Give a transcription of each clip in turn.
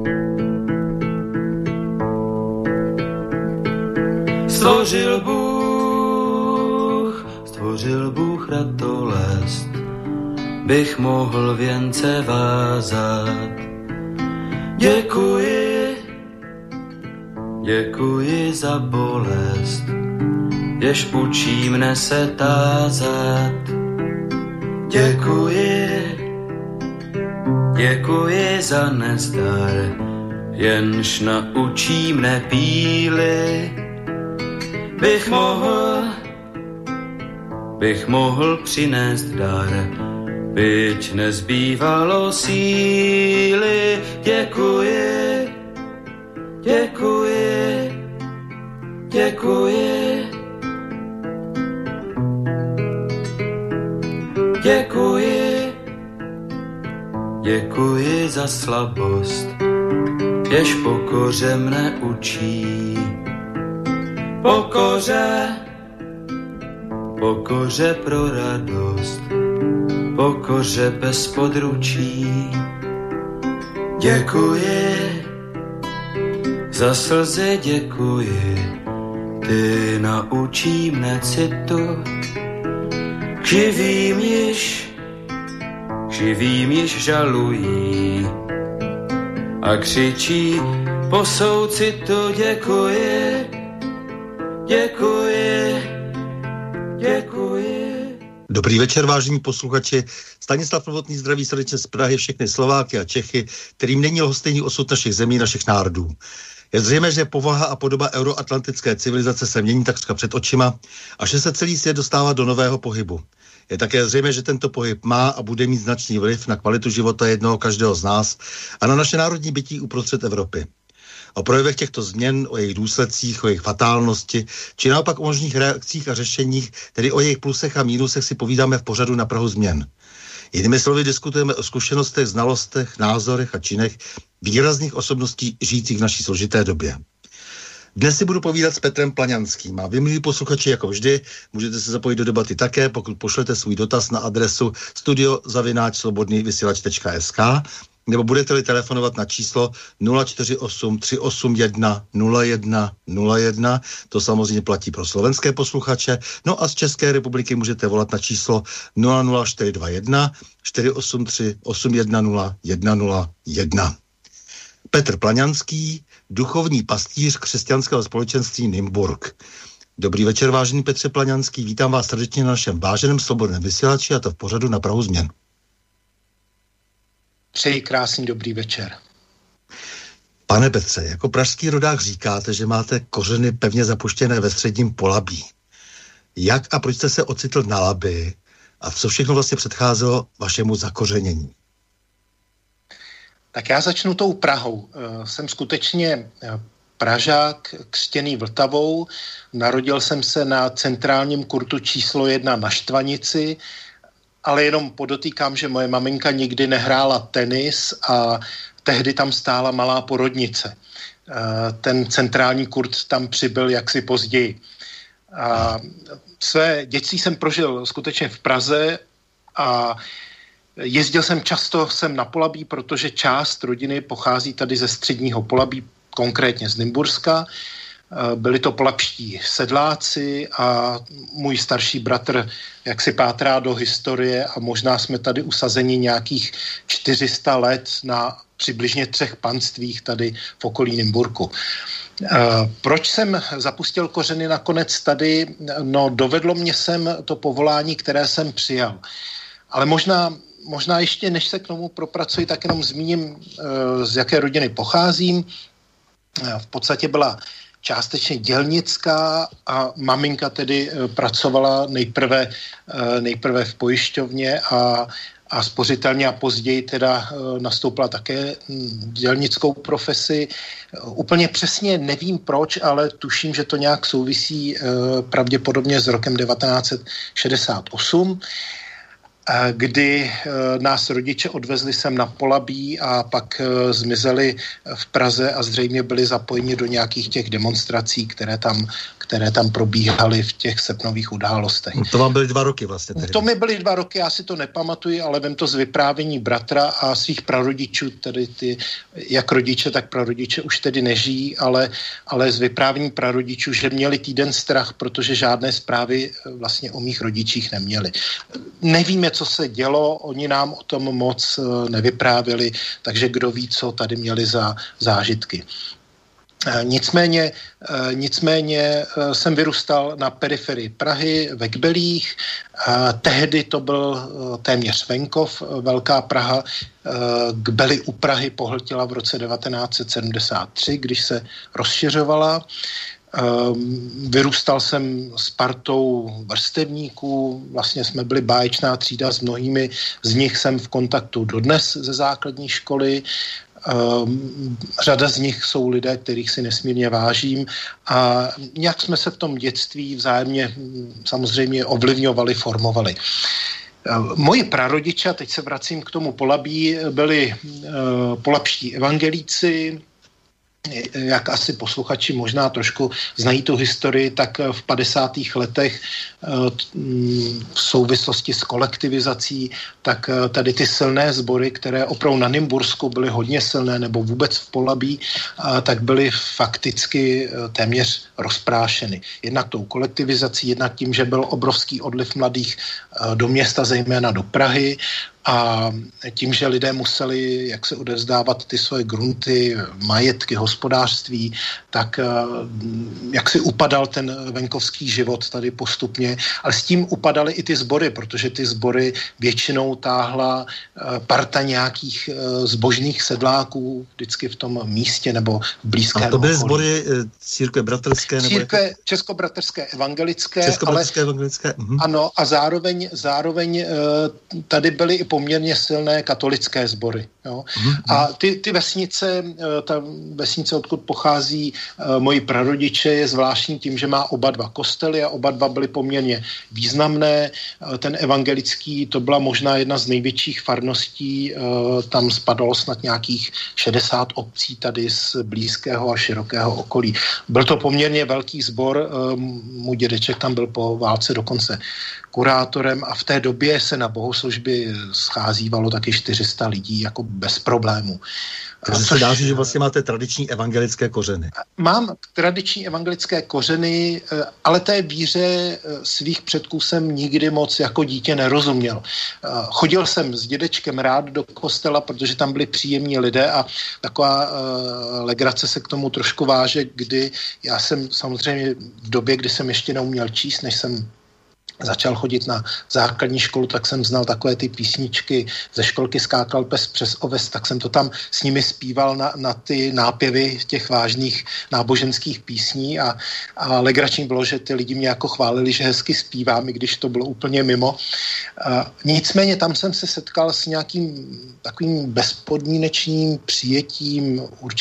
Stvořil Bůh ratolest, bych mohl věnce vázat. Děkuji za bolest, jež učí mne se tázat. Děkuji za nezdar, jenž naučí mne píly. Bych mohl přinést dar, byť nezbývalo síly. Děkuji za slabost, jež pokoře mne učí. Pokoře pro radost, pokoře bez područí. Děkuji za slzy, děkuji, ty naučí mne citu. K živým již žalují a křičí po soucitu. Děkuji. Dobrý večer, vážení posluchači. Stanislav Novotný zdraví srdečně z Prahy všechny Slováky a Čechy, kterým není lhostejný osud našich zemí, našich národů. Je zřejmé, že povaha a podoba euroatlantické civilizace se mění takřka před očima a že se celý svět dostává do nového pohybu. Je také zřejmé, že tento pohyb má a bude mít značný vliv na kvalitu života jednoho každého z nás a na naše národní bytí uprostřed Evropy. O projevech těchto změn, o jejich důsledcích, o jejich fatálnosti, či naopak o možných reakcích a řešeních, tedy o jejich plusech a mínusech si povídáme v pořadu Na prahu změn. Jinými slovy diskutujeme o zkušenostech, znalostech, názorech a činech výrazných osobností žijících v naší složité době. Dnes si budu povídat s Petrem Plaňanským a vy, milí posluchači, jako vždy, můžete se zapojit do debaty také, pokud pošlete svůj dotaz na adresu studio@slobodnyvysielac.sk nebo budete-li telefonovat na číslo 048 381 01 01, to samozřejmě platí pro slovenské posluchače, no a z České republiky můžete volat na číslo 00421 483 810 101. Petr Plaňanský, duchovní pastýř křesťanského společenství Nymburk. Dobrý večer, vážený Petře Plaňanský, vítám vás srdečně na našem váženém slobodném vysílači a to v pořadu Na prahu změn. Přeji krásný dobrý večer. Pane Petře, jako pražský rodák říkáte, že máte kořeny pevně zapuštěné ve středním Polabí. Jak a proč jste se ocitl na Labi a co všechno vlastně předcházelo vašemu zakořenění? Tak já začnu tou Prahou. Jsem skutečně Pražák, křtěný Vltavou. Narodil jsem se na centrálním kurtu číslo 1 na Štvanici, ale jenom podotýkám, že moje maminka nikdy nehrála tenis a tehdy tam stála malá porodnice. Ten centrální kurt tam přibyl jaksi později. A své dětství jsem prožil skutečně v Praze a jezdil jsem často sem na Polabí, protože část rodiny pochází tady ze středního Polabí, konkrétně z Nymburska. Byli to polabští sedláci a můj starší bratr jak si pátrá do historie a možná jsme tady usazeni nějakých 400 let na přibližně 3 panstvích tady v okolí Nymburku. Proč jsem zapustil kořeny nakonec tady? No, dovedlo mě sem to povolání, které jsem přijal. Ale možná ještě, než se k tomu propracuji, tak jenom zmíním, z jaké rodiny pocházím. V podstatě byla částečně dělnická a maminka tedy pracovala nejprve v pojišťovně a spořitelně a později teda nastoupila také dělnickou profesi. Úplně přesně nevím proč, ale tuším, že to nějak souvisí pravděpodobně s rokem 1968. kdy nás rodiče odvezli sem na Polabí a pak zmizeli v Praze a zřejmě byli zapojeni do nějakých těch demonstrací, které tam probíhaly v těch srpnových událostech. To vám byly 2 roky vlastně tehdy. To mi byly 2 roky, já si to nepamatuji, ale vem to z vyprávění bratra a svých prarodičů, tedy ty, jak rodiče, tak prarodiče už tedy nežijí, ale z vyprávění prarodičů, že měli týden strach, protože žádné zprávy vlastně o mých rodičích neměli. Nevíme, co se dělo, oni nám o tom moc nevyprávěli, takže kdo ví, co tady měli za zážitky. Nicméně jsem vyrůstal na periferii Prahy, ve Kbelích. Tehdy to byl téměř venkov. Velká Praha Kbely u Prahy pohltila v roce 1973, když se rozšiřovala. Vyrůstal jsem s partou vrstevníků, vlastně jsme byli báječná třída, s mnohými z nich jsem v kontaktu dodnes ze základní školy. Řada z nich jsou lidé, kterých si nesmírně vážím a nějak jsme se v tom dětství vzájemně samozřejmě ovlivňovali, formovali. Moji prarodiče, teď se vracím k tomu Polabí, byli polabští evangelíci. Jak asi posluchači možná trošku znají tu historii, tak v 50. letech v souvislosti s kolektivizací, tak tady ty silné sbory, které opravdu na Nymbursku byly hodně silné, nebo vůbec v Polabí, tak byly fakticky téměř rozprášeny. Jednak tou kolektivizací, jednak tím, že byl obrovský odliv mladých do města, zejména do Prahy, a tím, že lidé museli jak se odevzdávat ty svoje grunty, majetky, hospodářství, tak jak si upadal ten venkovský život tady postupně, ale s tím upadaly i ty sbory, protože ty sbory většinou táhla parta nějakých zbožných sedláků vždycky v tom místě nebo v blízkém okolí. A to byly sbory církve bratrské? Církve českobratrské evangelické. Českobratrské evangelické. Ano, a zároveň tady byly i poměrně silné katolické sbory. Jo? A ty vesnice, ta vesnice, odkud pochází moji prarodiče, je zvláštní tím, že má oba 2 kostely a oba 2 byly poměrně významné. Ten evangelický, to byla možná jedna z největších farností, tam spadalo snad nějakých 60 obcí tady z blízkého a širokého okolí. Byl to poměrně velký sbor, můj dědeček tam byl po válce dokonce kurátorem a v té době se na bohoslužby scházívalo taky 400 lidí jako bez problémů. Takže se dá říct, že vlastně máte tradiční evangelické kořeny. Mám tradiční evangelické kořeny, ale té víře svých předků jsem nikdy moc jako dítě nerozuměl. Chodil jsem s dědečkem rád do kostela, protože tam byli příjemní lidé a taková legrace se k tomu trošku váže, kdy já jsem samozřejmě v době, kdy jsem ještě neuměl číst, než jsem začal chodit na základní školu, tak jsem znal takové ty písničky ze školky Skákal pes přes oves, tak jsem to tam s nimi zpíval na ty nápěvy těch vážných náboženských písní a legrační bylo, že ty lidi mě jako chválili, že hezky zpívám, i když to bylo úplně mimo. Nicméně tam jsem se setkal s nějakým takovým bezpodmínečným přijetím,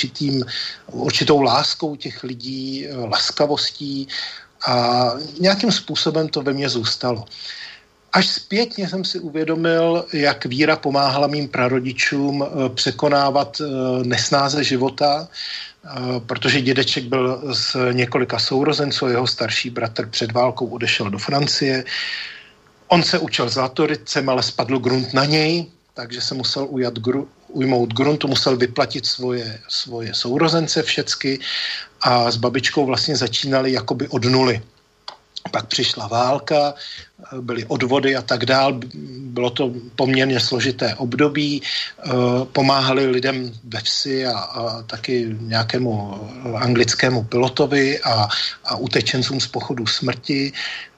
určitou láskou těch lidí, laskavostí, a nějakým způsobem to ve mně zůstalo. Až zpětně jsem si uvědomil, jak víra pomáhala mým prarodičům překonávat nesnáze života, protože dědeček byl z několika sourozenců, jeho starší bratr před válkou odešel do Francie. On se učil zlatorytcem, ale spadl grunt na něj, takže se musel ujmout gruntu, musel vyplatit svoje sourozence všecky a s babičkou vlastně začínali jakoby od nuly. Pak přišla válka, byly odvody a tak dál. Bylo to poměrně složité období. Pomáhali lidem ve vsi a taky nějakému anglickému pilotovi a utečencům z pochodu smrti.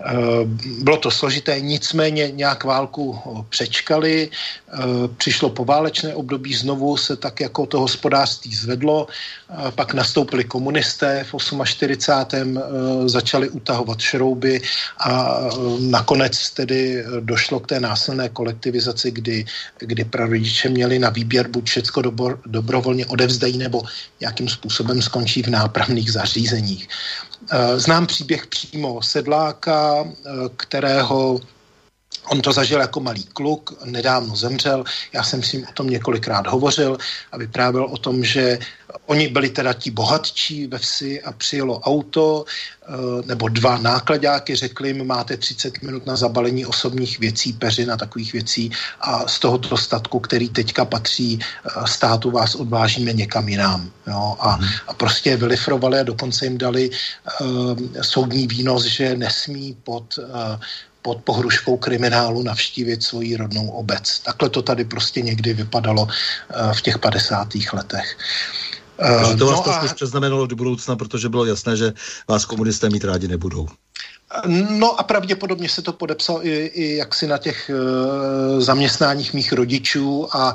Bylo to složité, nicméně nějak válku přečkali. Přišlo poválečné období, znovu se tak jako to hospodářství zvedlo. Pak nastoupili komunisté v 48. Začali utahovat šrouby a nakonec tedy došlo k té násilné kolektivizaci, kdy prarodiče měli na výběr buď všecko dobrovolně odevzdají nebo nějakým způsobem skončí v nápravných zařízeních. Znám příběh přímo sedláka, kterého On to zažil jako malý kluk, nedávno zemřel, já jsem s ním o tom několikrát hovořil a vyprávěl o tom, že oni byli teda ti bohatčí ve vsi a přijelo auto, nebo 2 nákladáky, řekli jim, máte 30 minut na zabalení osobních věcí, peřin a takových věcí a z tohoto statku, který teďka patří státu, vás odvážíme někam jinam. Jo? A prostě je vylifrovali a dokonce jim dali soudní výnos, že nesmí pod pohruškou kriminálu navštívit svoji rodnou obec. Takhle to tady prostě někdy vypadalo v těch 50. letech. Takže to vás trošku přeznamenalo do budoucna, protože bylo jasné, že vás komunisté mít rádi nebudou. No a pravděpodobně se to podepsalo i jaksi na těch zaměstnáních mých rodičů a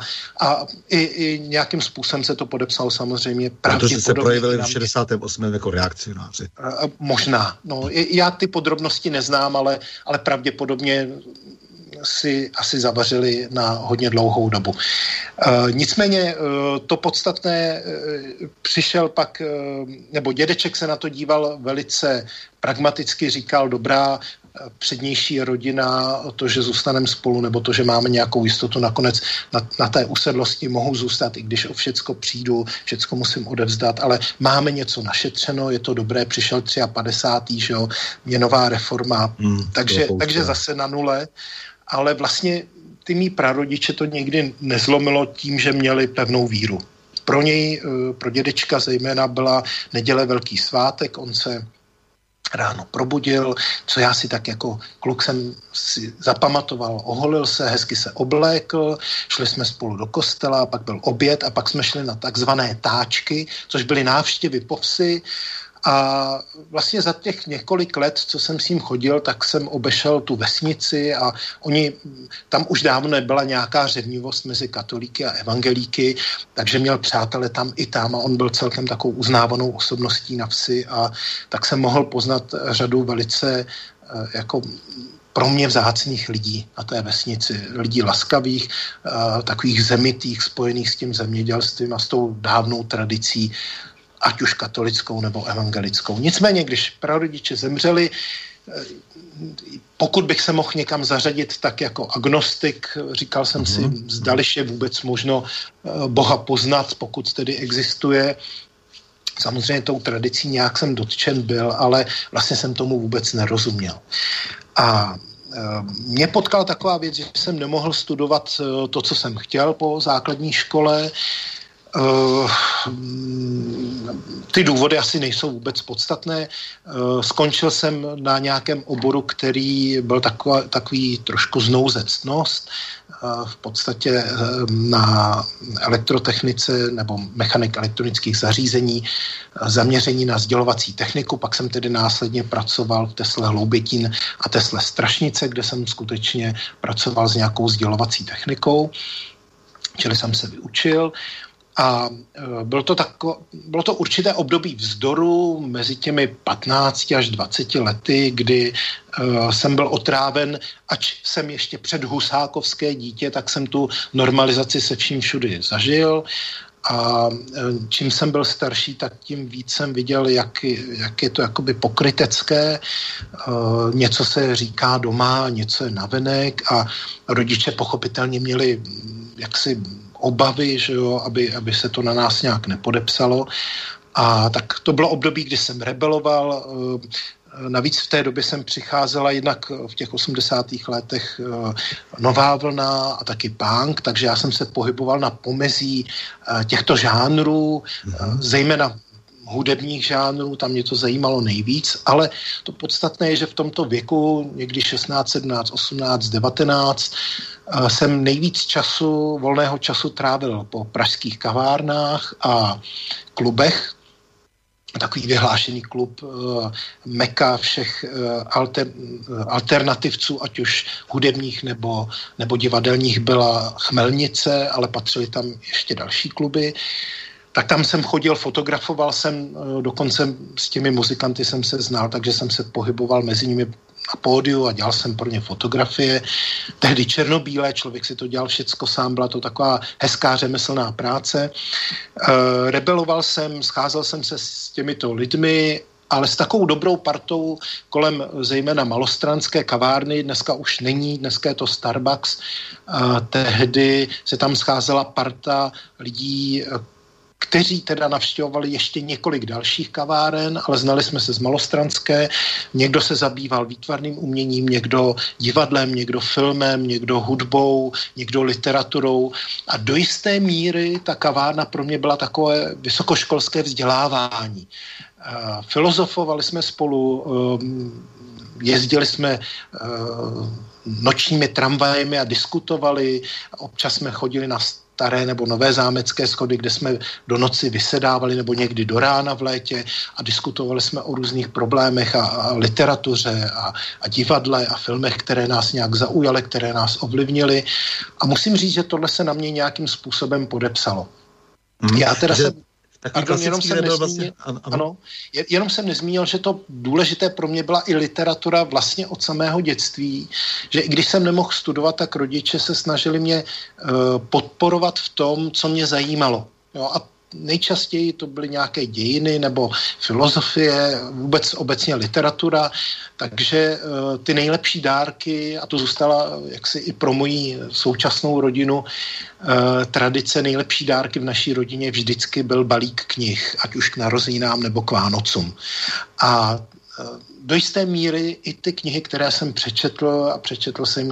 i nějakým způsobem se to podepsalo samozřejmě pravděpodobně. Protože se projevili v 68. jako reakcionáři. Možná. No, já ty podrobnosti neznám, ale pravděpodobně si asi zavařili na hodně dlouhou dobu. Nicméně to podstatné přišel pak, nebo dědeček se na to díval velice pragmaticky, říkal, dobrá, přednější je rodina, to, že zůstaneme spolu, nebo to, že máme nějakou jistotu, nakonec na té usedlosti mohu zůstat, i když o všecko přijdu, všecko musím odevzdat, ale máme něco našetřeno, je to dobré, přišel 53. že jo, měnová reforma, takže zase na nule. Ale vlastně ty mý prarodiče to nikdy nezlomilo tím, že měli pevnou víru. Pro něj, pro dědečka zejména byla neděle velký svátek, on se ráno probudil, co já si tak jako kluk jsem si zapamatoval, oholil se, hezky se oblékl, šli jsme spolu do kostela, pak byl oběd a pak jsme šli na takzvané táčky, což byly návštěvy po vsi. A vlastně za těch několik let, co jsem s ním chodil, tak jsem obešel tu vesnici a tam už dávno nebyla nějaká řevnivost mezi katolíky a evangelíky, takže měl přátele tam i tam a on byl celkem takovou uznávanou osobností na vsi a tak jsem mohl poznat řadu velice jako pro mě vzácných lidí na té vesnici, lidí laskavých, takových zemitých, spojených s tím zemědělstvím a s tou dávnou tradicí, ať už katolickou nebo evangelickou. Nicméně, když prarodiče zemřeli, pokud bych se mohl někam zařadit tak jako agnostik, říkal jsem si, zdališ je vůbec možno Boha poznat, pokud tedy existuje. Samozřejmě tou tradicí nějak jsem dotčen byl, ale vlastně jsem tomu vůbec nerozuměl. A mě potkala taková věc, že jsem nemohl studovat to, co jsem chtěl po základní škole. Ty důvody asi nejsou vůbec podstatné. Skončil jsem na nějakém oboru, který byl takový trošku znouzectnost. V podstatě na elektrotechnice nebo mechanik elektronických zařízení, zaměření na sdělovací techniku. Pak jsem tedy následně pracoval v Tesle Hloubětín a Tesle Strašnice, kde jsem skutečně pracoval s nějakou sdělovací technikou. Čili jsem se vyučil. A bylo to určité období vzdoru mezi těmi 15 až 20 lety, kdy jsem byl otráven, ač jsem ještě předhusákovské dítě, tak jsem tu normalizaci se vším všudy zažil. A čím jsem byl starší, tak tím víc jsem viděl, jak je to jakoby pokrytecké. Něco se říká doma, něco je navenek a rodiče pochopitelně měli jaksi obavy, že jo, aby se to na nás nějak nepodepsalo. A tak to bylo období, kdy jsem rebeloval. Navíc v té době jsem přicházela jednak v těch 80. letech nová vlna a taky punk, takže já jsem se pohyboval na pomezí těchto žánrů, zejména hudebních žánrů, tam mě to zajímalo nejvíc, ale to podstatné je, že v tomto věku, někdy 16, 17, 18, 19, jsem nejvíc volného času trávil po pražských kavárnách a klubech. Takový vyhlášený klub meka všech alternativců, ať už hudebních nebo divadelních, byla Chmelnice, ale patřily tam ještě další kluby. Tak tam jsem chodil, fotografoval jsem, dokonce s těmi muzikanty jsem se znal, takže jsem se pohyboval mezi nimi na pódiu a dělal jsem pro ně fotografie. Tehdy černobílé, člověk si to dělal všecko sám, byla to taková hezká řemeslná práce. Rebeloval jsem, scházel jsem se s těmito lidmi ale s takovou dobrou partou kolem zejména malostranské kavárny, dneska už není, dneska je to Starbucks, tehdy se tam scházela parta lidí, kteří teda navštěvovali ještě několik dalších kaváren, ale znali jsme se z malostranské. Někdo se zabýval výtvarným uměním, někdo divadlem, někdo filmem, někdo hudbou, někdo literaturou. A do jisté míry ta kavárna pro mě byla takové vysokoškolské vzdělávání. Filozofovali jsme spolu, jezdili jsme nočními tramvajemi a diskutovali. Občas jsme chodili na staré nebo nové zámecké schody, kde jsme do noci vysedávali nebo někdy do rána v létě a diskutovali jsme o různých problémech a literatuře a divadle a filmech, které nás nějak zaujaly, které nás ovlivnily. A musím říct, že tohle se na mě nějakým způsobem podepsalo. Já teda jenom jsem nezmínil, že to důležité pro mě byla i literatura vlastně od samého dětství, že i když jsem nemohl studovat, tak rodiče se snažili mě podporovat v tom, co mě zajímalo. Jo, a nejčastěji to byly nějaké dějiny nebo filozofie, vůbec obecně literatura, takže ty nejlepší dárky, a to zůstala jaksi i pro moji současnou rodinu tradice, nejlepší dárky v naší rodině vždycky byl balík knih, ať už k narozeninám nebo k Vánocům. A do jisté míry i ty knihy, které jsem přečetl a přečetl jsem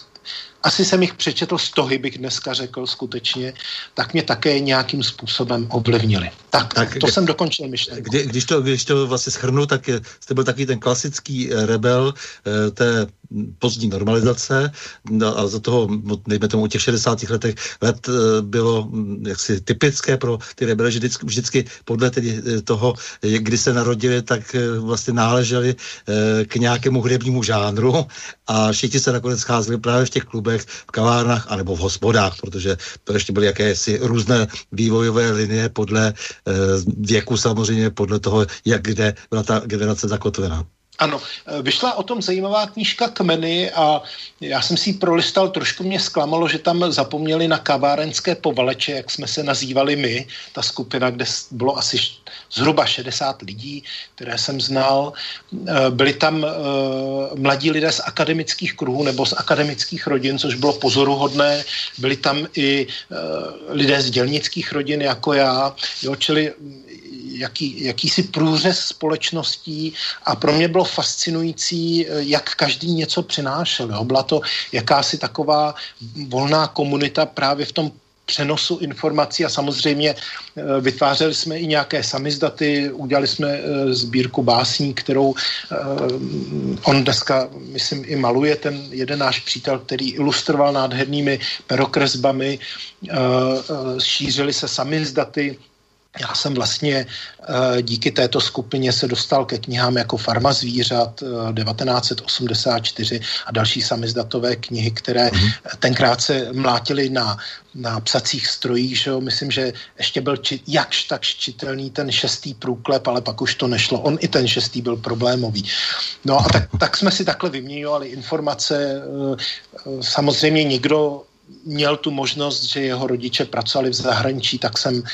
asi jsem jich přečetl stohy, bych dneska řekl skutečně, tak mě také nějakým způsobem ovlivnili. Tak to jsem dokončil myšlenku. Když to vlastně shrnu, tak jste byl takový ten klasický rebel té pozdní normalizace a za toho, dejme tomu, u těch 60. let bylo jaksi typické pro ty rebely, že vždycky podle toho, kdy se narodili, tak vlastně náleželi k nějakému hudebnímu žánru a všichni se nakonec scházeli právě v těch klubech, v kavárnách anebo v hospodách, protože to ještě byly jakési různé vývojové linie podle věku samozřejmě, podle toho, jak kde byla ta generace zakotvená. Ano, vyšla o tom zajímavá knížka Kmeny a já jsem si ji prolistal, trošku mě zklamalo, že tam zapomněli na kavárenské povaleče, jak jsme se nazývali my, ta skupina, kde bylo asi zhruba 60 lidí, které jsem znal. Byli tam mladí lidé z akademických kruhů nebo z akademických rodin, což bylo pozoruhodné. Byli tam i lidé z dělnických rodin, jako já, jo, čili jakýsi průřez společností a pro mě bylo fascinující, jak každý něco přinášel. Jo. Byla to jakási taková volná komunita právě v tom přenosu informací a samozřejmě vytvářeli jsme i nějaké samizdaty, udělali jsme sbírku básní, kterou on dneska, myslím, i maluje, ten jeden náš přítel, který ilustroval nádhernými perokresbami, šířily se samizdaty. Já jsem vlastně díky této skupině se dostal ke knihám jako Farma zvířat 1984 a další samizdatové knihy, které tenkrát se mlátily na psacích strojích, že jo? Myslím, že ještě byl jakž tak čitelný ten 6. průklep, ale pak už to nešlo. On i ten 6. byl problémový. No a tak jsme si takhle vyměňovali informace. Samozřejmě někdo měl tu možnost, že jeho rodiče pracovali v zahraničí, tak jsem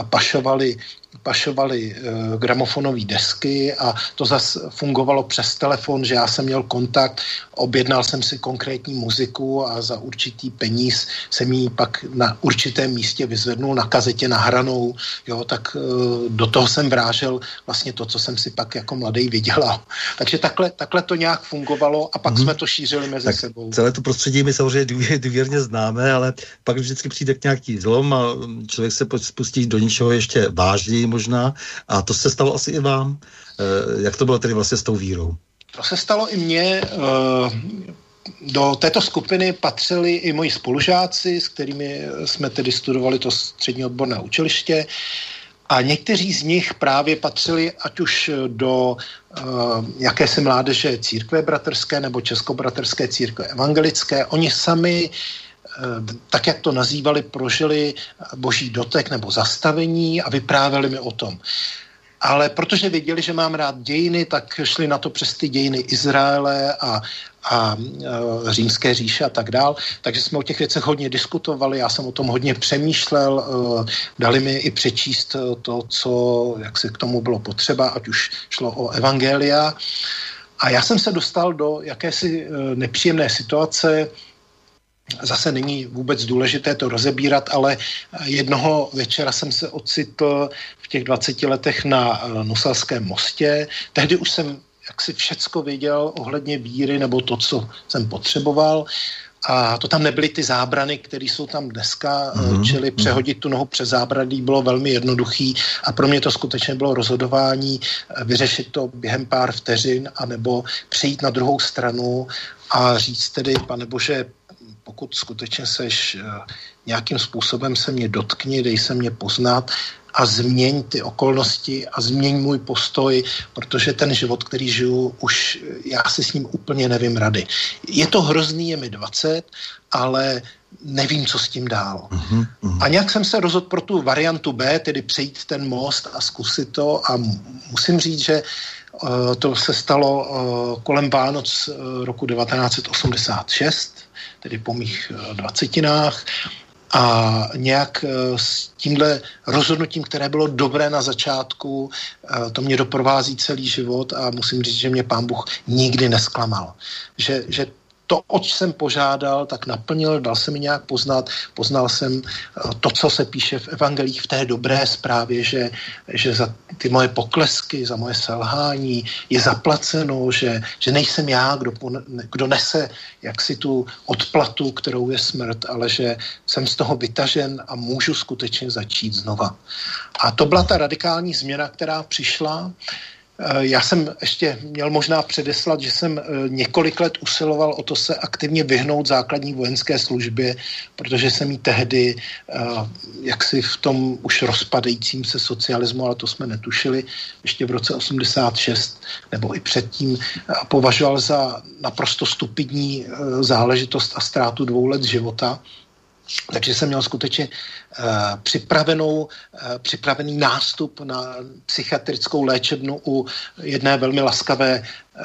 pašovali gramofonové desky a to zase fungovalo přes telefon, že já jsem měl kontakt, objednal jsem si konkrétní muziku a za určitý peníz jsem ji pak na určitém místě vyzvednul na kazetě nahranou, jo, tak do toho jsem vrážel vlastně to, co jsem si pak jako mladý vydělal. Takže takhle to nějak fungovalo a pak jsme to šířili mezi sebou. Celé to prostředí my samozřejmě důvěrně známe, ale pak vždycky přijde k nějaký zlom a člověk se spustí do něčeho ještě vážněji možná a to se stalo asi i vám. Jak to bylo tedy vlastně s tou vírou? To se stalo i mně. Do této skupiny patřili i moji spolužáci, s kterými jsme tedy studovali to střední odborné učiliště a někteří z nich právě patřili ať už do jakési mládeže církve bratrské nebo českobratrské církve evangelické. Oni sami, tak jak to nazývali, prožili boží dotek nebo zastavení a vyprávěli mi o tom. Ale protože věděli, že mám rád dějiny, tak šli na to přes ty dějiny Izraele a Římské říše a tak dál. Takže jsme o těch věcech hodně diskutovali, já jsem o tom hodně přemýšlel, dali mi i přečíst to, co, jak se k tomu bylo potřeba, ať už šlo o evangelia. A já jsem se dostal do jakési nepříjemné situace. Zase není vůbec důležité to rozebírat, ale jednoho večera jsem se ocitl v těch 20 letech na Nusalském mostě. Tehdy už jsem jaksi všecko věděl ohledně víry nebo to, co jsem potřeboval. A to tam nebyly ty zábrany, které jsou tam dneska, čili přehodit tu nohu přes zábradlí bylo velmi jednoduchý a pro mě to skutečně bylo rozhodování vyřešit to během pár vteřin anebo přejít na druhou stranu a říct tedy, Pane Bože, pokud skutečně seš nějakým způsobem se mě dotkni, dej se mě poznat a změň ty okolnosti a změň můj postoj, protože ten život, který žiju, už já si s ním úplně nevím rady. Je to hrozný, je mi 20, ale nevím, co s tím dál. A nějak jsem se rozhodl pro tu variantu B, tedy přejít ten most a zkusit to a musím říct, že to se stalo kolem Vánoc roku 1986, tedy po mých 20. A nějak s tímhle rozhodnutím, které bylo dobré na začátku, to mě doprovází celý život a musím říct, že mě Pán Bůh nikdy nesklamal. Že to, oč jsem požádal, tak naplnil, dal se mi nějak poznat. Poznal jsem to, co se píše v evangelích v té dobré zprávě, že za ty moje poklesky, za moje selhání je zaplaceno, že nejsem já, kdo nese jaksi tu odplatu, kterou je smrt, ale že jsem z toho vytažen a můžu skutečně začít znova. A to byla ta radikální změna, která přišla. Já jsem ještě měl možná předeslat, že jsem několik let usiloval o to se aktivně vyhnout základní vojenské službě, protože jsem jí tehdy jaksi v tom už rozpadajícím se socialismu, ale to jsme netušili, ještě v roce 86 nebo i předtím považoval za naprosto stupidní záležitost a ztrátu 2 let života. Takže jsem měl skutečně připravený nástup na psychiatrickou léčebnu u jedné velmi laskavé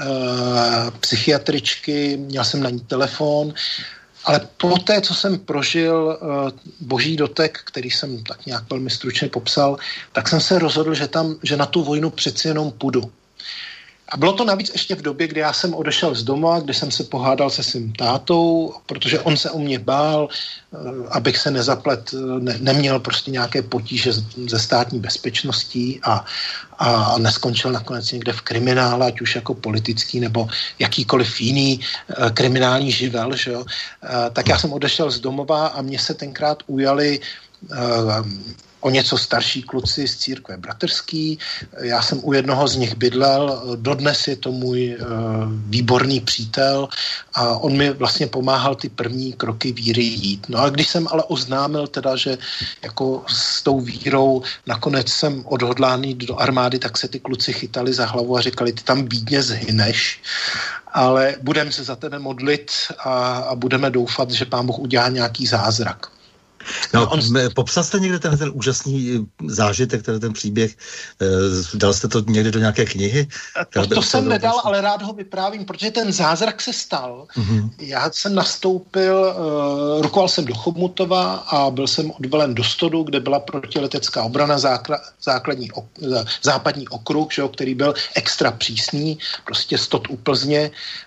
psychiatričky, měl jsem na ní telefon, ale poté, co jsem prožil boží dotek, který jsem tak nějak velmi stručně popsal, tak jsem se rozhodl, že na tu vojnu přeci jenom půjdu. A bylo to navíc ještě v době, kdy já jsem odešel z doma, kdy jsem se pohádal se svým tátou, protože on se o mě bál, abych se nezaplet, neměl prostě nějaké potíže ze státní bezpečností a neskončil nakonec někde v kriminále, ať už jako politický nebo jakýkoliv jiný kriminální živel, že jo. Tak já jsem odešel z domova a mě se tenkrát ujali o něco starší kluci z církve bratrský. Já jsem u jednoho z nich bydlel, dodnes je to můj výborný přítel a on mi vlastně pomáhal ty první kroky víry jít. No a když jsem ale oznámil teda, že jako s tou vírou nakonec jsem odhodlán jít do armády, tak se ty kluci chytali za hlavu a říkali, ty tam bídně zhyneš, ale budeme se za tebe modlit a budeme doufat, že Pán Bůh udělá nějaký zázrak. No, popsal jste někde ten úžasný zážitek, ten příběh, dal jste to někde do nějaké knihy? To jsem nedal, ale rád ho vyprávím, protože ten zázrak se stal. Já jsem nastoupil, rukoval jsem do Chomutova a byl jsem odvelen do Stodu, kde byla protiletecká obrana, západní okruh, že, který byl extra přísný, prostě Stod u Plzně,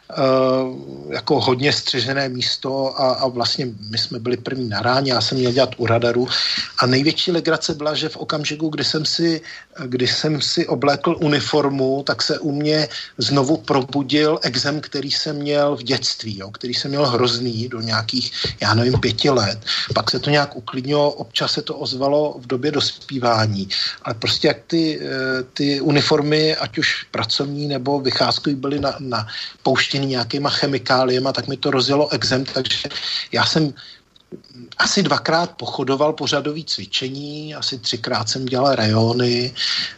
jako hodně střežené místo a vlastně my jsme byli první na ráně, já jsem měl dělat u radaru a největší legrace byla, že v okamžiku, kdy jsem si oblékl uniformu, tak se u mě znovu probudil exém, který jsem měl v dětství, jo, který jsem měl hrozný do nějakých, 5 let. Pak se to nějak uklidnilo, občas se to ozvalo v době dospívání, ale prostě jak ty uniformy, ať už pracovní nebo vycházkový, byly na pouštěný nějakýma chemikáliema, tak mi to rozjelo exém, takže já jsem asi 2krát pochodoval pořadový cvičení, asi 3krát jsem dělal rajony,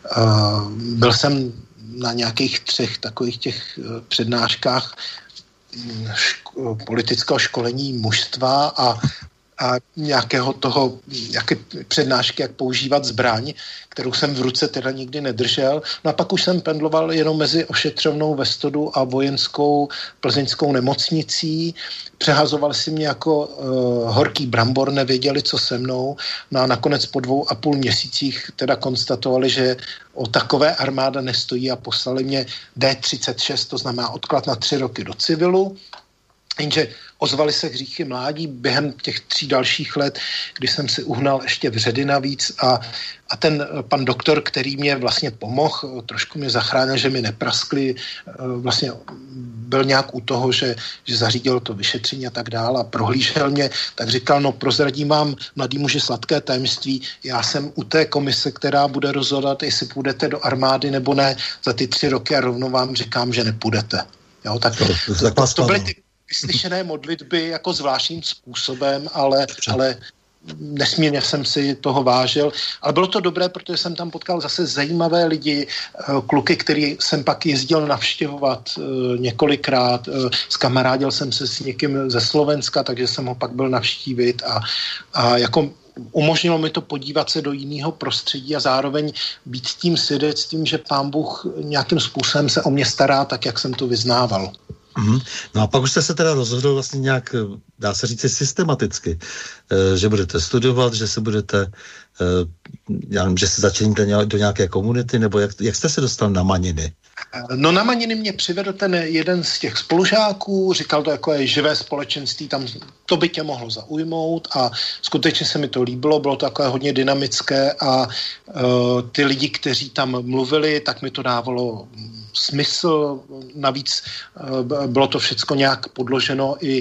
byl jsem na nějakých 3 takových těch přednáškách politického školení mužstva a a nějakého toho, jaké přednášky, jak používat zbraň, kterou jsem v ruce teda nikdy nedržel. No a pak už jsem pendloval jenom mezi ošetřovnou ve Stodu a vojenskou plzeňskou nemocnicí. Přehazovali si mě jako horký brambor, nevěděli, co se mnou. No a nakonec po 2,5 měsících teda konstatovali, že o takové armáda nestojí a poslali mě D36, to znamená odklad na 3 roky do civilu. Jenže ozvaly se hříchy mládí během těch 3 dalších let, kdy jsem si uhnal ještě vředy navíc a ten pan doktor, který mě vlastně pomohl, trošku mě zachránil, že mi nepraskli, vlastně byl nějak u toho, že zařídil to vyšetření a tak dále a prohlížel mě, tak říkal, no prozradím vám, mladý muži, sladké tajemství, já jsem u té komise, která bude rozhodovat, jestli půjdete do armády nebo ne za ty 3 roky a rovnou vám říkám, že nepůjdete. Jo, tak to byly ty vyslyšené modlitby jako zvláštním způsobem, ale nesmírně jsem si toho vážil. Ale bylo to dobré, protože jsem tam potkal zase zajímavé lidi, kluky, který jsem pak jezdil navštěvovat několikrát. Zkamarádil jsem se s někým ze Slovenska, takže jsem ho pak byl navštívit a jako umožnilo mi to podívat se do jiného prostředí a zároveň být tím svědectvím, že Pán Bůh nějakým způsobem se o mě stará, tak jak jsem to vyznával. No a pak už jste se teda rozhodl vlastně nějak, dá se říct, systematicky, že budete studovat, že se budete, já nevím, že se začíníte do nějaké komunity, nebo jak jste se dostal na Maniny? No na Maniny mě přivedl ten jeden z těch spolužáků, říkal to jako je živé společenství, tam to by tě mohlo zaujmout a skutečně se mi to líbilo, bylo to takové hodně dynamické a ty lidi, kteří tam mluvili, tak mi to dávalo smysl, navíc bylo to všecko nějak podloženo i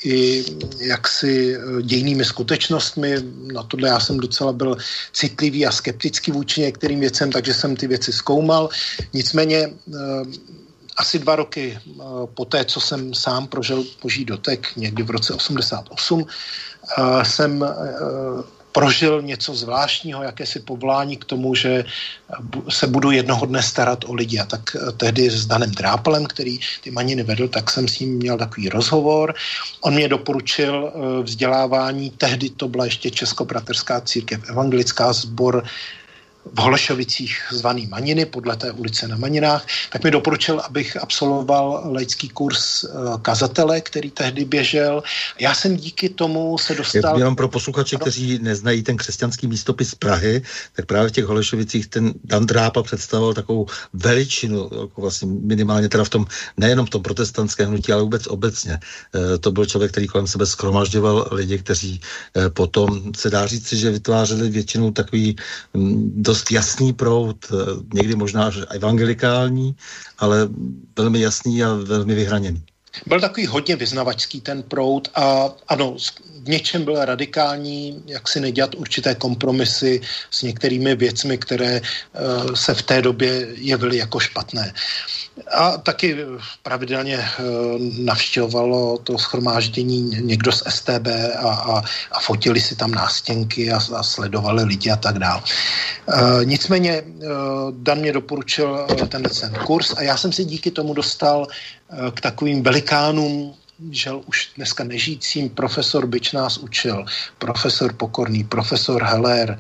jaksi dějnými skutečnostmi. Na tohle já jsem docela byl citlivý a skeptický vůči některým věcem, takže jsem ty věci zkoumal. Nicméně asi 2 roky poté, co jsem sám prožil Boží dotek, někdy v roce 88, jsem prožil něco zvláštního, jakési povolání k tomu, že se budu jednoho dne starat o lidi. A tak tehdy s Danem Drápalem, který ty Maniny vedl, tak jsem s ním měl takový rozhovor. On mě doporučil vzdělávání, tehdy to byla ještě Českobratrská církev evangelická, sbor v Holešovicích zvaný Maniny, podle té ulice na Maninách, tak mi doporučil, abych absolvoval laický kurz kazatele, který tehdy běžel. Já jsem díky tomu se dostal... Jenom pro posluchače, kteří neznají ten křesťanský místopis Prahy, tak právě v těch Holešovicích ten Dan Drápa představoval takovou veličinu, jako vlastně minimálně teda v tom, nejenom v tom protestantském hnutí, ale vůbec obecně. To byl člověk, který kolem sebe shromažďoval lidi, kteří potom se dá říct, že vytvářeli většinou takový dost jasný proud, někdy možná až evangelikální, ale velmi jasný a velmi vyhraněný. Byl takový hodně vyznavačský ten proud a ano, v něčem byl radikální, jak si nedělat určité kompromisy s některými věcmi, které se v té době jevily jako špatné. A taky pravidelně navštěvovalo to shromáždění někdo z STB a fotili si tam nástěnky a sledovali lidi a tak dále. Nicméně Dan mě doporučil ten kurz a já jsem si díky tomu dostal k takovým velikánům, žel už dneska nežijícím. Profesor Byč nás učil, profesor Pokorný, profesor Heller,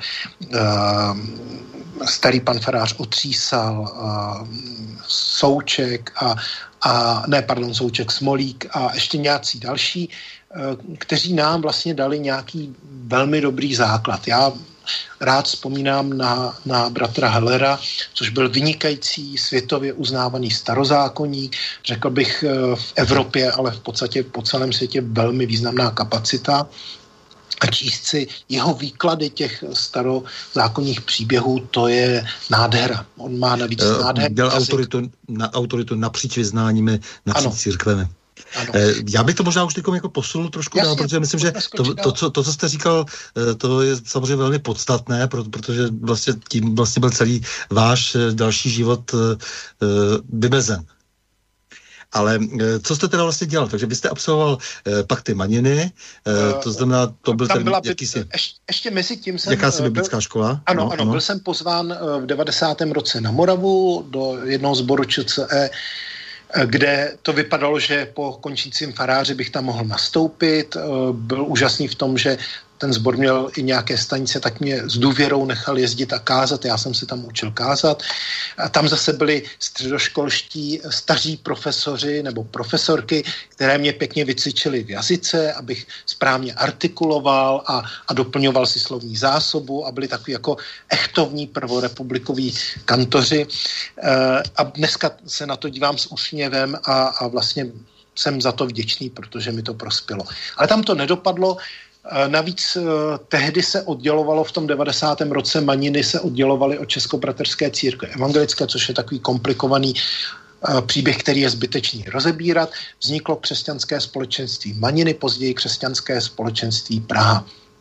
starý pan farář Otřísal, Souček Souček Smolík a ještě nějací další, kteří nám vlastně dali nějaký velmi dobrý základ. Já rád vzpomínám na bratra Hellera, což byl vynikající světově uznávaný starozákonník, řekl bych v Evropě, ale v podstatě po celém světě velmi významná kapacita. A číst si jeho výklady těch starozákonních příběhů, to je nádhera. On má navíc nádherný měl autoritu napříč vyznáními, napříč církvemi. Ano. Já bych to možná už jako posunul trošku dál, protože myslím, že to, co jste říkal, to je samozřejmě velmi podstatné, protože vlastně tím vlastně byl celý váš další život vymezen. Ale co jste teda vlastně dělal? Takže byste absolvoval pak ty Maniny, to znamená, to byl ten jakýsi... Ještě mezi tím jsem... Jakási biblická škola? Ano, byl jsem pozván v 90. roce na Moravu do jednoho sboru ČCE, kde to vypadalo, že po končícím faráři bych tam mohl nastoupit. Byl úžasný v tom, že ten sbor měl i nějaké stanice, tak mě s důvěrou nechal jezdit a kázat. Já jsem se tam učil kázat. A tam zase byli středoškolští staří profesoři nebo profesorky, které mě pěkně vycvičili v jazyce, abych správně artikuloval a doplňoval si slovní zásobu a byli takový jako echtovní prvorepublikoví kantoři. A dneska se na to dívám s úsměvem a vlastně jsem za to vděčný, protože mi to prospělo. Ale tam to nedopadlo. Navíc tehdy se oddělovalo v tom 90. roce, Maniny se oddělovaly od Českobratrské církve evangelické, což je takový komplikovaný příběh, který je zbytečný rozebírat. Vzniklo křesťanské společenství Maniny, později křesťanské společenství Praha.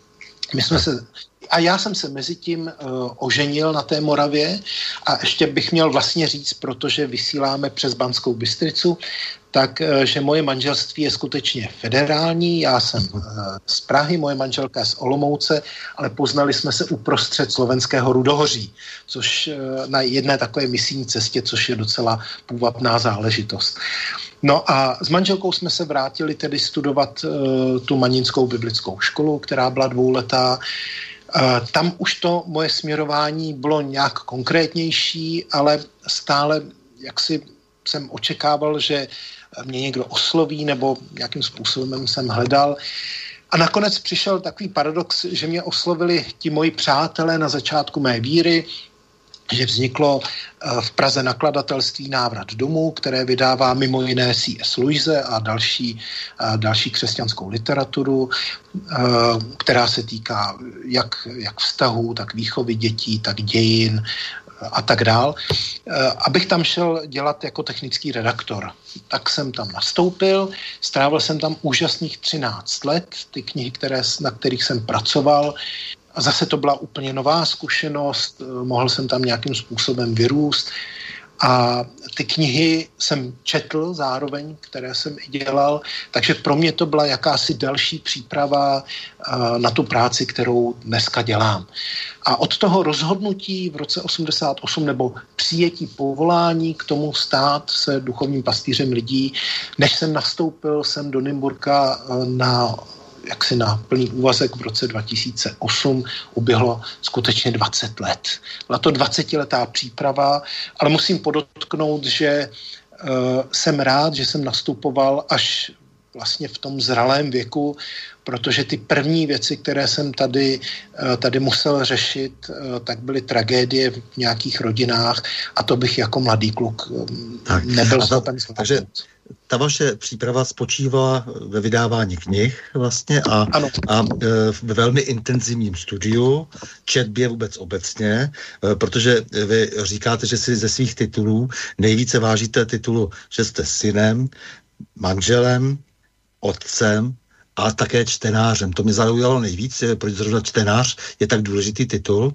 A já jsem se mezi tím oženil na té Moravě a ještě bych měl vlastně říct, protože vysíláme přes Banskou Bystricu, takže moje manželství je skutečně federální. Já jsem z Prahy, moje manželka je z Olomouce, ale poznali jsme se uprostřed slovenského Rudohoří, což na jedné takové misijní cestě, což je docela půvabná záležitost. No a s manželkou jsme se vrátili tedy studovat tu Maninskou biblickou školu, která byla 2letá. Tam už to moje směrování bylo nějak konkrétnější, ale stále jaksi jsem očekával, že mě někdo osloví nebo nějakým způsobem jsem hledal. A nakonec přišel takový paradox, že mě oslovili ti moji přátelé na začátku mé víry, že vzniklo v Praze nakladatelství Návrat domů, které vydává mimo jiné C.S. Lewise a další křesťanskou literaturu, která se týká jak vztahů, tak výchovy dětí, tak dějin a tak dál, abych tam šel dělat jako technický redaktor. Tak jsem tam nastoupil, strávil jsem tam úžasných 13 let, ty knihy, na kterých jsem pracoval, a zase to byla úplně nová zkušenost, mohl jsem tam nějakým způsobem vyrůst a ty knihy jsem četl zároveň, které jsem i dělal, takže pro mě to byla jakási další příprava na tu práci, kterou dneska dělám. A od toho rozhodnutí v roce 88 nebo přijetí povolání k tomu stát se duchovním pastýřem lidí, než jsem nastoupil sem do Nymburka na plný úvazek v roce 2008, uběhlo skutečně 20 let. Byla to 20letá příprava, ale musím podotknout, že jsem rád, že jsem nastupoval až vlastně v tom zralém věku, protože ty první věci, které jsem tady musel řešit, tak byly tragédie v nějakých rodinách a to bych jako mladý kluk nebyl schopen zvládnout. Takže ta vaše příprava spočívala ve vydávání knih vlastně a ve velmi intenzivním studiu, četbě vůbec obecně, protože vy říkáte, že si ze svých titulů nejvíce vážíte titulu, že jste synem, manželem, otcem a také čtenářem. To mě zaujalo nejvíc, proč zrovna čtenář je tak důležitý titul?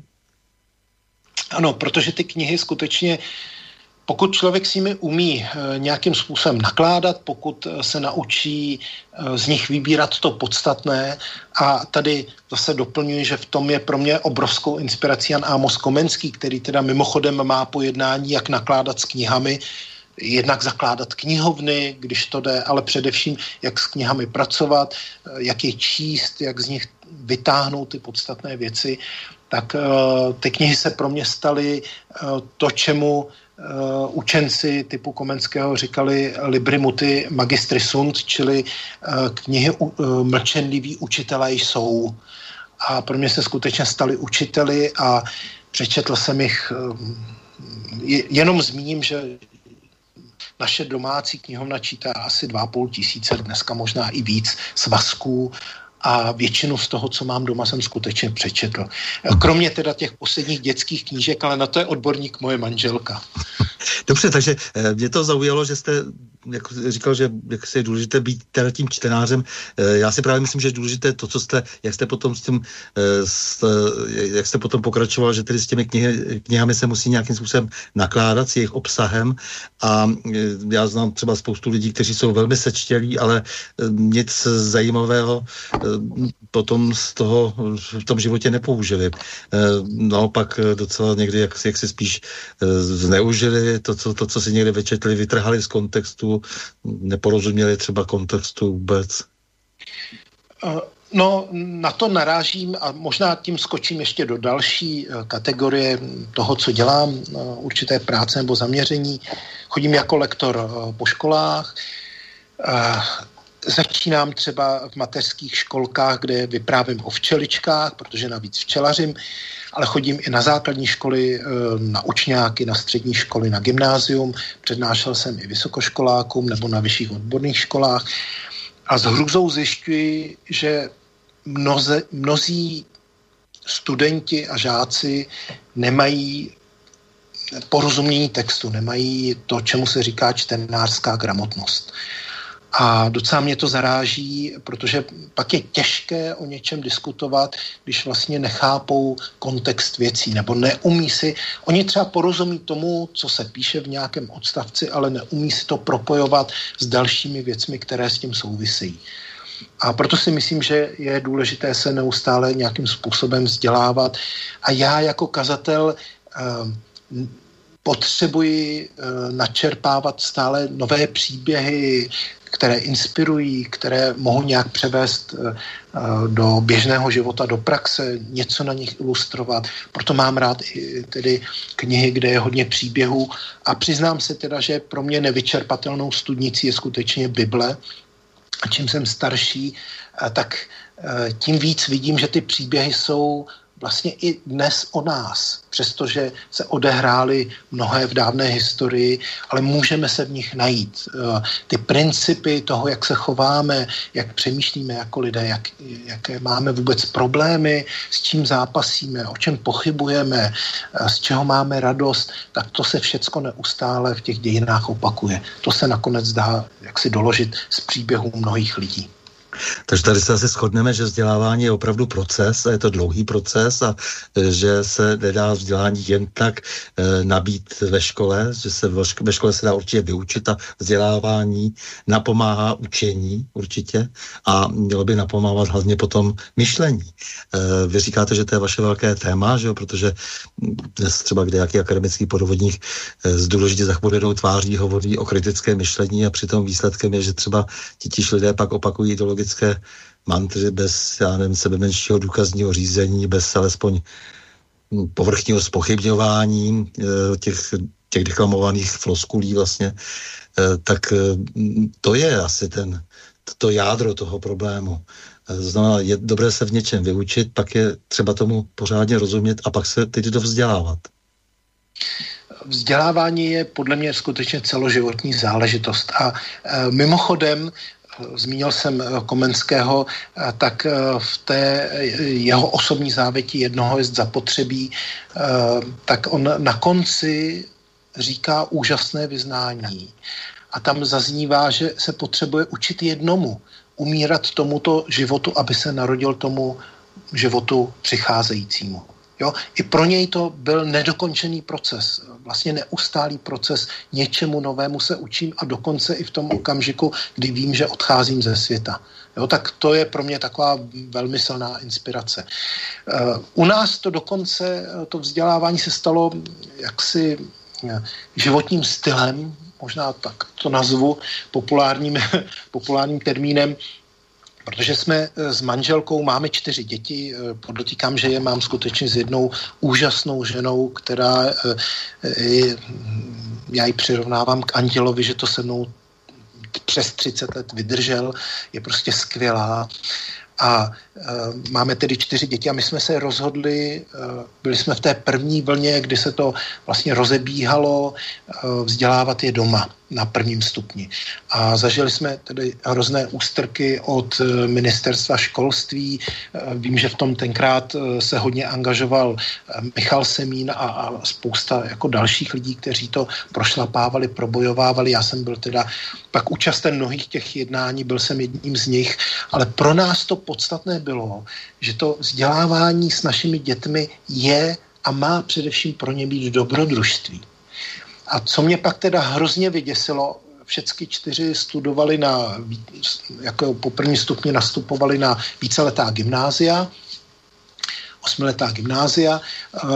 Ano, protože ty knihy skutečně, pokud člověk s nimi umí nějakým způsobem nakládat, pokud se naučí z nich vybírat to podstatné, a tady zase doplňuji, že v tom je pro mě obrovskou inspirací Jan Amos Komenský, který teda mimochodem má pojednání, jak nakládat s knihami, jednak zakládat knihovny, když to jde, ale především, jak s knihami pracovat, jak je číst, jak z nich vytáhnout ty podstatné věci, tak ty knihy se pro mě staly to, čemu učenci typu Komenského říkali libri muti magistri sunt, čili knihy mlčenliví učitelé jsou. A pro mě se skutečně stali učiteli a přečetl jsem jich, jenom zmíním, že naše domácí knihovna čítá asi 2500, dneska možná i víc, svazků a většinu z toho, co mám doma, jsem skutečně přečetl. Kromě teda těch posledních dětských knížek, ale na to je odborník moje manželka. Dobře, takže mě to zaujalo, že jste jak říkal, že jak je důležité být teda tím čtenářem. Já si právě myslím, že je důležité to, co jste, jak jste potom s tím, jak jste potom pokračoval, že tedy s těmi knihami se musí nějakým způsobem nakládat s jejich obsahem a já znám třeba spoustu lidí, kteří jsou velmi sečtělí, ale nic zajímavého potom z toho v tom životě nepoužili. Naopak docela někdy jak si spíš zneužili to, co si někde vyčetli, vytrhali z kontextu textu, neporozuměli třeba kontextu vůbec? No, na to narážím a možná tím skočím ještě do další kategorie toho, co dělám, určité práce nebo zaměření. Chodím jako lektor po školách, začínám třeba v mateřských školkách, kde vyprávím o včeličkách, protože navíc včelařím, ale chodím i na základní školy, na učňáky, na střední školy, na gymnázium, přednášel jsem i vysokoškolákům nebo na vyšších odborných školách a s hrůzou zjišťuji, že mnozí studenti a žáci nemají porozumění textu, nemají to, čemu se říká čtenářská gramotnost. A docela mě to zaráží, protože pak je těžké o něčem diskutovat, když vlastně nechápou kontext věcí, nebo neumí si, oni třeba porozumí tomu, co se píše v nějakém odstavci, ale neumí si to propojovat s dalšími věcmi, které s tím souvisejí. A proto si myslím, že je důležité se neustále nějakým způsobem vzdělávat. A já jako kazatel potřebuji načerpávat stále nové příběhy, které inspirují, které mohou nějak převést do běžného života, do praxe, něco na nich ilustrovat. Proto mám rád i tedy knihy, kde je hodně příběhů. A přiznám se teda, že pro mě nevyčerpatelnou studnicí je skutečně Bible. A čím jsem starší, tak tím víc vidím, že ty příběhy jsou vlastně i dnes o nás, přestože se odehrály mnohé v dávné historii, ale můžeme se v nich najít. Ty principy toho, jak se chováme, jak přemýšlíme jako lidé, jaké máme vůbec problémy, s čím zápasíme, o čem pochybujeme, z čeho máme radost, tak to se všecko neustále v těch dějinách opakuje. To se nakonec dá jaksi doložit z příběhů mnohých lidí. Takže tady se asi shodneme, že vzdělávání je opravdu proces a je to dlouhý proces a že se nedá vzdělání jen tak nabít ve škole, že se ve škole se dá určitě vyučit a vzdělávání napomáhá učení určitě a mělo by napomáhat hlavně potom myšlení. Vy říkáte, že to je vaše velké téma, že jo? Protože dnes třeba kdejaký akademický podvodník s důležitě zachopenou tváří hovoří o kritické myšlení a přitom výsledkem je, že třeba titíž lidé pak opakují ideologické mantry bez, já nevím, sebemenšího důkazního řízení, bez alespoň povrchního zpochybňování těch deklamovaných floskulí vlastně, tak to je asi to jádro toho problému. To znamená, je dobré se v něčem vyučit, pak je třeba tomu pořádně rozumět a pak se teď vzdělávat. Vzdělávání je podle mě skutečně celoživotní záležitost a mimochodem zmínil jsem Komenského, tak v té jeho osobní závěti jednoho jest zapotřebí, tak on na konci říká úžasné vyznání. A tam zaznívá, že se potřebuje učit jednomu, umírat tomuto životu, aby se narodil tomu životu přicházejícímu. Jo? I pro něj to byl nedokončený proces, vlastně neustálý proces, něčemu novému se učím a dokonce i v tom okamžiku, kdy vím, že odcházím ze světa. Jo? Tak to je pro mě taková velmi silná inspirace. U nás to dokonce, to vzdělávání se stalo jaksi životním stylem, možná tak to nazvu populárním termínem, protože jsme s manželkou, máme 4 děti, podotýkám, že je mám skutečně s jednou úžasnou ženou, která, já ji přirovnávám k andělovi, že to se mnou přes 30 let vydržel, je prostě skvělá. A máme tedy 4 děti a my jsme se rozhodli, byli jsme v té první vlně, kdy se to vlastně rozebíhalo, vzdělávat je doma na prvním stupni. A zažili jsme tedy hrozné ústrky od ministerstva školství. Vím, že v tom tenkrát se hodně angažoval Michal Semín a spousta jako dalších lidí, kteří to prošlapávali, probojovávali. Já jsem byl teda pak účasten mnohých těch jednání, byl jsem jedním z nich, ale pro nás to podstatné bylo, že to vzdělávání s našimi dětmi je a má především pro ně být dobrodružství. A co mě pak teda hrozně vyděsilo, všechny 4 studovali jako po první stupni nastupovali na víceletá gymnázia, 8letá gymnázia.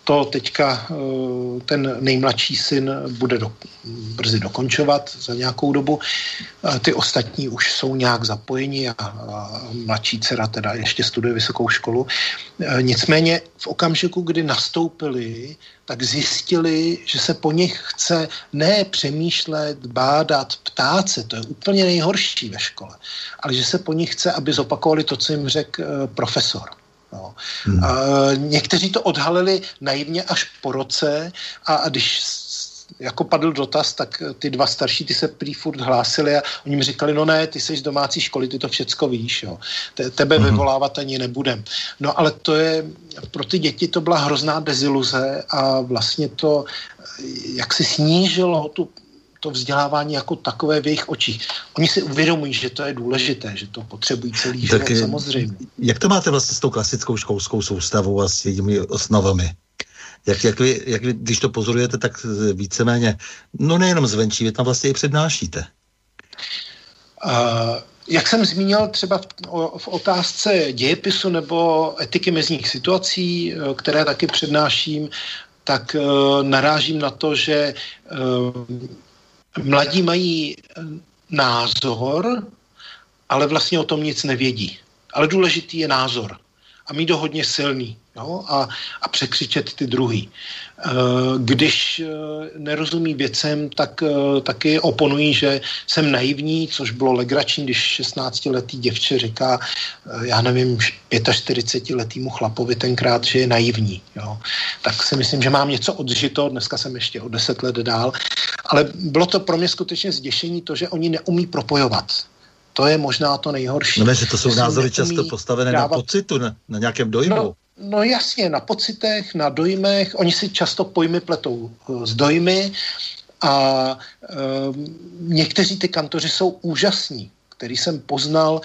to teďka ten nejmladší syn bude brzy dokončovat za nějakou dobu. Ty ostatní už jsou nějak zapojeni a mladší dcera teda ještě studuje vysokou školu. Nicméně v okamžiku, kdy nastoupili, tak zjistili, že se po nich chce ne přemýšlet, bádat, ptát se, to je úplně nejhorší ve škole, ale že se po nich chce, aby zopakovali to, co jim řekl profesor. No. Někteří to odhalili naivně až po roce a když jako padl dotaz, tak ty dva starší, ty se prý furt hlásili a oni mi říkali, no ne, ty jsi z domácí školy, ty to všecko víš, jo. Tebe vyvolávat ani nebudem. No ale to je, pro ty děti to byla hrozná deziluze a vlastně to, jak si snížilo to vzdělávání jako takové v jejich očích. Oni si uvědomují, že to je důležité, že to potřebují celý život, samozřejmě. Jak to máte vlastně s tou klasickou školskou soustavou a s jejími osnovami? Jak vy, když to pozorujete, tak víceméně, no nejenom zvenčí, vy tam vlastně i přednášíte. Jak jsem zmínil třeba v otázce dějepisu nebo etiky mezních situací, které taky přednáším, tak narážím na to, že mladí mají názor, ale vlastně o tom nic nevědí. Ale důležitý je názor. A mít ho hodně silný. No? A překřičet ty druhý. Když nerozumí věcem, tak taky oponují, že jsem naivní, což bylo legrační, když 16-letý děvče říká, já nevím, 45-letýmu chlapovi tenkrát, že je naivní. Jo? Tak si myslím, že mám něco odžito, dneska jsem ještě o 10 let dál, ale bylo to pro mě skutečně zděšení to, že oni neumí propojovat. To je možná to nejhorší. No, že to jsou názory často postavené na pocitu, na nějakém dojmu. No jasně, na pocitech, na dojmech. Oni si často pojmy pletou s dojmy a někteří ty kantoři jsou úžasní, který jsem poznal,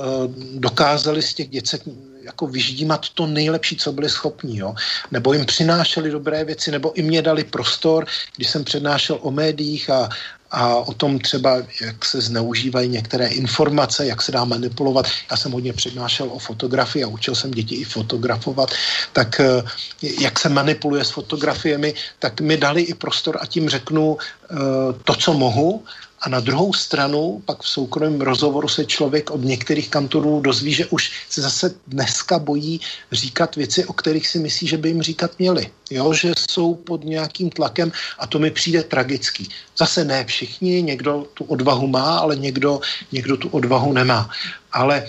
dokázali z těch děcek jako vyždímat to nejlepší, co byli schopní, jo? Nebo jim přinášeli dobré věci, nebo i mě dali prostor, když jsem přednášel o médiích a o tom třeba, jak se zneužívají některé informace, jak se dá manipulovat. Já jsem hodně přednášel o fotografii a učil jsem děti i fotografovat, tak jak se manipuluje s fotografiemi, tak mi dali i prostor a tím řeknu to, co mohu. A na druhou stranu pak v soukromém rozhovoru se člověk od některých kantorů dozví, že už se zase dneska bojí říkat věci, o kterých si myslí, že by jim říkat měli. Jo, že jsou pod nějakým tlakem a to mi přijde tragický. Zase ne všichni, někdo tu odvahu má, ale někdo tu odvahu nemá. Ale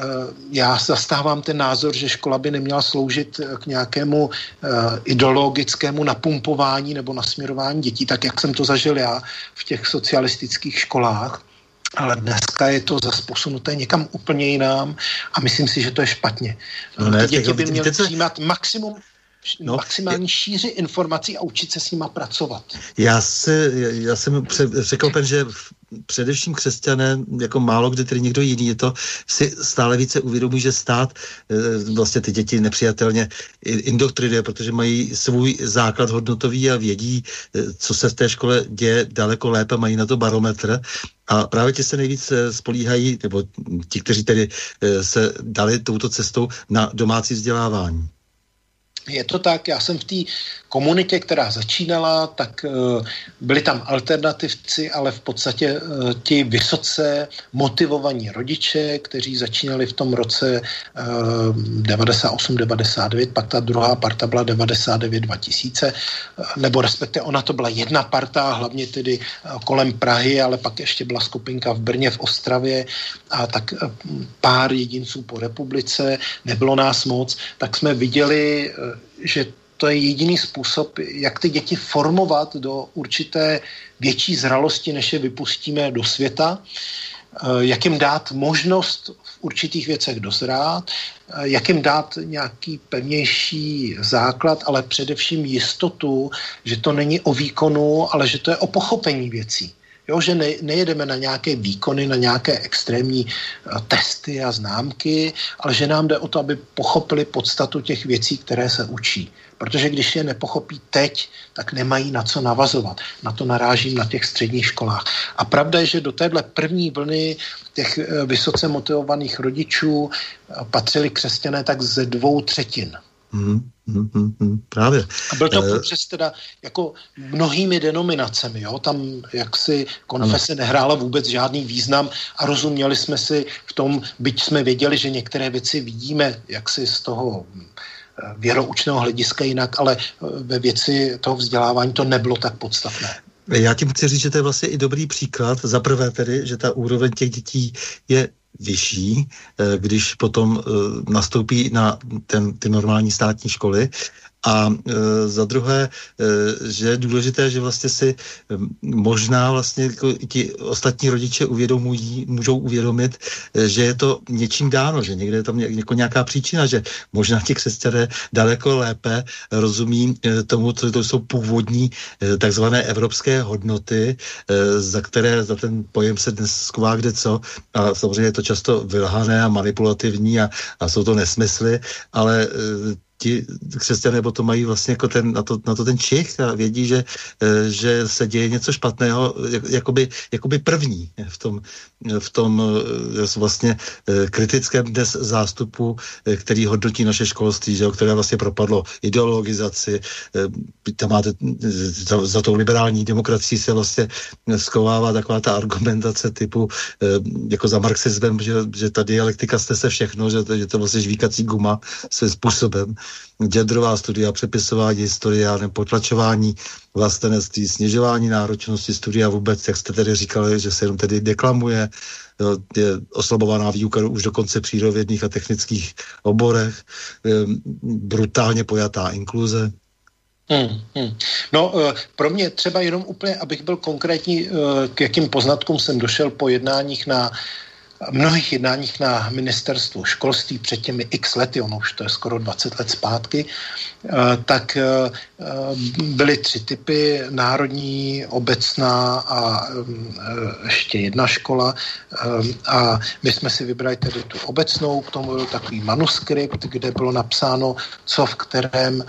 já zastávám ten názor, že škola by neměla sloužit k nějakému ideologickému napumpování nebo nasměrování dětí, tak jak jsem to zažil já v těch socialistických školách. Ale dneska je to zase posunuté někam úplně jinam a myslím si, že to je špatně. No ne, děti by měly přijímat maximální šíři informací a učit se s nima pracovat. Já jsem překvapen, že především křesťané, jako málo kdy tedy někdo jiný, je to si stále více uvědomí, že stát vlastně ty děti nepřijatelně indoktrinuje, protože mají svůj základ hodnotový a vědí, co se v té škole děje daleko lépe, mají na to barometr a právě ti se nejvíc spolíhají, nebo ti, kteří tedy se dali touto cestou na domácí vzdělávání. Je to tak, já jsem v té komunitě, která začínala, tak byli tam alternativci, ale v podstatě ti vysoce motivovaní rodiče, kteří začínali v tom roce 98-99, pak ta druhá parta byla 99-2000, nebo respektive ona to byla jedna parta, hlavně tedy kolem Prahy, ale pak ještě byla skupinka v Brně, v Ostravě a tak pár jedinců po republice, nebylo nás moc, tak jsme viděli, že to je jediný způsob, jak ty děti formovat do určité větší zralosti, než je vypustíme do světa, jak jim dát možnost v určitých věcech dozrát, jak jim dát nějaký pevnější základ, ale především jistotu, že to není o výkonu, ale že to je o pochopení věcí. Jo, že nejedeme na nějaké výkony, na nějaké extrémní testy a známky, ale že nám jde o to, aby pochopili podstatu těch věcí, které se učí. Protože když je nepochopí teď, tak nemají na co navazovat. Na to narážím na těch středních školách. A pravda je, že do téhle první vlny těch vysoce motivovaných rodičů patřili křesťané tak ze 2/3. Právě. A byl to proces teda jako mnohými denominacemi, jo? Tam jaksi konfese nehrála vůbec žádný význam a rozuměli jsme si v tom, byť jsme věděli, že některé věci vidíme jaksi z toho věroučného hlediska jinak, ale ve věci toho vzdělávání to nebylo tak podstatné. Já tím chci říct, že to je vlastně i dobrý příklad. Za prvé tedy, že ta úroveň těch dětí je vyšší, když potom nastoupí na ty normální státní školy. A za druhé, že je důležité, že vlastně si možná vlastně jako ti ostatní rodiče můžou uvědomit, že je to něčím dáno, že někde je tam jako nějaká příčina, že možná ti křesťané daleko lépe rozumí tomu, co to jsou původní takzvané evropské hodnoty, za ten pojem se dnes sková kdeco, a samozřejmě je to často vylhané a manipulativní a jsou to nesmysly, ale ti křesťané potom mají vlastně jako na to ten čich a vědí, že se děje něco špatného, jakoby první v tom vlastně kritickém dnes zástupu, který hodnotí naše školství, že, které vlastně propadlo ideologizaci. Tam máte, za tou liberální demokracií se vlastně schovává taková ta argumentace typu jako za marxismem, že ta dialektika se všechno, že to vlastně žvíkací guma svým způsobem. Genderová studia, přepisování historie, potlačování vlastenectví, snižování náročnosti studia vůbec, jak jste tedy říkali, že se jenom tedy deklamuje, je oslabovaná výuka už dokonce přírodovědných a technických oborech, brutálně pojatá inkluze. No, pro mě třeba jenom úplně, abych byl konkrétní, k jakým poznatkům jsem došel po mnohých jednáních na ministerstvu školství před těmi x lety, ono už to je skoro 20 let zpátky, tak byly 3 typy, národní, obecná a ještě jedna škola, a my jsme si vybrali tedy tu obecnou, k tomu byl takový manuskript, kde bylo napsáno, co v kterém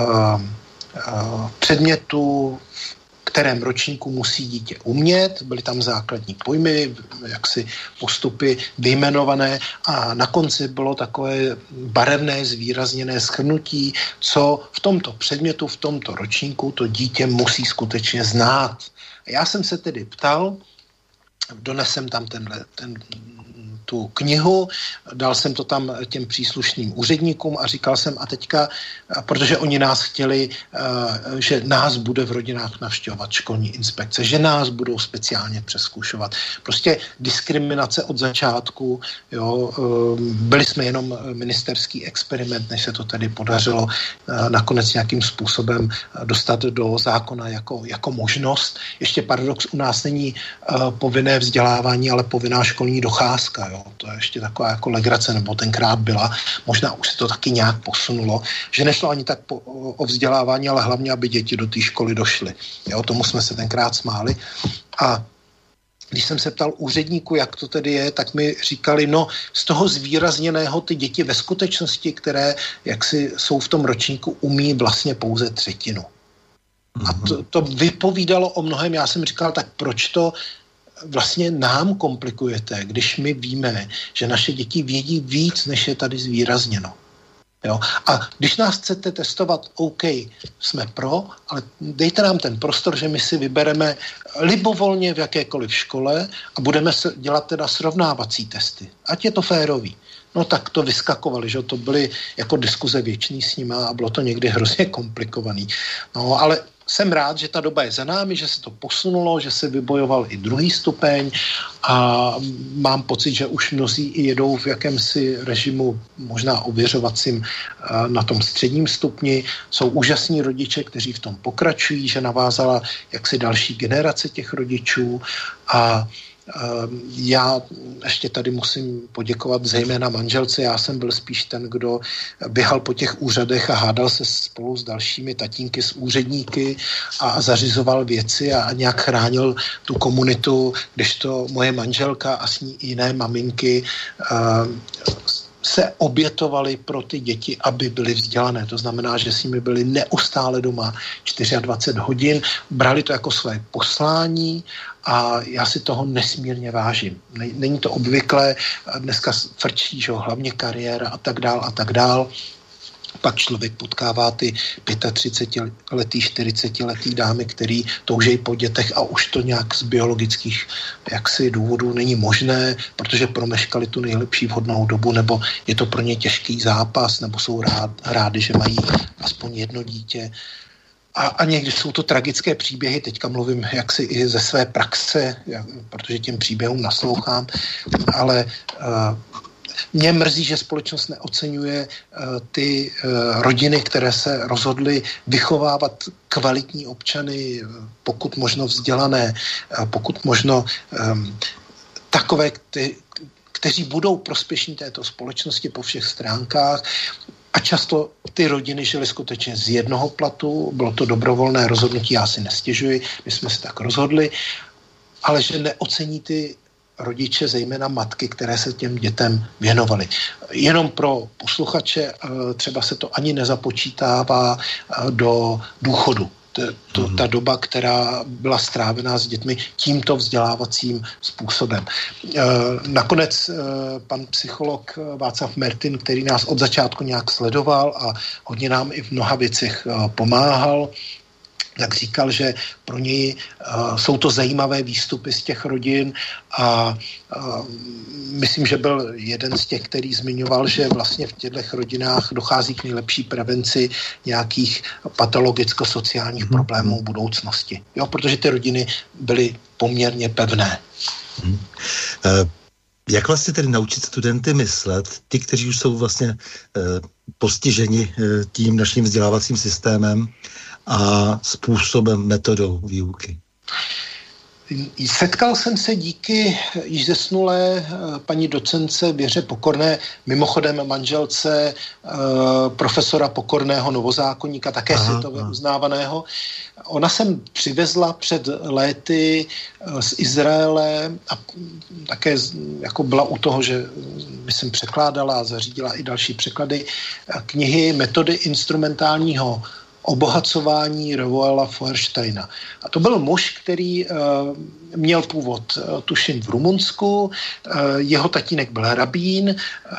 předmětu, v kterém ročníku musí dítě umět, byly tam základní pojmy, jaksi postupy vyjmenované a na konci bylo takové barevné, zvýrazněné shrnutí, co v tomto předmětu, v tomto ročníku to dítě musí skutečně znát. A já jsem se tedy ptal, donesem tam tu knihu, dal jsem to tam těm příslušným úředníkům a říkal jsem a teďka, protože oni nás chtěli, že nás bude v rodinách navštěvovat školní inspekce, že nás budou speciálně přezkoušovat. Prostě diskriminace od začátku, jo, byli jsme jenom ministerský experiment, než se to tedy podařilo nakonec nějakým způsobem dostat do zákona jako možnost. Ještě paradox, u nás není povinné vzdělávání, ale povinná školní docházka, jo. To je ještě taková jako legrace, nebo tenkrát byla, možná už se to taky nějak posunulo, že nešlo ani tak o vzdělávání, ale hlavně, aby děti do té školy došly. Jo, tomu jsme se tenkrát smáli. A když jsem se ptal úředníku, jak to tedy je, tak mi říkali, no z toho zvýrazněného ty děti ve skutečnosti, které jaksi jsou v tom ročníku, umí vlastně pouze 1/3. A to vypovídalo o mnohem. Já jsem říkal, tak proč to vlastně nám komplikujete, když my víme, že naše děti vědí víc, než je tady zvýrazněno. Jo? A když nás chcete testovat, OK, jsme pro, ale dejte nám ten prostor, že my si vybereme libovolně v jakékoliv škole a budeme dělat teda srovnávací testy. Ať je to férový. No tak to vyskakovali, že to byly jako diskuze věčný s nima a bylo to někdy hrozně komplikovaný. No ale jsem rád, že ta doba je za námi, že se to posunulo, že se vybojoval i 2. stupeň a mám pocit, že už mnozí i jedou v jakémsi režimu možná ověřovacím na tom středním stupni. Jsou úžasní rodiče, kteří v tom pokračují, že navázala jaksi další generace těch rodičů a já ještě tady musím poděkovat zejména manželce. Já jsem byl spíš ten, kdo běhal po těch úřadech a hádal se spolu s dalšími tatínky, s úředníky a zařizoval věci a nějak chránil tu komunitu, kdežto moje manželka a s ní i jiné maminky se obětovali pro ty děti, aby byly vzdělané. To znamená, že s nimi byli neustále doma 24 hodin, brali to jako své poslání a já si toho nesmírně vážím. Není to obvyklé, dneska frčí, že hlavně kariéra a tak dál. Pak člověk potkává ty 35letý, 40letý dámy, který toužejí po dětech a už to nějak z biologických jaksi důvodů není možné, protože promeškali tu nejlepší vhodnou dobu, nebo je to pro ně těžký zápas, nebo jsou rádi, že mají aspoň jedno dítě. A někdy jsou to tragické příběhy, teďka mluvím jaksi i ze své praxe, protože těm příběhům naslouchám, ale mě mrzí, že společnost neoceňuje ty rodiny, které se rozhodly vychovávat kvalitní občany, pokud možno vzdělané, pokud možno takové, kteří budou prospěšní této společnosti po všech stránkách. A často ty rodiny žily skutečně z jednoho platu, bylo to dobrovolné rozhodnutí, já si nestěžuji, my jsme se tak rozhodli, ale že neocení ty rodiče, zejména matky, které se těm dětem věnovaly. Jenom pro posluchače, třeba se to ani nezapočítává do důchodu. Ta doba, která byla strávená s dětmi tímto vzdělávacím způsobem. Nakonec pan psycholog Václav Mertin, který nás od začátku nějak sledoval a hodně nám i v mnoha věcech pomáhal, jak říkal, že pro něj jsou to zajímavé výstupy z těch rodin a myslím, že byl jeden z těch, který zmiňoval, že vlastně v těchto rodinách dochází k nejlepší prevenci nějakých patologicko-sociálních problémů v budoucnosti. Jo, protože ty rodiny byly poměrně pevné. Jak vlastně tedy naučit studenty myslet, ty, kteří už jsou vlastně postiženi tím naším vzdělávacím systémem a způsobem, metodou výuky? Setkal jsem se díky již zesnulé paní docence Věře Pokorné, mimochodem manželce profesora Pokorného novozákonníka, také světově uznávaného. Ona sem přivezla před léty z Izraele a také jako byla u toho, že myslím překládala a zařídila i další překlady knihy Metody instrumentálního obohacování Roela Feuersteina. A to byl muž, který měl původ, tuším, v Rumunsku, jeho tatínek byl rabín,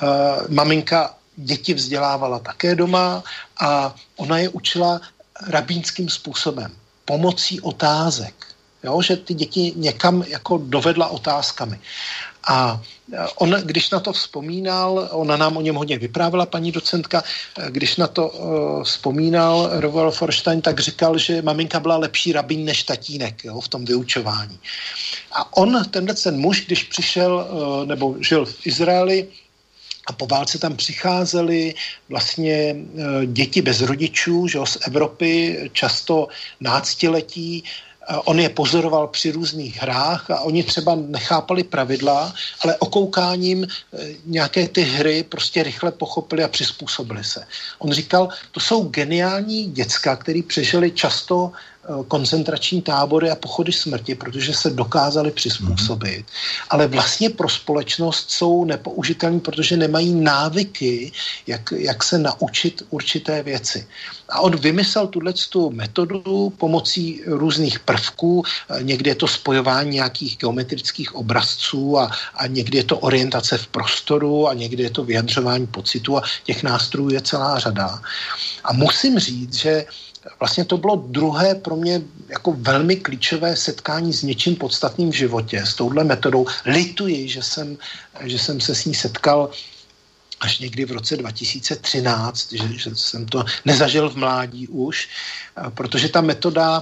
maminka děti vzdělávala také doma a ona je učila rabínským způsobem, pomocí otázek. Jo, že ty děti někam jako dovedla otázkami. A on, když na to vzpomínal, ona nám o něm hodně vyprávěla, paní docentka, když na to vzpomínal Roel Feuerstein, tak říkal, že maminka byla lepší rabín než tatínek, jo, v tom vyučování. A on, ten muž, když přišel, nebo žil v Izraeli, a po válce tam přicházely vlastně děti bez rodičů, že jo, z Evropy, často náctiletí. On je pozoroval při různých hrách a oni třeba nechápali pravidla, ale okoukáním nějaké ty hry prostě rychle pochopili a přizpůsobili se. On říkal, to jsou geniální děcka, který přežili často koncentrační tábory a pochody smrti, protože se dokázali přizpůsobit. Ale vlastně pro společnost jsou nepoužitelní, protože nemají návyky, jak se naučit určité věci. A on vymyslel tuto metodu pomocí různých prvků. Někdy je to spojování nějakých geometrických obrazců a někdy je to orientace v prostoru a někdy je to vyjadřování pocitu a těch nástrojů je celá řada. A musím říct, že vlastně to bylo druhé pro mě jako velmi klíčové setkání s něčím podstatným v životě, s touhle metodou. Lituji, že jsem se s ní setkal až někdy v roce 2013, že jsem to nezažil v mládí už, protože ta metoda,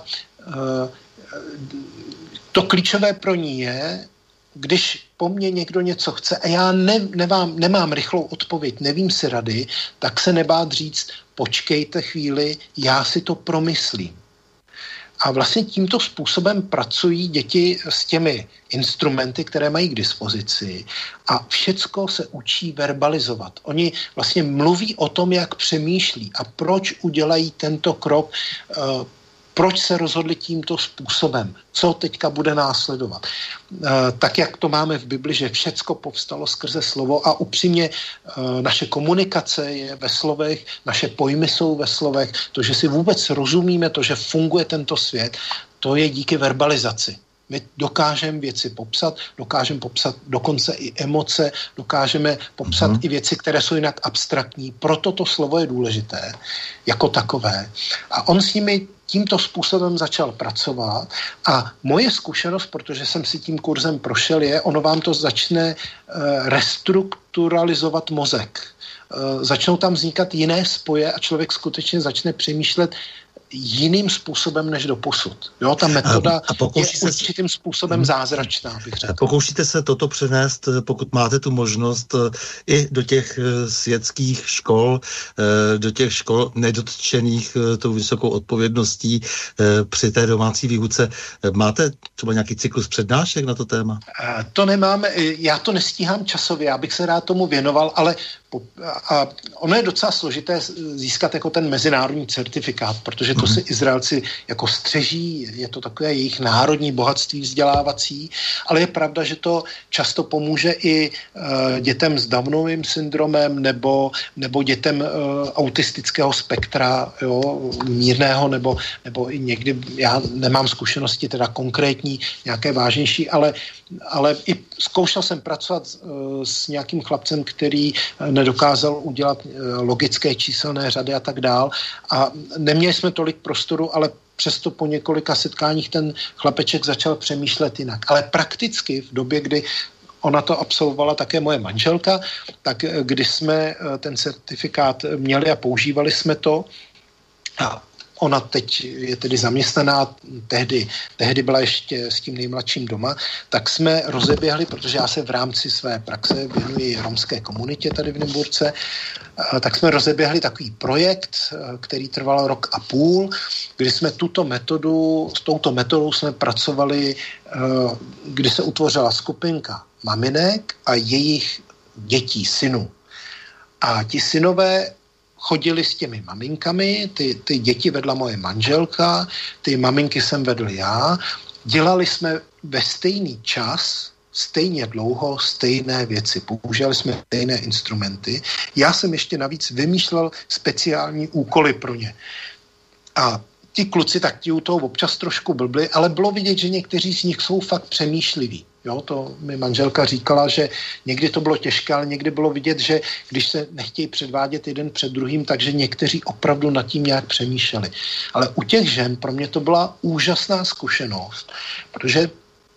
to klíčové pro ní je, když po mně někdo něco chce a já nemám rychlou odpověď, nevím si rady, tak se nebát říct, počkejte chvíli, já si to promyslím. A vlastně tímto způsobem pracují děti s těmi instrumenty, které mají k dispozici a všecko se učí verbalizovat. Oni vlastně mluví o tom, jak přemýšlí a proč udělají tento krok, proč se rozhodli tímto způsobem, co teďka bude následovat. Tak, jak to máme v Bibli, že všecko povstalo skrze slovo a upřímně naše komunikace je ve slovech, naše pojmy jsou ve slovech, to, že si vůbec rozumíme, to, že funguje tento svět, to je díky verbalizaci. My dokážeme věci popsat, dokážeme popsat dokonce i emoce, dokážeme popsat i věci, které jsou jinak abstraktní. Proto to slovo je důležité jako takové. A on s nimi tímto způsobem začal pracovat a moje zkušenost, protože jsem si tím kurzem prošel, je, ono vám to začne restrukturalizovat mozek. Začnou tam vznikat jiné spoje a člověk skutečně začne přemýšlet jiným způsobem než doposud. Jo, ta metoda je určitým způsobem zázračná, bych řekl. Pokoušíte se toto přenést, pokud máte tu možnost, i do těch světských škol, do těch škol nedotčených tou vysokou odpovědností při té domácí výuce. Máte třeba nějaký cyklus přednášek na to téma? To nemáme, já to nestíhám časově, já bych se rád tomu věnoval, ale a ono je docela složité získat jako ten mezinárodní certifikát, protože to si Izraelci jako střeží, je to takové jejich národní bohatství vzdělávací, ale je pravda, že to často pomůže i dětem s Downovým syndromem nebo dětem autistického spektra, jo, mírného, nebo i někdy, já nemám zkušenosti teda konkrétní, nějaké vážnější, ale i zkoušel jsem pracovat s nějakým chlapcem, který nedokázal udělat logické číselné řady a tak dál. A neměli jsme tolik prostoru, ale přesto po několika setkáních ten chlapeček začal přemýšlet jinak. Ale prakticky v době, kdy ona to absolvovala také moje manželka, tak když jsme ten certifikát měli a používali jsme to, a ona teď je tedy zaměstnaná, tehdy byla ještě s tím nejmladším doma, tak jsme rozeběhli, protože já se v rámci své praxe věnuji romské komunitě tady v Nymburce, tak jsme rozeběhli takový projekt, který trval 1,5 roku, kdy jsme s touto metodou jsme pracovali, kdy se utvořila skupinka maminek a jejich dětí, synů. A ti synové chodili s těmi maminkami, ty děti vedla moje manželka, ty maminky jsem vedl já. Dělali jsme ve stejný čas, stejně dlouho, stejné věci. Používali jsme stejné instrumenty. Já jsem ještě navíc vymýšlel speciální úkoly pro ně. A ti kluci tak ti u toho občas trošku blbli, ale bylo vidět, že někteří z nich jsou fakt přemýšliví. Jo, to mi manželka říkala, že někdy to bylo těžké, ale někdy bylo vidět, že když se nechtějí předvádět jeden před druhým, takže někteří opravdu nad tím nějak přemýšleli. Ale u těch žen pro mě to byla úžasná zkušenost, protože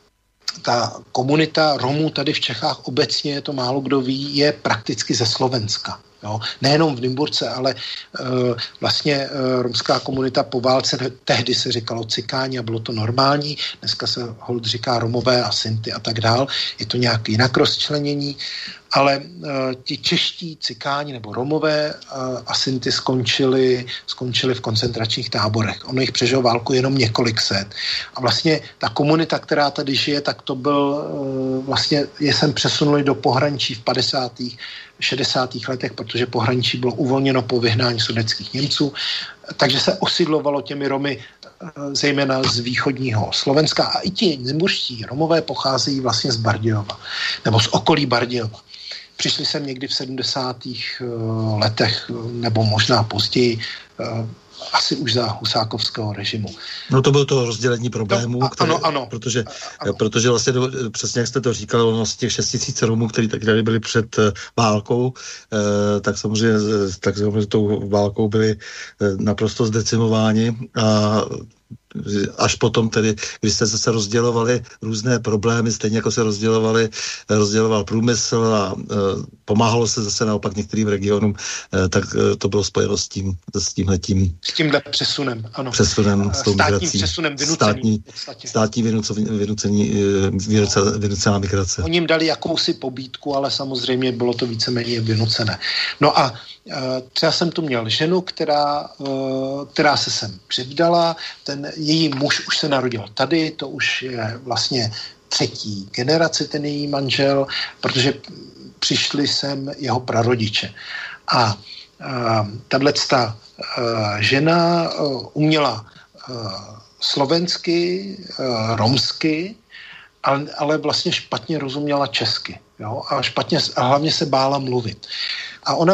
ta komunita Romů tady v Čechách obecně, to málo kdo ví, je prakticky ze Slovenska. Jo? Nejenom v Nymburce, ale vlastně romská komunita po válce, tehdy se říkalo cikáni a bylo to normální, dneska se holt říká Romové a Sinty a tak dál, je to nějak jinak rozčlenění, ale ti čeští cikáni nebo Romové a Sinty skončili v koncentračních táborech. Ono jich přežilo válku jenom několik set. A vlastně ta komunita, která tady žije, tak to byl vlastně, je sem přesunuli do pohraničí v 50. 60. letech, protože pohraničí bylo uvolněno po vyhnání sudetských Němců, takže se osidlovalo těmi Romy zejména z východního Slovenska a i ti nymburští Romové pocházejí vlastně z Bardějova, nebo z okolí Bardějova. Přišli sem někdy v 70. letech, nebo možná později, asi už za husákovského režimu. No to bylo to rozdělení problémů, ano. Protože vlastně přesně jak jste to říkali, ono z těch 6 000 Romů, kteří tady byli před válkou, tak samozřejmě tou válkou byli naprosto zdecimováni a až potom tedy, když se zase rozdělovali různé problémy, stejně jako se rozděloval průmysl a pomáhalo se zase naopak některým regionům, tak to bylo spojeno s tímhletím. S tímhle přesunem, ano. Přesunem, s tou migrací. Přesunem, Státní vynucená migrace. Oni jim dali jakousi pobídku, ale samozřejmě bylo to víceméně vynucené. No a třeba jsem tu měl ženu, která se sem přivdala, její muž už se narodil tady, to už je vlastně 3. generace, ten její manžel, protože přišli sem jeho prarodiče. A tato žena uměla slovensky, romsky, ale vlastně špatně rozuměla česky. Jo? A hlavně se bála mluvit. A ona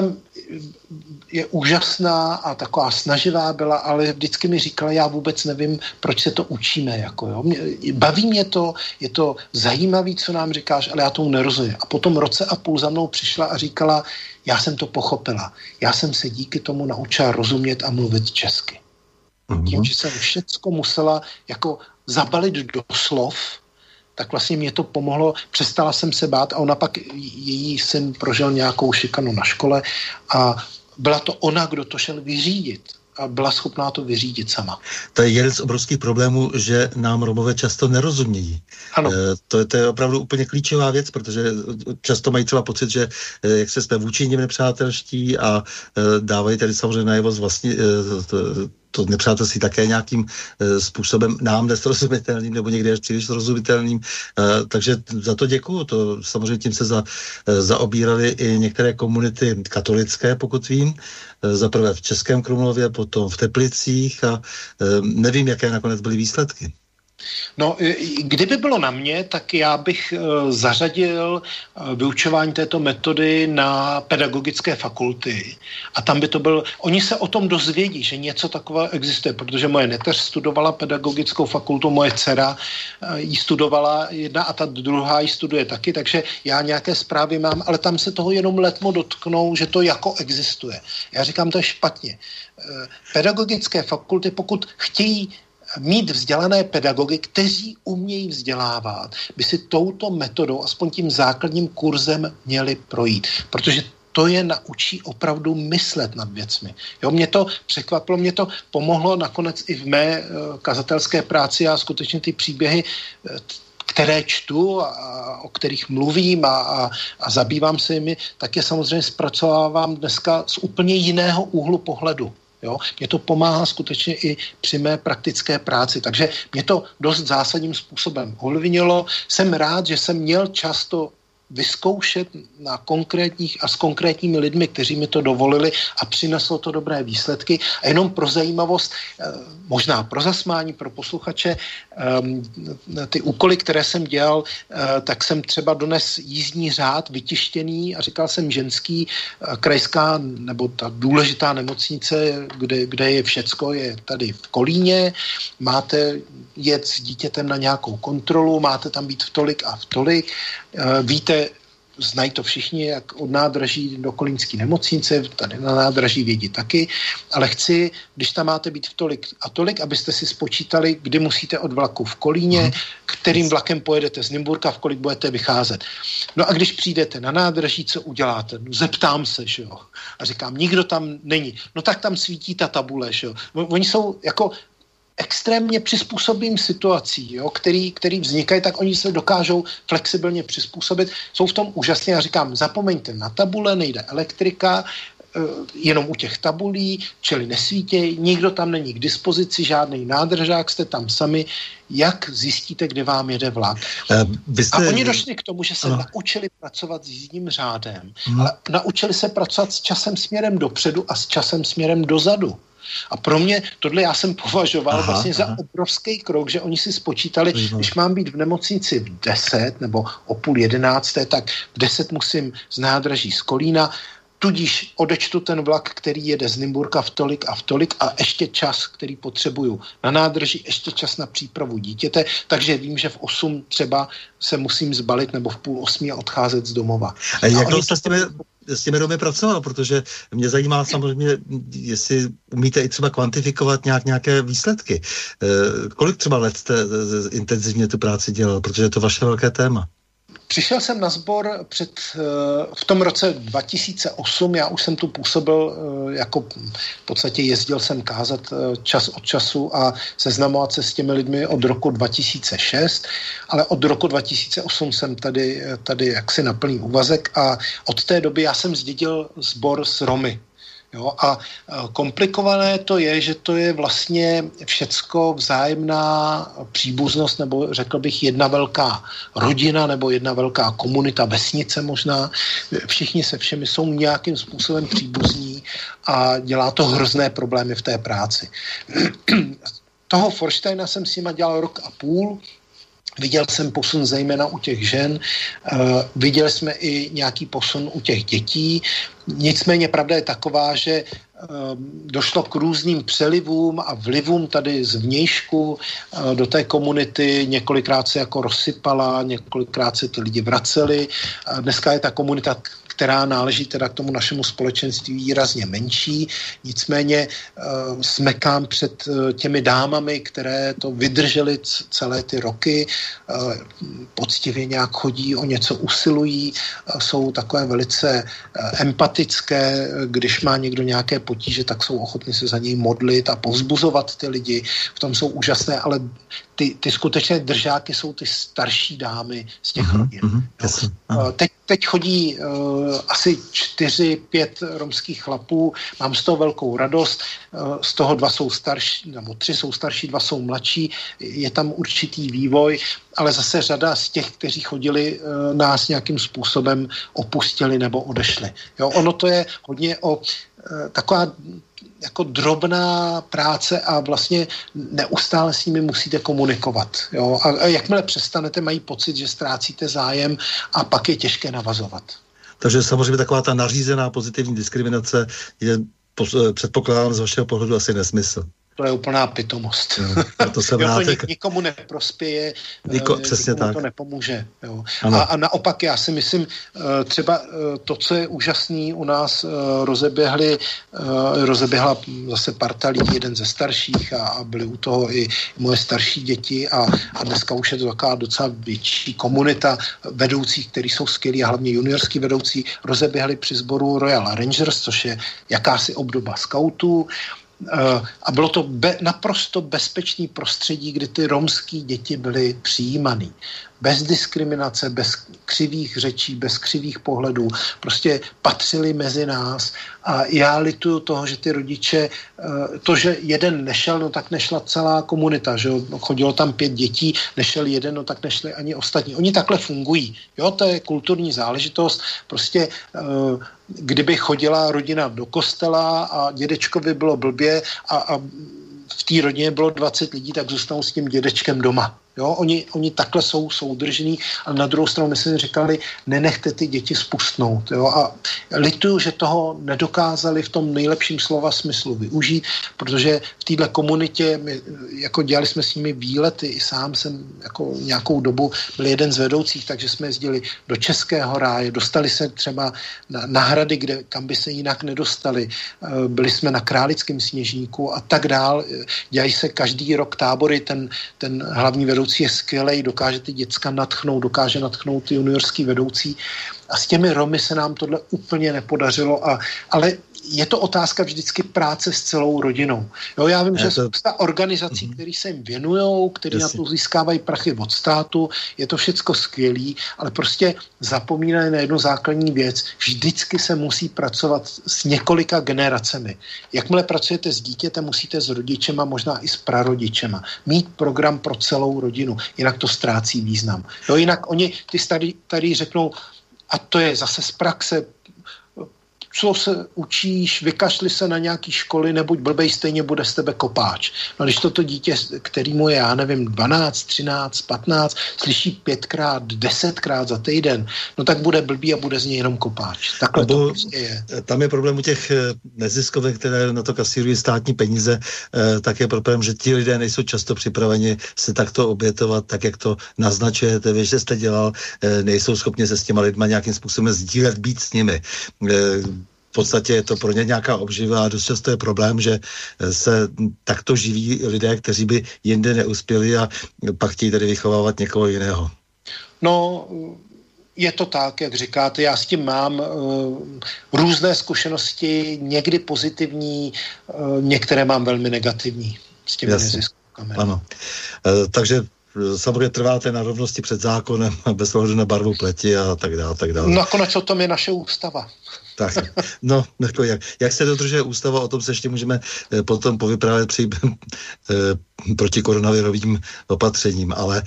je úžasná a taková snaživá byla, ale vždycky mi říkala, já vůbec nevím, proč se to učíme. Jako, jo. Baví mě to, je to zajímavý, co nám říkáš, ale já tomu nerozumím. A potom roce a půl za mnou přišla a říkala, já jsem to pochopila. Já jsem se díky tomu naučila rozumět a mluvit česky. Tím, že jsem všecko musela jako zabalit do slov, tak vlastně mě to pomohlo, přestala jsem se bát a ona pak, její syn prožil nějakou šikanu na škole a byla to ona, kdo to šel vyřídit a byla schopná to vyřídit sama. To je jeden z obrovských problémů, že nám Romové často nerozumějí. Ano. To je opravdu úplně klíčová věc, protože často mají třeba pocit, že jak se jsme vůči nim nepřátelští a dávají tady samozřejmě najevo vlastně to nepřátelství také nějakým způsobem nám nesrozumitelným nebo někde až příliš srozumitelným. Takže za to děkuju. To samozřejmě tím se zaobíraly i některé komunity katolické, pokud vím. Zaprvé v Českém Krumlově, potom v Teplicích a nevím, jaké nakonec byly výsledky. No, kdyby bylo na mě, tak já bych zařadil vyučování této metody na pedagogické fakulty. A tam by to bylo, oni se o tom dozvědí, že něco takového existuje, protože moje neteř studovala pedagogickou fakultu, moje dcera ji studovala jedna a ta druhá ji studuje taky, takže já nějaké zprávy mám, ale tam se toho jenom letmo dotknou, že to jako existuje. Já říkám, to je špatně. Pedagogické fakulty, pokud chtějí mít vzdělané pedagogy, kteří umějí vzdělávat, by si touto metodou, aspoň tím základním kurzem měli projít. Protože to je naučí opravdu myslet nad věcmi. Jo, mě to překvapilo, mě to pomohlo nakonec i v mé kazatelské práci a skutečně ty příběhy, které čtu a o kterých mluvím a zabývám se jimi, tak je samozřejmě zpracovávám dneska z úplně jiného úhlu pohledu. Jo? Mě to pomáhá skutečně i při mé praktické práci, takže mě to dost zásadním způsobem ovlivnilo. Jsem rád, že jsem měl často vyzkoušet na konkrétních a s konkrétními lidmi, kteří mi to dovolili a přineslo to dobré výsledky. A jenom pro zajímavost, možná pro zasmání, pro posluchače, ty úkoly, které jsem dělal, tak jsem třeba dones jízdní řád vytištěný a říkal jsem ženský, krajská nebo ta důležitá nemocnice, kde je všecko, je tady v Kolíně, máte jet s dítětem na nějakou kontrolu, máte tam být v tolik a v tolik, víte, znají to všichni, jak od nádraží do kolínské nemocnice, tady na nádraží vědí taky, ale chci, když tam máte být v tolik a tolik, abyste si spočítali, kdy musíte od vlaku v Kolíně, kterým vlakem pojedete z Nymburka, v kolik budete vycházet. No a když přijdete na nádraží, co uděláte? No, zeptám se, že jo. A říkám, nikdo tam není. No tak tam svítí ta tabule, že jo. Oni jsou jako extrémně přizpůsobím situací, jo, který vznikají, tak oni se dokážou flexibilně přizpůsobit. Jsou v tom úžasně, já říkám, zapomeňte na tabule, nejde elektrika, jenom u těch tabulí, čili nesvítěj, nikdo tam není k dispozici, žádný nádržák, jste tam sami, jak zjistíte, kde vám jede vlak. A oni došli k tomu, že se naučili pracovat s jízdním řádem, ale naučili se pracovat s časem směrem dopředu a s časem směrem dozadu. A pro mě tohle já jsem považoval vlastně za obrovský krok, že oni si spočítali, když mám být v nemocnici v 10 nebo o 10:30, tak v 10 musím z nádraží z Kolína, tudíž odečtu ten vlak, který jede z Nymburka v tolik a ještě čas, který potřebuju na nádraží, ještě čas na přípravu dítěte, takže vím, že v 8 třeba se musím zbalit nebo v 7:30 a odcházet z domova. A jak jste s těmi domy pracoval, protože mě zajímá samozřejmě, jestli umíte i třeba kvantifikovat nějaké výsledky. Kolik třeba let jste intenzivně tu práci dělal, protože je to vaše velké téma? Přišel jsem na sbor v tom roce 2008, já už jsem tu působil, jako v podstatě jezdil jsem kázat čas od času a seznamovat se s těmi lidmi od roku 2006, ale od roku 2008 jsem tady jaksi na plný úvazek a od té doby já jsem zdědil sbor s Romy. Jo, a komplikované to je, že to je vlastně všecko vzájemná příbuznost, nebo řekl bych jedna velká rodina, nebo jedna velká komunita, vesnice možná. Všichni se všemi jsou nějakým způsobem příbuzní a dělá to hrozné problémy v té práci. Toho Forsteina jsem s nima dělal 1,5 roku. Viděl jsem posun zejména u těch žen, viděli jsme i nějaký posun u těch dětí. Nicméně pravda je taková, že došlo k různým přelivům a vlivům tady zvnějšku do té komunity. Několikrát se jako rozsypala, několikrát se ty lidi vraceli. Dneska je ta komunita, která náleží teda k tomu našemu společenství, výrazně menší. Nicméně smekám před těmi dámami, které to vydržely celé ty roky, poctivě nějak chodí, o něco usilují, jsou takové velice empatické, když má někdo nějaké potíže, tak jsou ochotni se za něj modlit a povzbuzovat ty lidi. V tom jsou úžasné, ale ty skutečné držáky jsou ty starší dámy z těch rodin. Teď chodí asi 4-5 romských chlapů, mám z toho velkou radost, z toho 2 jsou starší, nebo 3 jsou starší, 2 jsou mladší, je tam určitý vývoj, ale zase řada z těch, kteří chodili, nás nějakým způsobem opustili nebo odešli. Jo, ono to je hodně o taková jako drobná práce a vlastně neustále s nimi musíte komunikovat. Jo? A jakmile přestanete, mají pocit, že ztrácíte zájem a pak je těžké navazovat. Takže samozřejmě taková ta nařízená pozitivní diskriminace je, předpokládám, z vašeho pohledu asi nesmysl. To je úplná pitomost. To nikomu neprospěje, přesně nikomu tak. To nepomůže. Jo. A naopak já si myslím, třeba to, co je úžasný u nás, rozeběhla zase parta lidí, jeden ze starších a byly u toho i moje starší děti a dneska už je to taková docela větší komunita vedoucích, kteří jsou skvělí a hlavně juniorský vedoucí, rozeběhli při sboru Royal Rangers, což je jakási obdoba skautů. A bylo to naprosto bezpečný prostředí, kdy ty romský děti byly přijímaný. Bez diskriminace, bez křivých řečí, bez křivých pohledů. Prostě patřili mezi nás a já lituju toho, že ty rodiče, to, že jeden nešel, no tak nešla celá komunita, že chodilo tam 5 dětí, nešel jeden, no tak nešli ani ostatní. Oni takhle fungují. Jo, to je kulturní záležitost. Prostě kdyby chodila rodina do kostela a dědečkovi bylo blbě a v té rodině bylo 20 lidí, tak zůstanou s tím dědečkem doma. Jo, oni takhle jsou soudržní, ale na druhou stranu my jsme říkali, nenechte ty děti spustnout. Jo, a lituju, že toho nedokázali v tom nejlepším slova smyslu využít, protože v této komunitě, jako dělali jsme s nimi výlety, i sám jsem jako nějakou dobu byl jeden z vedoucích, takže jsme jezdili do Českého ráje, dostali se třeba na hrady, kam by se jinak nedostali, byli jsme na Králickém Sněžníku a tak dál. Dělají se každý rok tábory, ten hlavní vedoucí je skvělej, dokáže ty děcka nadchnout, dokáže nadchnout ty juniorský vedoucí a s těmi Romy se nám tohle úplně nepodařilo, ale je to otázka vždycky práce s celou rodinou. Jo, já vím, že spousta organizací, které se jim věnujou, které na to získávají prachy od státu, je to všecko skvělý, ale prostě zapomínají na jednu základní věc. Vždycky se musí pracovat s několika generacemi. Jakmile pracujete s dítětem, musíte s rodičema, možná i s prarodičema. Mít program pro celou rodinu, jinak to ztrácí význam. Jo, jinak oni, ty starý řeknou, a to je zase z praxe, co se učíš, vykašli se na nějaký školy, nebuď blbej, stejně bude z tebe kopáč. No když toto dítě, kterýmu je, já nevím, 12, 13, 15, slyší 5krát, 10krát za týden, no tak bude blbý a bude z něj jenom kopáč. Takhle to prostě je. Tam je problém u těch neziskovek, které na to kasírují státní peníze, tak je problém, že ti lidé nejsou často připraveni se takto obětovat, tak jak to naznačujete, vy, že jste dělal, nejsou schopni se s těma lidma nějakým způsobem sdílet, být s nimi. V podstatě je to pro ně nějaká obživa a dost často je problém, že se takto živí lidé, kteří by jinde neuspěli a pak chtějí tady vychovávat někoho jiného. No, je to tak, jak říkáte, já s tím mám různé zkušenosti, někdy pozitivní, některé mám velmi negativní s těmi neziskovkami. Ano, takže samozřejmě trváte na rovnosti před zákonem, bez ohledu na barvu pleti a tak dále, tak dále. Nakonec o tom je naše ústava. Tak, no, jako jak se dodržuje ústava, o tom se ještě můžeme potom povyprávět při proti koronavirovým opatřením, ale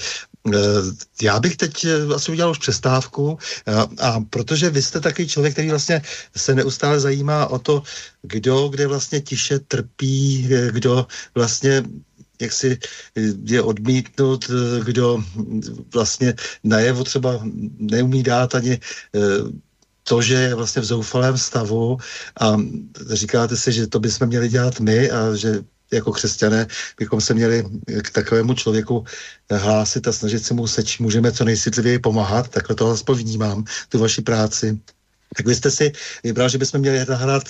já bych teď asi udělal už přestávku a protože vy jste takový člověk, který vlastně se neustále zajímá o to, kdo kde vlastně tiše trpí, kdo vlastně jak si je odmítnout, kdo vlastně najevo třeba neumí dát ani to, že je vlastně v zoufalém stavu a říkáte si, že to bychom měli dělat my a že jako křesťané bychom se měli k takovému člověku hlásit a snažit se mu, seč můžeme co nejcitlivěji pomáhat, takhle to aspoň vnímám, tu vaši práci. Tak vy jste si vybral, že bychom měli zahrát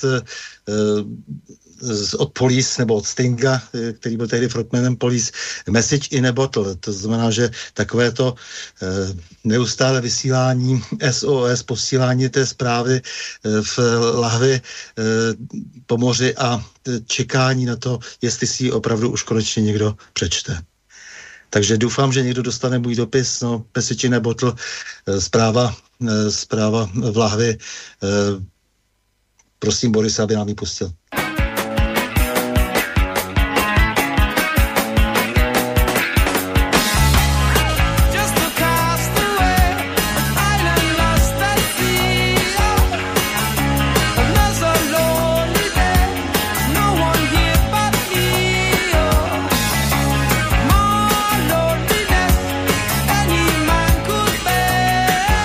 od Police nebo od Stinga, který byl tehdy frontmanem Police, Message in a Bottle. To znamená, že takové to neustále vysílání SOS, posílání té zprávy v lahvi po moři a čekání na to, jestli si ji opravdu už konečně někdo přečte. Takže doufám, že někdo dostane můj dopis, Message in a Bottle, zpráva v lahvi. Prosím Borisa, aby nám ji pustil.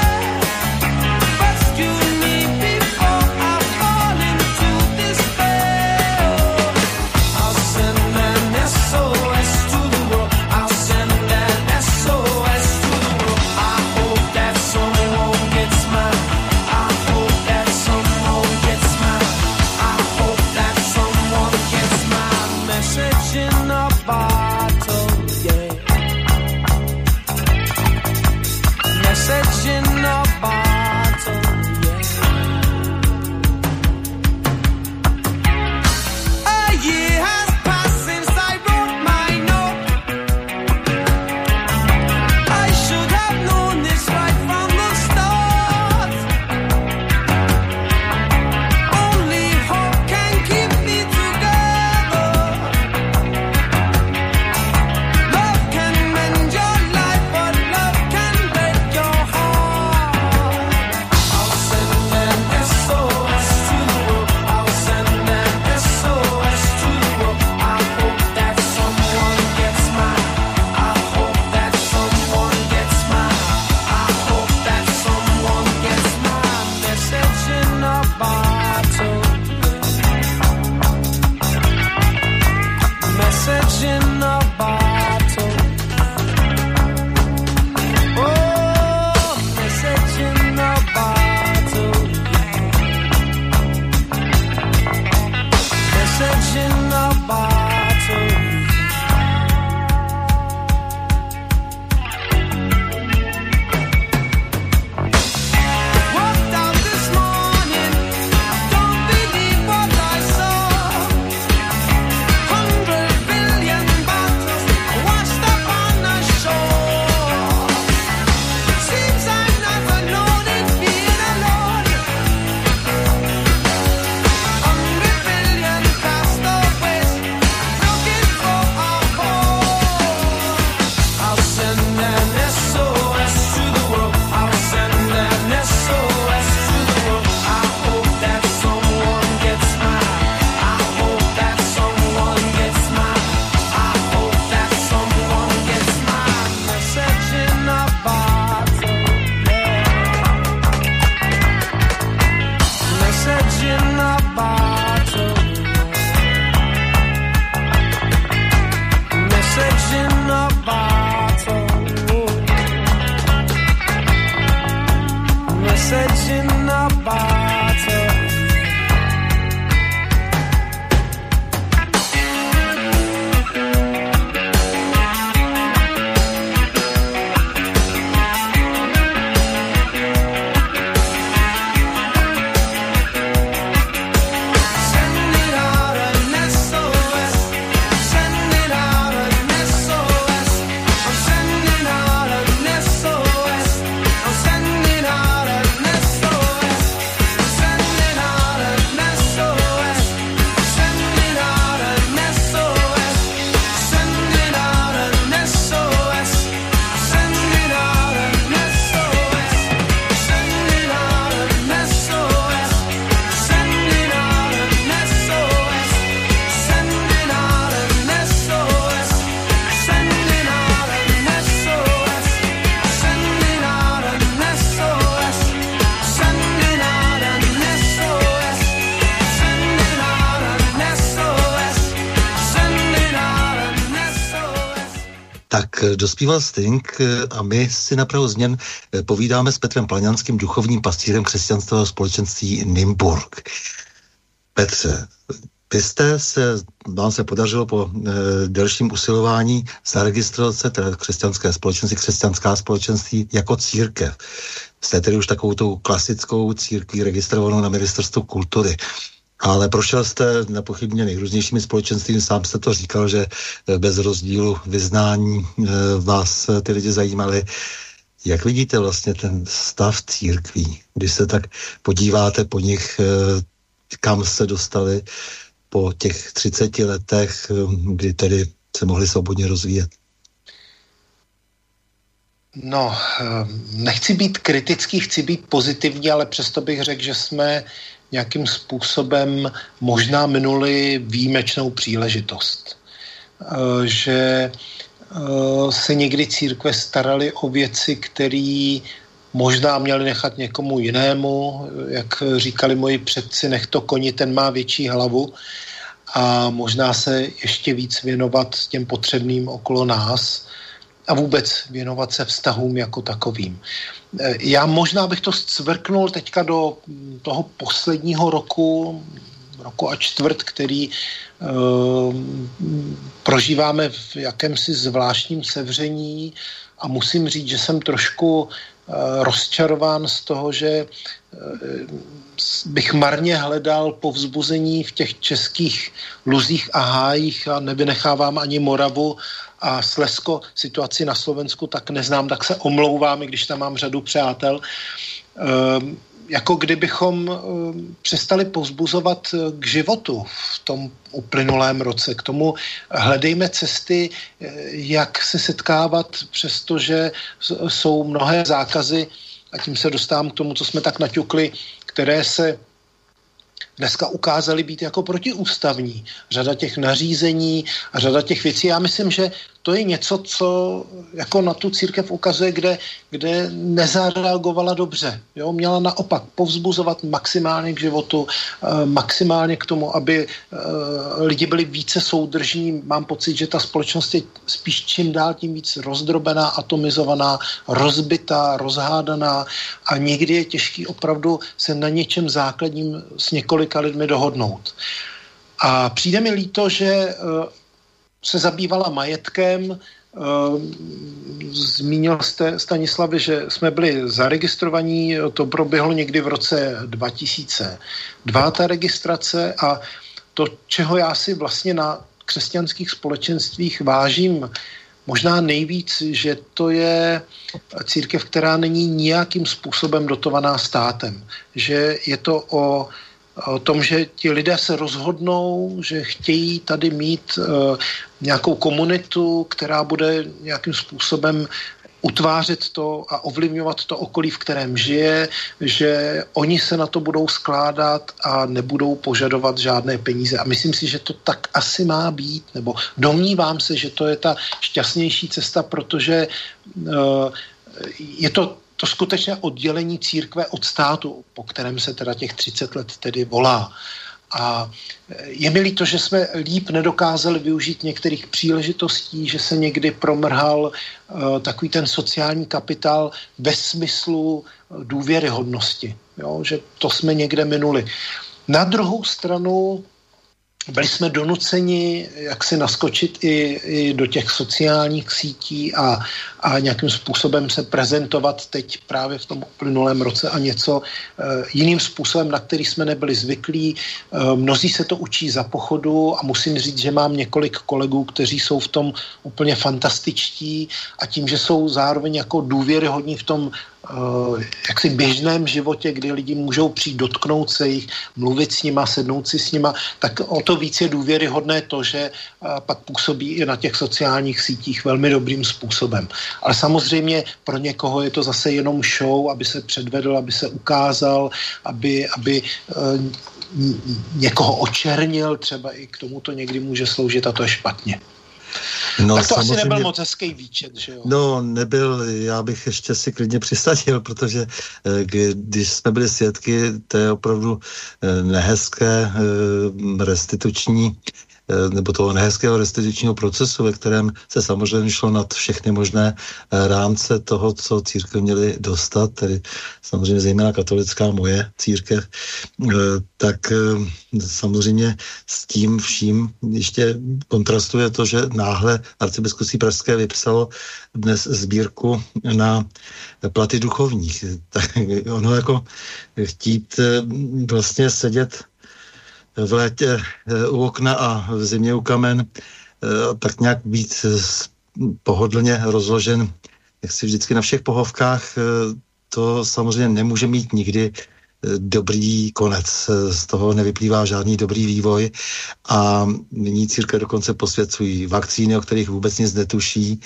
Despair. dospíval Sting a my si na prahu změn povídáme s Petrem Plaňanským, duchovním pastýřem křesťanského společenství Nymburk. Petře, vám se podařilo po delším usilování zaregistrovat se teda křesťanské společenství, křesťanská společenství jako církev. Jste tedy už takovou tou klasickou církví registrovanou na Ministerstvu kultury. Ale prošel jste nepochybně nejrůznějšími společenstvími, sám jste to říkal, že bez rozdílu vyznání vás ty lidi zajímali. Jak vidíte vlastně ten stav církví, když se tak podíváte po nich, kam se dostali po těch 30 letech, kdy tedy se mohli svobodně rozvíjet? No, nechci být kritický, chci být pozitivní, ale přesto bych řekl, že jsme nějakým způsobem možná minuli výjimečnou příležitost. Že se někdy církve staraly o věci, které možná měli nechat někomu jinému, jak říkali moji předci, nech to koni, ten má větší hlavu, a možná se ještě víc věnovat těm potřebným okolo nás a vůbec věnovat se vztahům jako takovým. Já možná bych to scvrknul teďka do toho posledního roku a čtvrt, který prožíváme v jakémsi zvláštním sevření, a musím říct, že jsem trošku rozčarován z toho, že bych marně hledal povzbuzení v těch českých luzích a hájích a nevynechávám ani Moravu a Slezsko. Situaci na Slovensku tak neznám, tak se omlouvám, i když tam mám řadu přátel. Jako kdybychom přestali povzbuzovat k životu v tom uplynulém roce. K tomu hledejme cesty, jak se setkávat, přestože jsou mnohé zákazy, a tím se dostávám k tomu, co jsme tak naťukli, které se dneska ukázaly být jako protiústavní. Řada těch nařízení a řada těch věcí. Já myslím, že to je něco, co jako na tu církev ukazuje, kde nezareagovala dobře. Jo? Měla naopak povzbuzovat maximálně k životu, maximálně k tomu, aby lidi byli více soudržní. Mám pocit, že ta společnost je spíš čím dál tím víc rozdrobená, atomizovaná, rozbitá, rozhádaná a někdy je těžký opravdu se na něčem základním s několika lidmi dohodnout. A přijde mi líto, že se zabývala majetkem. Zmínil jste, Stanislavi, že jsme byli zaregistrovaní, to proběhlo někdy v roce 2002, ta registrace, a to, čeho já si vlastně na křesťanských společenstvích vážím možná nejvíc, že to je církev, která není nijakým způsobem dotovaná státem. Že je to o tom, že ti lidé se rozhodnou, že chtějí tady mít nějakou komunitu, která bude nějakým způsobem utvářet to a ovlivňovat to okolí, v kterém žije, že oni se na to budou skládat a nebudou požadovat žádné peníze. A myslím si, že to tak asi má být, nebo domnívám se, že to je ta šťastnější cesta, protože je to skutečně oddělení církve od státu, po kterém se teda těch 30 let tedy volá. A je mi líto, že jsme líp nedokázali využít některých příležitostí, že se někdy promrhal takový ten sociální kapitál ve smyslu důvěryhodnosti. Jo? Že to jsme někde minuli. Na druhou stranu byli jsme donuceni jak si naskočit i do těch sociálních sítí a nějakým způsobem se prezentovat teď právě v tom uplynulém roce a něco jiným způsobem, na který jsme nebyli zvyklí. Mnozí se to učí za pochodu a musím říct, že mám několik kolegů, kteří jsou v tom úplně fantastičtí a tím, že jsou zároveň jako důvěryhodní v tom jaksi běžném životě, kdy lidi můžou přijít, dotknout se jich, mluvit s nima, sednout si s nima, tak o to víc je důvěryhodné to, že pak působí i na těch sociálních sítích velmi dobrým způsobem. Ale samozřejmě pro někoho je to zase jenom show, aby se předvedl, aby se ukázal, aby někoho očernil, třeba i k tomu to někdy může sloužit a to je špatně. No, tak to asi nebyl moc hezký výčet, že jo? No, nebyl, já bych ještě si klidně přisadil, protože když jsme byli svědky té opravdu nehezké restituční nebo toho nehezkého restitučního procesu, ve kterém se samozřejmě šlo nad všechny možné rámce toho, co církev měly dostat, tedy samozřejmě zejména katolická moje církev, tak samozřejmě s tím vším ještě kontrastuje to, že náhle arcibiskupství pražské vypsalo dnes sbírku na platy duchovních. Tak ono jako chtít vlastně sedět v létě u okna a v zimě u kamen, tak nějak být pohodlně rozložen, jak si vždycky na všech pohovkách, to samozřejmě nemůže mít nikdy dobrý konec. Z toho nevyplývá žádný dobrý vývoj a nyní církev dokonce posvěcují vakcíny, o kterých vůbec nic netuší,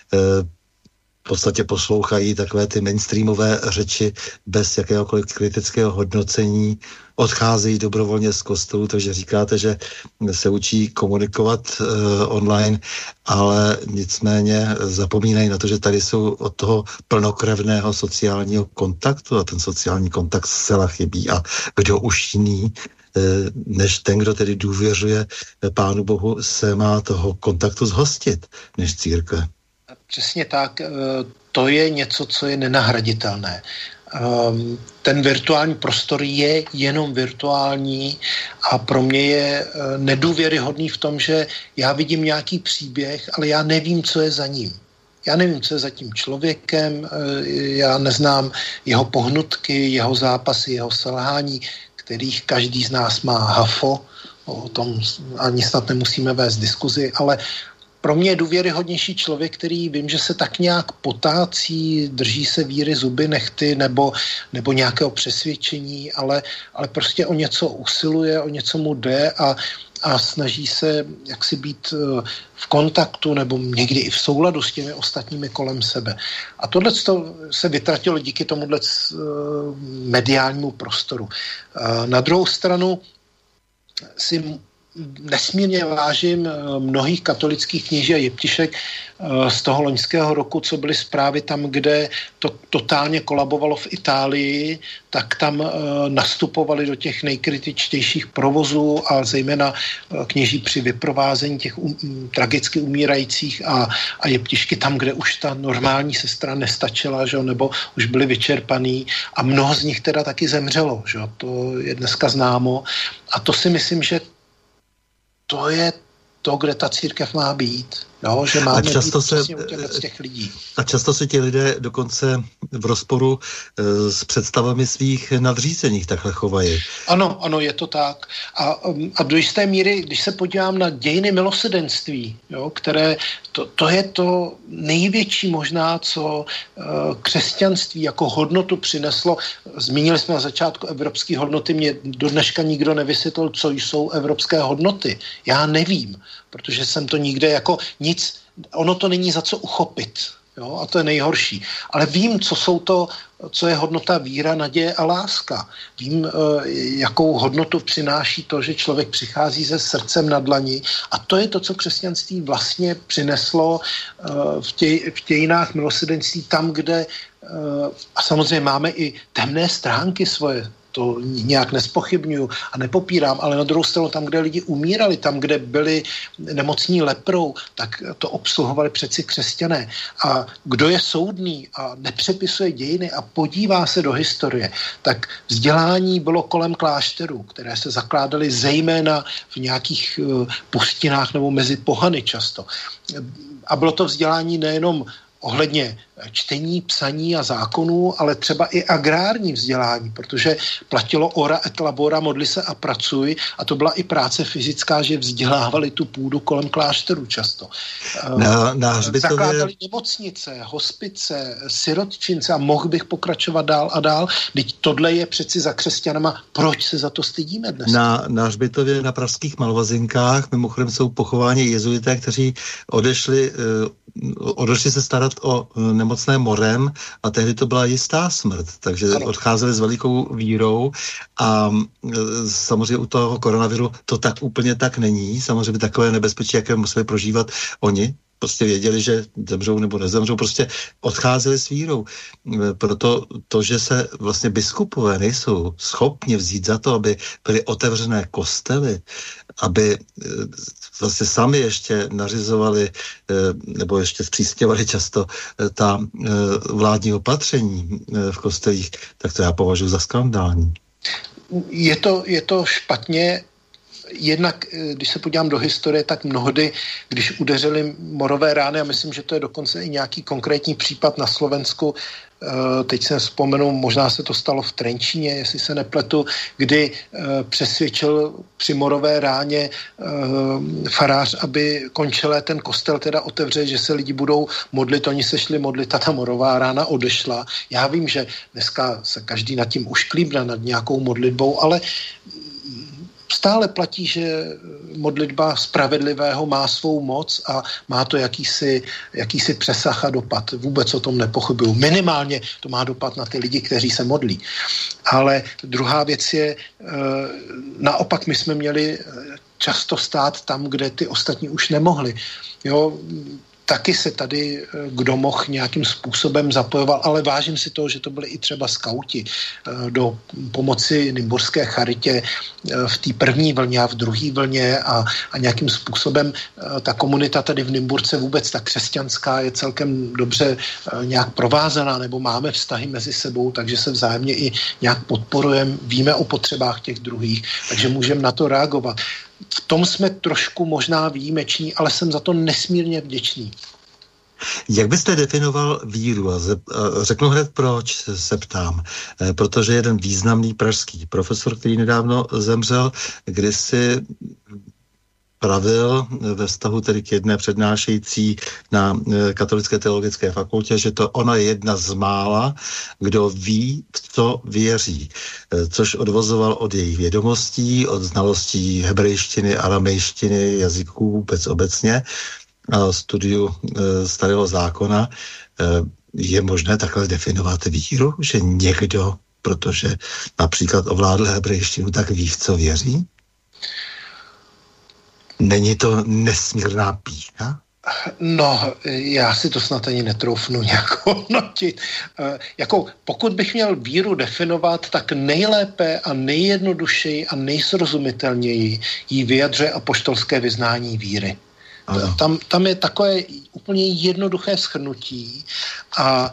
v podstatě poslouchají takové ty mainstreamové řeči bez jakéhokoliv kritického hodnocení, odcházejí dobrovolně z kostelu, takže říkáte, že se učí komunikovat online, ale nicméně zapomínají na to, že tady jsou od toho plnokrevného sociálního kontaktu a ten sociální kontakt zcela chybí. A kdo už jiný, než ten, kdo tedy důvěřuje Pánu Bohu, se má toho kontaktu zhostit, než církve. Přesně tak, to je něco, co je nenahraditelné. Ten virtuální prostor je jenom virtuální a pro mě je nedůvěryhodný v tom, že já vidím nějaký příběh, ale já nevím, co je za ním. Já nevím, co je za tím člověkem, já neznám jeho pohnutky, jeho zápasy, jeho selhání, kterých každý z nás má hafo, o tom ani snad nemusíme vést diskuzi, ale pro mě je důvěryhodnější člověk, který vím, že se tak nějak potácí, drží se víry, zuby, nehty nebo nějakého přesvědčení, ale prostě o něco usiluje, o něco mu jde a snaží se jaksi být v kontaktu nebo někdy i v souladu s těmi ostatními kolem sebe. A tohle se vytratilo díky tomuhle mediálnímu prostoru. Na druhou stranu si nesmírně vážím mnohých katolických kněží a jeptišek z toho loňského roku, co byly zprávy tam, kde to totálně kolabovalo v Itálii, tak tam nastupovali do těch nejkritičtějších provozů a zejména kněží při vyprovázení těch tragicky umírajících a jeptišky tam, kde už ta normální sestra nestačila, že, nebo už byli vyčerpaný a mnoho z nich teda taky zemřelo. Že, to je dneska známo a to si myslím, že to je to, kde ta církev má být. No, že máme být přesně u těch lidí. A často se ti lidé dokonce v rozporu s představami svých nadřízených takhle chovají. Ano, je to tak. A do jisté míry, když se podívám na dějiny milosrdenství, jo, které to je to největší možná, co křesťanství jako hodnotu přineslo. Zmínili jsme na začátku evropské hodnoty, mě do dneška nikdo nevysvětlil, co jsou evropské hodnoty. Já nevím, protože jsem to nikde jako nic, ono to není za co uchopit, jo, a to je nejhorší. Ale vím, co je hodnota víra, naděje a láska. Vím, jakou hodnotu přináší to, že člověk přichází se srdcem na dlani a to je to, co křesťanství vlastně přineslo v dějinách milosrdenství tam, kde a samozřejmě máme i temné stránky svoje, to nějak nespochybnuju a nepopírám, ale na druhou stranu tam, kde lidi umírali, tam, kde byli nemocní leprou, tak to obsluhovali přeci křesťané. A kdo je soudný a nepřepisuje dějiny a podívá se do historie, tak vzdělání bylo kolem klášterů, které se zakládaly zejména v nějakých pustinách nebo mezi pohany často. A bylo to vzdělání nejenom ohledně čtení, psaní a zákonů, ale třeba i agrární vzdělání, protože platilo ora et labora, modli se a pracuj, a to byla i práce fyzická, že vzdělávali tu půdu kolem klášterů často. Zakládali nemocnice, hospice, sirotčince a mohl bych pokračovat dál a dál. Teď tohle je přeci za křesťanama, proč se za to stydíme dnes? Na hřbitově na pražských Malvazinkách mimochodem jsou pochováni jezuité, kteří odešli se starat o nemocné morem a tehdy to byla jistá smrt, takže odcházeli s velikou vírou a samozřejmě u toho koronaviru to tak úplně tak není, samozřejmě takové nebezpečí, jaké museli prožívat oni, prostě věděli, že zemřou nebo nezemřou, prostě odcházeli s vírou. Proto to, že se vlastně biskupové nejsou schopni vzít za to, aby byly otevřené kostely, aby vlastně sami ještě nařizovali nebo ještě zpřísňovali často ta vládní opatření v kostelích, tak to já považuji za skandální. Je to špatně. Jednak, když se podívám do historie, tak mnohdy, když udeřili morové rány, a myslím, že to je dokonce i nějaký konkrétní případ na Slovensku, teď se vzpomenu, možná se to stalo v Trenčíně, jestli se nepletu, kdy přesvědčil při morové ráně farář, aby končilé ten kostel teda otevře, že se lidi budou modlit, oni se šli modlit a ta morová rána odešla. Já vím, že dneska se každý nad tím ušklíbne, nad nějakou modlitbou, ale stále platí, že modlitba spravedlivého má svou moc a má to jakýsi přesah a dopad. Vůbec o tom nepochybuju. Minimálně to má dopad na ty lidi, kteří se modlí. Ale druhá věc je, naopak my jsme měli často stát tam, kde ty ostatní už nemohli. Jo, taky se tady kdo mohl nějakým způsobem zapojoval, ale vážím si toho, že to byli i třeba skauti do pomoci Nymburské charitě v té první vlně a v druhé vlně a nějakým způsobem ta komunita tady v Nymburce vůbec ta křesťanská je celkem dobře nějak provázaná, nebo máme vztahy mezi sebou, takže se vzájemně i nějak podporujeme, víme o potřebách těch druhých, takže můžeme na to reagovat. V tom jsme trošku možná výjimeční, ale jsem za to nesmírně vděčný. Jak byste definoval víru? A řeknu hned proč, se ptám. Protože jeden významný pražský profesor, který nedávno zemřel, kdysi pravil ve vztahu tedy k jedné přednášející na Katolické teologické fakultě, že to ona je jedna z mála, kdo ví, v co věří. Což odvozoval od jejich vědomostí, od znalostí hebrejštiny, aramejštiny, jazyků vůbec obecně a studiu Starého zákona. Je možné takhle definovat víru, že někdo, protože například ovládl hebrejštinu, tak ví, v co věří? Není to nesmírná pýcha? No, já si to snad ani netroufnu nějak hodnotit. Pokud bych měl víru definovat, tak nejlépe a nejjednodušeji a nejsrozumitelněji ji vyjadřuje apoštolské vyznání víry. Tam je takové úplně jednoduché shrnutí a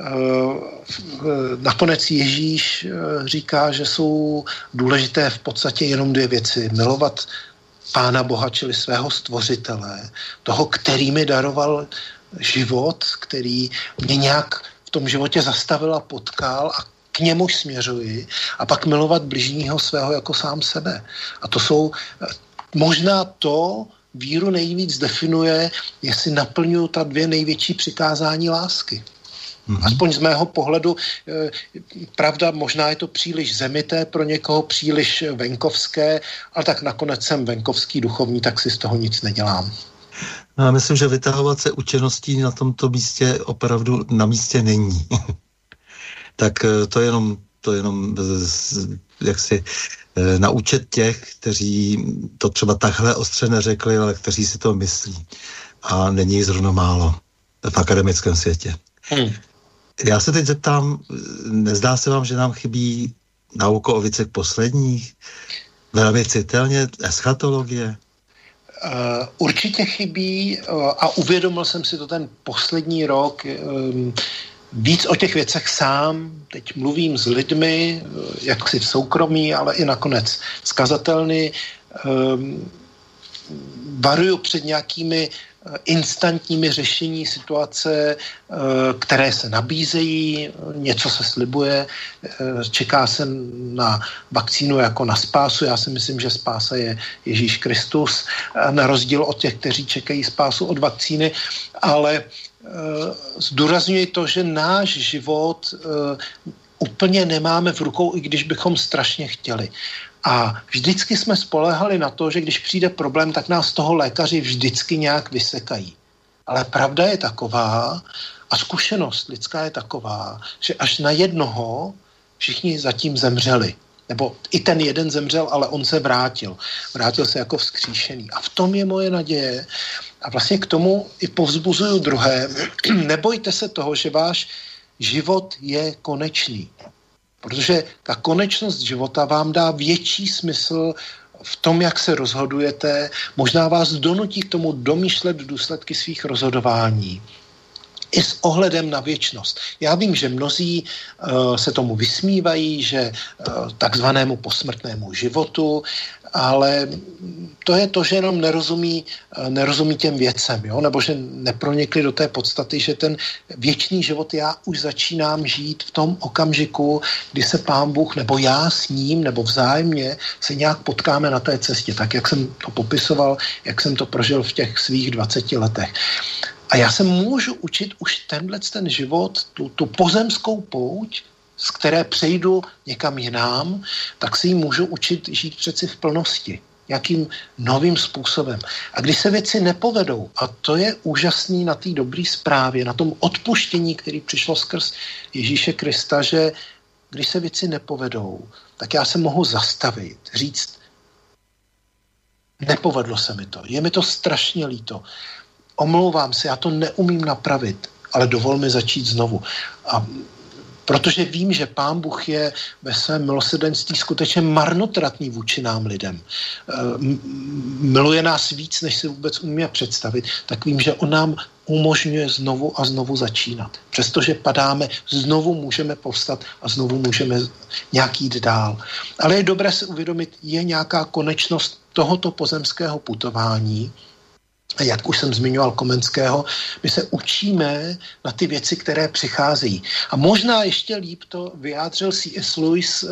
nakonec Ježíš říká, že jsou důležité v podstatě jenom dvě věci. Milovat Pána Boha, čili svého stvořitele, toho, který mi daroval život, který mě nějak v tom životě zastavil a potkal a k němuž směřuji, a pak milovat bližního svého jako sám sebe. A to jsou možná to, víru nejvíc definuje, jestli naplňuju ta dvě největší přikázání lásky. Aspoň z mého pohledu, pravda, možná je to příliš zemité pro někoho, příliš venkovské, ale tak nakonec jsem venkovský duchovní, tak si z toho nic nedělám. No, já myslím, že vytahovat se učeností na tomto místě opravdu na místě není. Tak to jenom jak si na účet těch, kteří to třeba takhle ostře neřekli, ale kteří si to myslí. A není jich zrovna málo v akademickém světě. Já se teď zeptám, nezdá se vám, že nám chybí nauka o věcech posledních? Velmi citelně eschatologie? Určitě chybí a uvědomil jsem si to ten poslední rok, víc o těch věcech sám, teď mluvím s lidmi, jak si v soukromí, ale i nakonec s kazatelny, varuju před nějakými instantními řešení situace, které se nabízejí, něco se slibuje, čeká se na vakcínu jako na spásu. Já si myslím, že spása je Ježíš Kristus, na rozdíl od těch, kteří čekají spásu od vakcíny, ale zdůrazňuji to, že náš život úplně nemáme v rukou, i když bychom strašně chtěli. A vždycky jsme spoléhali na to, že když přijde problém, tak nás toho lékaři vždycky nějak vysekají. Ale pravda je taková a zkušenost lidská je taková, že až na jednoho všichni zatím zemřeli. nebo i ten jeden zemřel, ale on se vrátil. Vrátil se jako vzkříšený. A v tom je moje naděje. A vlastně k tomu i povzbuzuju druhé. Nebojte se toho, že váš život je konečný. Protože ta konečnost života vám dá větší smysl v tom, jak se rozhodujete. Možná vás donutí k tomu domýšlet důsledky svých rozhodování. I s ohledem na věčnost. Já vím, že mnozí se tomu vysmívají, že takzvanému posmrtnému životu, ale to je to, že jenom nerozumí těm věcem, jo? Nebo že nepronikli do té podstaty, že ten věčný život já už začínám žít v tom okamžiku, kdy se Pán Bůh nebo já s ním nebo vzájemně se nějak potkáme na té cestě, tak jak jsem to popisoval, jak jsem to prožil v těch svých 20 letech. A já se můžu učit už ten život, tu pozemskou pouť, z které přejdu někam jinam, tak si ji můžu učit žít přeci v plnosti. Jakým novým způsobem. A když se věci nepovedou, a to je úžasný na té dobré zprávě, na tom odpuštění, který přišlo skrz Ježíše Krista, že když se věci nepovedou, tak já se mohu zastavit, říct, nepovedlo se mi to, je mi to strašně líto. Omlouvám se, já to neumím napravit, ale dovol mi začít znovu. A protože vím, že Pán Bůh je ve svém milosrdenství skutečně marnotratný vůči nám lidem. Miluje nás víc, než si vůbec umíme představit, tak vím, že on nám umožňuje znovu a znovu začínat. Přestože padáme, znovu můžeme povstat a znovu můžeme nějak jít dál. Ale je dobré si uvědomit, je nějaká konečnost tohoto pozemského putování. A jak už jsem zmiňoval Komenského, my se učíme na ty věci, které přicházejí. A možná ještě líp to vyjádřil C.S. Lewis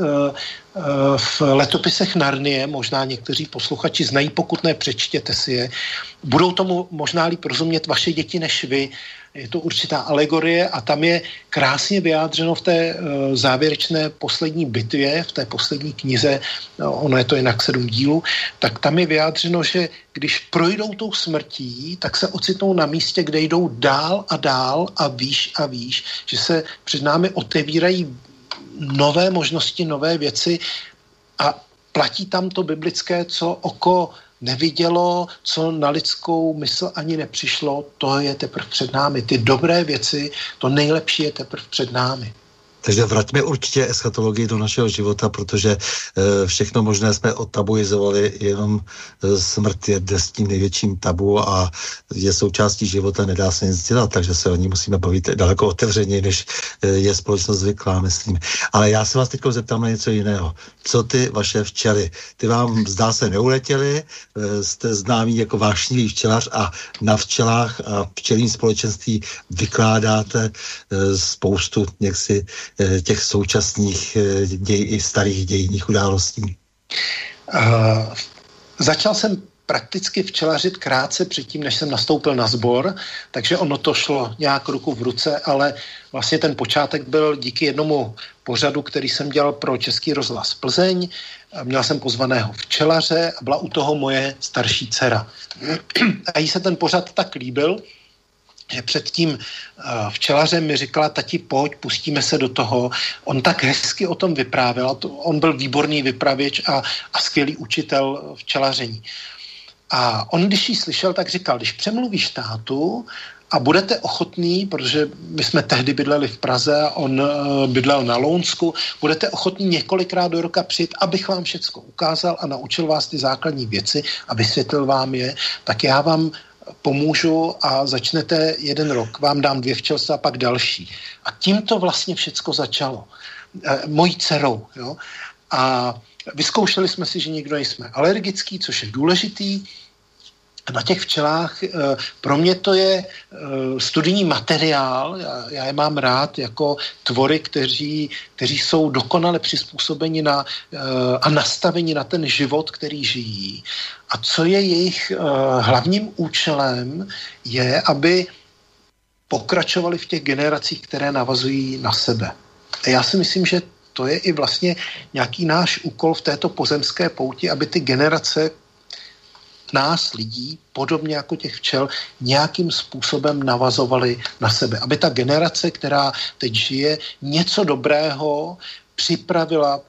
v letopisech Narnie, možná někteří posluchači znají, pokud ne, přečtěte si je. Budou tomu možná líp rozumět vaše děti než vy. Je to určitá alegorie a tam je krásně vyjádřeno v té závěrečné poslední bitvě, v té poslední knize, ono je to jinak 7 dílů, tak tam je vyjádřeno, že když projdou tou smrtí, tak se ocitnou na místě, kde jdou dál a výš, že se před námi otevírají nové možnosti, nové věci a platí tam to biblické, co oko nevidělo, co na lidskou mysl ani nepřišlo, to je teprve před námi. Ty dobré věci, to nejlepší je teprve před námi. Takže vraťme určitě eschatologii do našeho života, protože všechno možné jsme odtabuizovali, jenom smrt je dnes tím největším tabu a je součástí života, nedá se nic dělat, takže se o ní musíme bavit daleko otevřeněji, než je společnost zvyklá, myslím. Ale já se vás teď zeptám na něco jiného. Co ty vaše včely? Ty vám zdá se neuletěly, jste známí jako vášnivý včelař a na včelách a včelím společenství vykládáte spoustu jaksi těch současných i starých dějinných událostí? Začal jsem prakticky včelařit krátce předtím, než jsem nastoupil na sbor, takže ono to šlo nějak ruku v ruce, ale vlastně ten počátek byl díky jednomu pořadu, který jsem dělal pro Český rozhlas Plzeň. Měl jsem pozvaného včelaře a byla u toho moje starší dcera. A jí se ten pořad tak líbil, že před tím včelařem mi říkala, tati, pojď, pustíme se do toho. On tak hezky o tom vyprávěl. On byl výborný vypravěč a skvělý učitel včelaření. A on, když ji slyšel, tak říkal, když přemluvíš tátu a budete ochotný, protože my jsme tehdy bydleli v Praze a on bydlel na Lounsku, budete ochotný několikrát do roka přijít, abych vám všecko ukázal a naučil vás ty základní věci a vysvětlil vám je, tak já vám pomůžu a začnete 1 rok, vám dám 2 včelstva a pak další. A tím to vlastně všecko začalo. Mojí dcerou. Jo? A vyzkoušeli jsme si, že nikdo nejsme alergický, což je důležitý. Na těch včelách pro mě to je studijní materiál, já je mám rád jako tvory, kteří jsou dokonale přizpůsobeni a nastaveni na ten život, který žijí. A co je jejich hlavním účelem, je, aby pokračovali v těch generacích, které navazují na sebe. A já si myslím, že to je i vlastně nějaký náš úkol v této pozemské pouti, aby ty generace nás, lidí, podobně jako těch včel, nějakým způsobem navazovali na sebe. Aby ta generace, která teď žije, něco dobrého připravila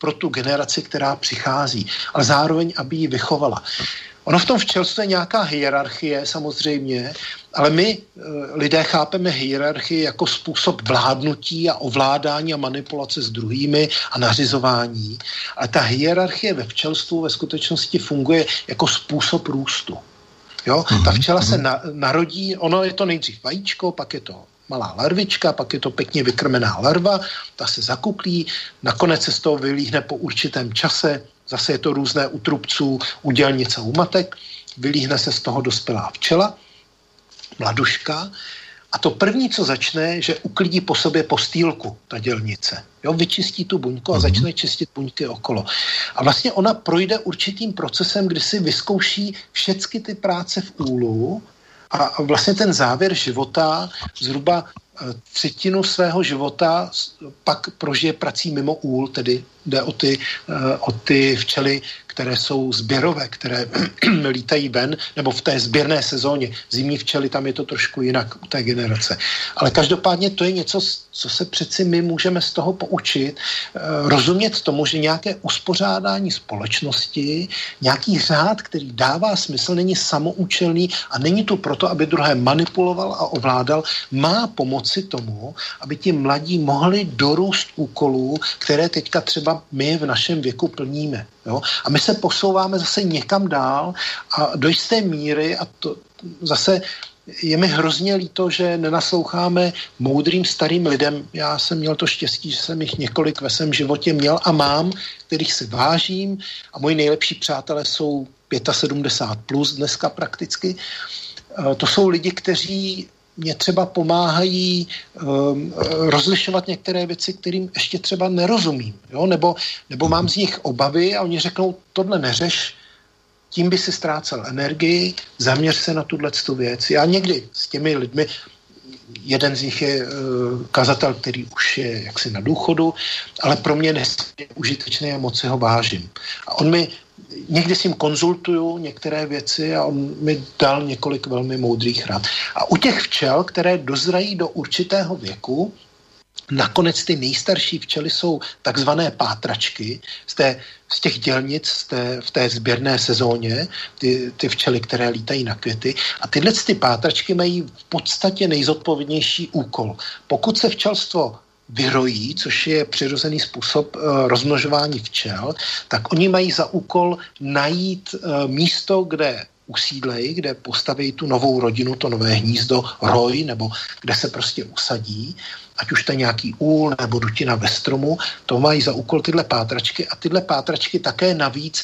pro tu generaci, která přichází, ale zároveň, aby ji vychovala. Ono v tom včelstvu je nějaká hierarchie samozřejmě, ale my lidé chápeme hierarchii jako způsob vládnutí a ovládání a manipulace s druhými a nařizování. Ale ta hierarchie ve včelstvu ve skutečnosti funguje jako způsob růstu. Jo? Ta včela se narodí, ono je to nejdřív vajíčko, pak je to malá larvička, pak je to pěkně vykrmená larva, ta se zakuklí, nakonec se z toho vylíhne po určitém čase, zase je to různé u trubců, u dělnic a u matek, vylíhne se z toho dospělá včela, mladuška, a to první, co začne, že uklidí po sobě postýlku, ta dělnice. Jo, vyčistí tu buňku a začne čistit buňky okolo. A vlastně ona projde určitým procesem, kdy si vyzkouší všechny ty práce v úlu a vlastně ten závěr života, zhruba třetinu svého života pak prožije prací mimo úl, tedy jde o ty včely, které jsou sběrové, které lítají ven, nebo v té sběrné sezóně. Zimní včely, tam je to trošku jinak u té generace. Ale každopádně to je něco, co se přeci my můžeme z toho poučit, rozumět tomu, že nějaké uspořádání společnosti, nějaký řád, který dává smysl, není samoučelný a není tu proto, aby druhé manipuloval a ovládal, má pomoci tomu, aby ti mladí mohli dorůst úkolů, které teďka třeba my v našem věku plníme. Jo? A my se posouváme zase někam dál a do jisté míry, a to zase je mi hrozně líto, že nenasloucháme moudrým starým lidem. Já jsem měl to štěstí, že jsem jich několik ve svém životě měl a mám, kterých si vážím a moji nejlepší přátelé jsou 75 plus dneska prakticky. To jsou lidi, kteří mě třeba pomáhají rozlišovat některé věci, kterým ještě třeba nerozumím. Jo? Nebo mám z nich obavy a oni řeknou, tohle neřeš, tím by si ztrácel energii, zaměř se na tuto věc. Já někdy s těmi lidmi, jeden z nich je kazatel, který už je jaksi na důchodu, ale pro mě nesmírně užitečný a moc si ho vážím. A on mi, někdy s ním konzultuju některé věci a on mi dal několik velmi moudrých rad. A u těch včel, které dozrají do určitého věku, nakonec ty nejstarší včely jsou takzvané pátračky z těch dělnic v té sběrné sezóně, ty včely, které lítají na květy. A tyhle ty pátračky mají v podstatě nejzodpovědnější úkol. Pokud se včelstvo vyrojí, což je přirozený způsob rozmnožování včel, tak oni mají za úkol najít místo, kde usídlejí, kde postaví tu novou rodinu, to nové hnízdo, roj, nebo kde se prostě usadí, ať už to je nějaký úl nebo dutina ve stromu, to mají za úkol tyhle pátračky a tyhle pátračky také navíc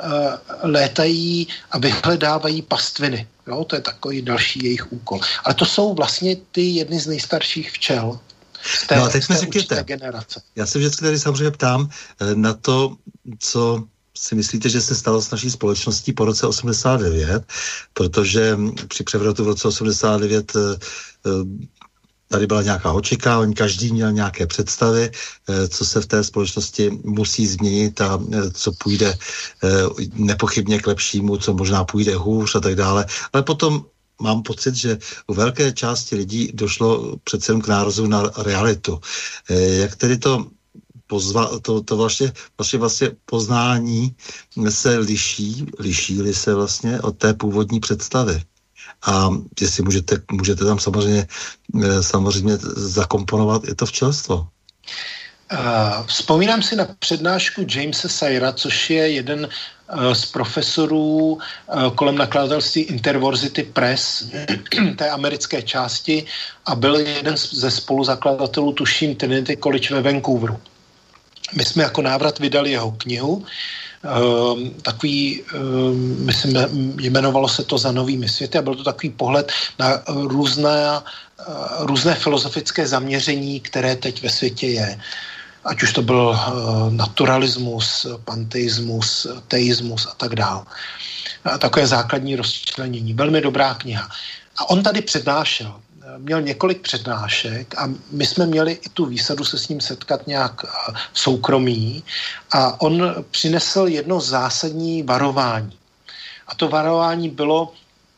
létají a vyhledávají pastviny. Jo? To je takový další jejich úkol. Ale to jsou vlastně ty jedny z nejstarších včel z té určité generace. Já se vždycky tady samozřejmě ptám na to, co si myslíte, že se stalo s naší společností po roce 89, protože při převratu v roce 89 tady byla nějaká očekávání, každý měl nějaké představy, co se v té společnosti musí změnit a co půjde nepochybně k lepšímu, co možná půjde hůř a tak dále. Ale potom mám pocit, že u velké části lidí došlo přece jen k nárazu na realitu. Jak tedy to vlastně poznání se liší-li se vlastně od té původní představy. A jestli můžete tam samozřejmě zakomponovat i to včelstvo. Vzpomínám si na přednášku Jamesa Sayera, což je jeden z profesorů kolem nakladatelství Intervarsity Press, té americké části, a byl jeden ze spoluzakladatelů, tuším, Trinity College ve Vancouveru. My jsme jako návrat vydali jeho knihu, myslím, jmenovalo se to Za novými světy a byl to takový pohled na různé filozofické zaměření, které teď ve světě je. Ať už to byl naturalismus, panteismus, teismus a tak dále. Takové základní rozčlenění. Velmi dobrá kniha. A on tady přednášel. Měl několik přednášek a my jsme měli i tu výsadu se s ním setkat nějak v soukromí a on přinesl jedno zásadní varování. A to varování bylo,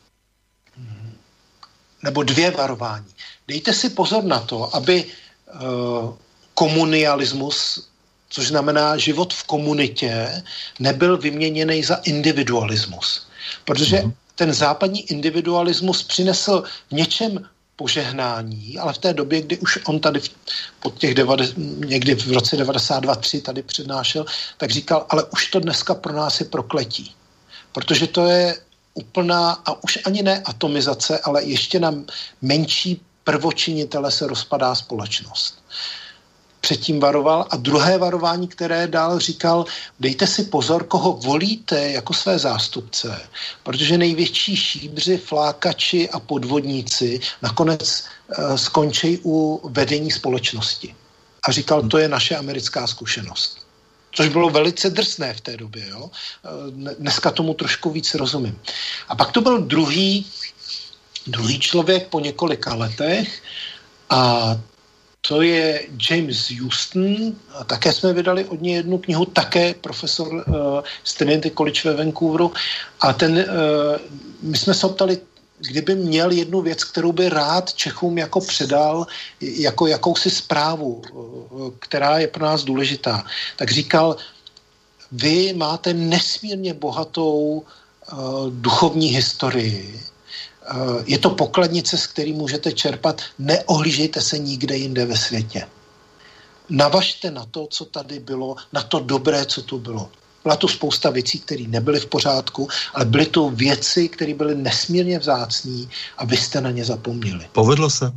nebo dvě varování. Dejte si pozor na to, aby komunialismus což znamená život v komunitě, nebyl vyměněný za individualismus. Protože ten západní individualismus přinesl v něčem požehnání, ale v té době, kdy už on tady někdy v roce 92-3 tady přednášel, tak říkal, ale už to dneska pro nás je prokletí. Protože to je úplná, a už ani ne atomizace, ale ještě na menší prvočinitele se rozpadá společnost. Předtím varoval a druhé varování, které dál říkal, dejte si pozor, koho volíte jako své zástupce, protože největší šíbři, flákači a podvodníci nakonec skončí u vedení společnosti. A říkal, to je naše americká zkušenost. Což bylo velice drsné v té době. Jo? Dneska tomu trošku víc rozumím. A pak to byl druhý člověk po několika letech a to je James Houston, a také jsme vydali od něj jednu knihu, také profesor z Trinity College ve Vancouveru. A my jsme se optali, kdyby měl jednu věc, kterou by rád Čechům jako předal, jako jakousi zprávu, která je pro nás důležitá. Tak říkal, vy máte nesmírně bohatou duchovní historii. Je to pokladnice, z který můžete čerpat. Neohlížejte se nikde jinde ve světě. Navažte na to, co tady bylo, na to dobré, co tu bylo. Byla tu spousta věcí, které nebyly v pořádku, ale byly tu věci, které byly nesmírně vzácný a vy jste na ně zapomněli. Povedlo se?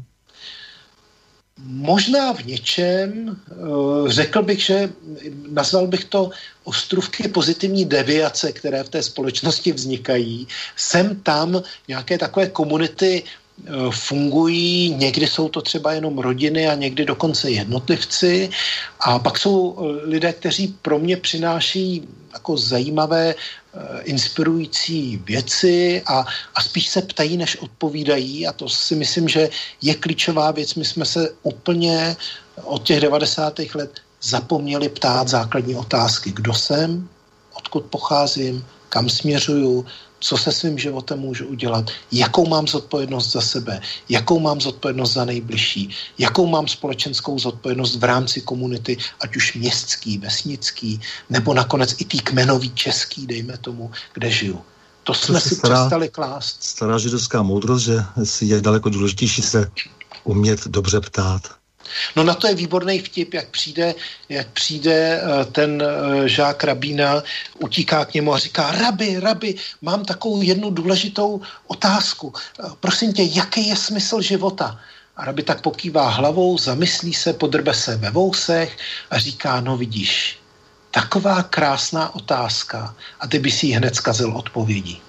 Možná v něčem, řekl bych, že nazval bych to ostrůvky pozitivní deviace, které v té společnosti vznikají. Sem tam nějaké takové komunity fungují, někdy jsou to třeba jenom rodiny a někdy dokonce jednotlivci a pak jsou lidé, kteří pro mě přináší jako zajímavé, inspirující věci a spíš se ptají, než odpovídají a to si myslím, že je klíčová věc. My jsme se úplně od těch 90. let zapomněli ptát základní otázky. Kdo jsem? Odkud pocházím? Kam směřuju? Co se svým životem můžu udělat, jakou mám zodpovědnost za sebe, jakou mám zodpovědnost za nejbližší, jakou mám společenskou zodpovědnost v rámci komunity, ať už městský, vesnický, nebo nakonec i tý kmenový český, dejme tomu, kde žiju. To jsme si přestali klást. Stará židovská moudrost, že je daleko důležitější se umět dobře ptát. No na to je výborný vtip, jak přijde ten žák rabína, utíká k němu a říká, rabi, mám takovou jednu důležitou otázku. Prosím tě, jaký je smysl života? A rabi tak pokývá hlavou, zamyslí se, podrbe se ve vousech a říká, no vidíš, taková krásná otázka a ty by si ji hned zkazil odpovědí.